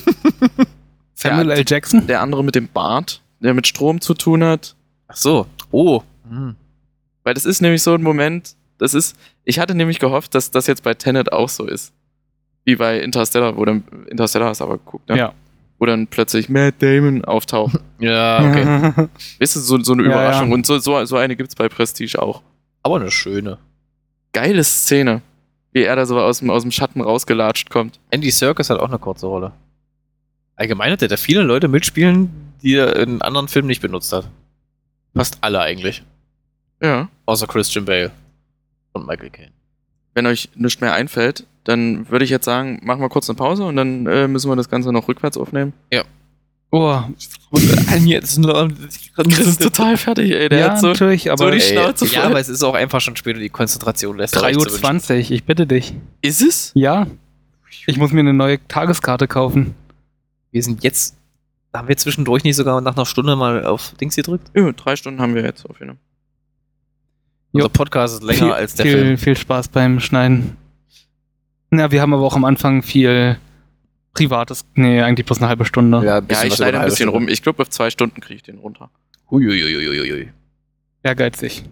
Samuel der- L. Jackson. der andere mit dem Bart, der mit Strom zu tun hat. Ach so. Oh. Hm. Weil das ist nämlich so ein Moment, das ist, ich hatte nämlich gehofft, dass das jetzt bei Tenet auch so ist. Wie bei Interstellar, wo dann, Interstellar hast du aber geguckt, ne? Ja. Wo dann plötzlich Matt Damon auftaucht. Ja, okay. Weißt du, so, so eine Ja, Überraschung. ja. Und so, so, so eine gibt's bei Prestige auch. Aber eine schöne. Geile Szene, wie er da so aus dem, aus dem Schatten rausgelatscht kommt. Andy Serkis hat auch eine kurze Rolle. Allgemein hat er da viele Leute mitspielen, die er in anderen Filmen nicht benutzt hat. Fast alle eigentlich. Ja. Außer Christian Bale und Michael Caine. Wenn euch nichts mehr einfällt, dann würde ich jetzt sagen, machen wir kurz eine Pause und dann äh, müssen wir das Ganze noch rückwärts aufnehmen. Oh, Jetzt Chris ist total fertig, ey. Der ja, hat so, natürlich, aber so die Ey, Schnauze voll. ja, aber es ist auch einfach schon später, die Konzentration lässt drei euch Uhr zu wünschen. zwanzig, ich bitte dich. Ist es? Ja, ich muss mir eine neue Tageskarte kaufen. Wir sind jetzt, haben wir zwischendurch nicht sogar nach einer Stunde mal auf Dings gedrückt? Ja, drei Stunden haben wir jetzt auf jeden Fall. Unser Podcast ist länger viel, als der viel, Film. Viel Spaß beim Schneiden. Na, wir haben aber auch am Anfang viel Privates. Nee, eigentlich bloß eine halbe Stunde. ein Ja, bisschen ich was schneide über ein eine bisschen halbe rum. Ich glaube, auf zwei Stunden kriege ich den runter. Stunde. Uiuiuiuiui. Ehrgeizig.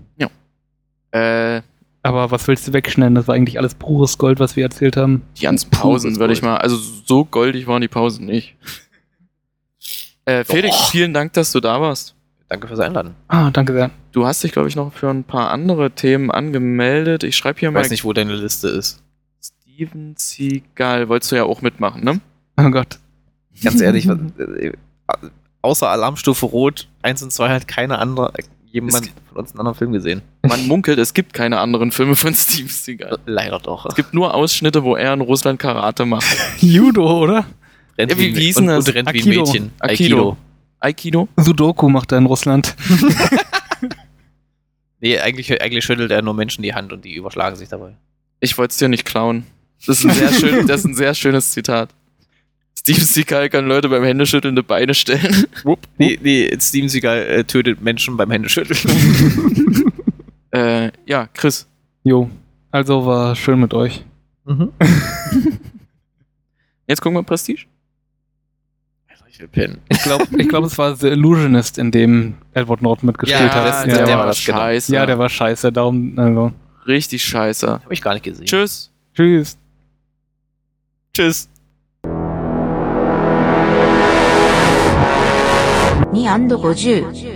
Äh, Aber was willst du wegschneiden? Das war eigentlich alles pures Gold, was wir erzählt haben. die ganzen Pures Pausen würde ich Gold. mal, also so goldig waren die Pausen nicht. Äh, Felix, Oh. vielen Dank, dass du da warst. Danke fürs Einladen. Ah, danke sehr. Du hast dich, glaube ich, noch für ein paar andere Themen angemeldet. Ich schreibe hier Ich mal weiß nicht, wo deine Liste ist. Steven Seagal. Wolltest du ja auch mitmachen, ne? Oh Gott. Ganz ehrlich, was, äh, außer Alarmstufe Rot eins und zwei hat keine andere, äh, jemand Es- von uns einen anderen Film gesehen. Man munkelt, es gibt keine anderen Filme von Steven Seagal. Leider doch. Es gibt nur Ausschnitte, wo er in Russland Karate macht. Judo, oder? Rennt Ja, wie- ein- wie hieß und, denn das? und rennt wie ein Aikido. Mädchen. Aikido. Aikido? Sudoku macht er in Russland. Nee, eigentlich, eigentlich schüttelt er nur Menschen die Hand und die überschlagen sich dabei. Ich wollte es dir nicht klauen. Das ist ein sehr, schön, das ist ein sehr schönes Zitat. Steven Seagal kann Leute beim Händeschütteln die Beine stellen. Nee, nee, Steven Seagal äh, tötet Menschen beim Händeschütteln. äh, ja, Chris. Jo. Also war schön mit euch. mhm. Jetzt gucken wir Prestige. Ich will pennen. Ich glaube, ich glaub, es war The Illusionist, in dem Edward Norton mitgespielt Ja, hat. das- ja, der der war war, das, genau. scheiße. ja, der war scheiße. Darum, also. richtig scheiße. Hab ich gar nicht gesehen. Tschüss. Tschüss. Tschüss. にごじゅう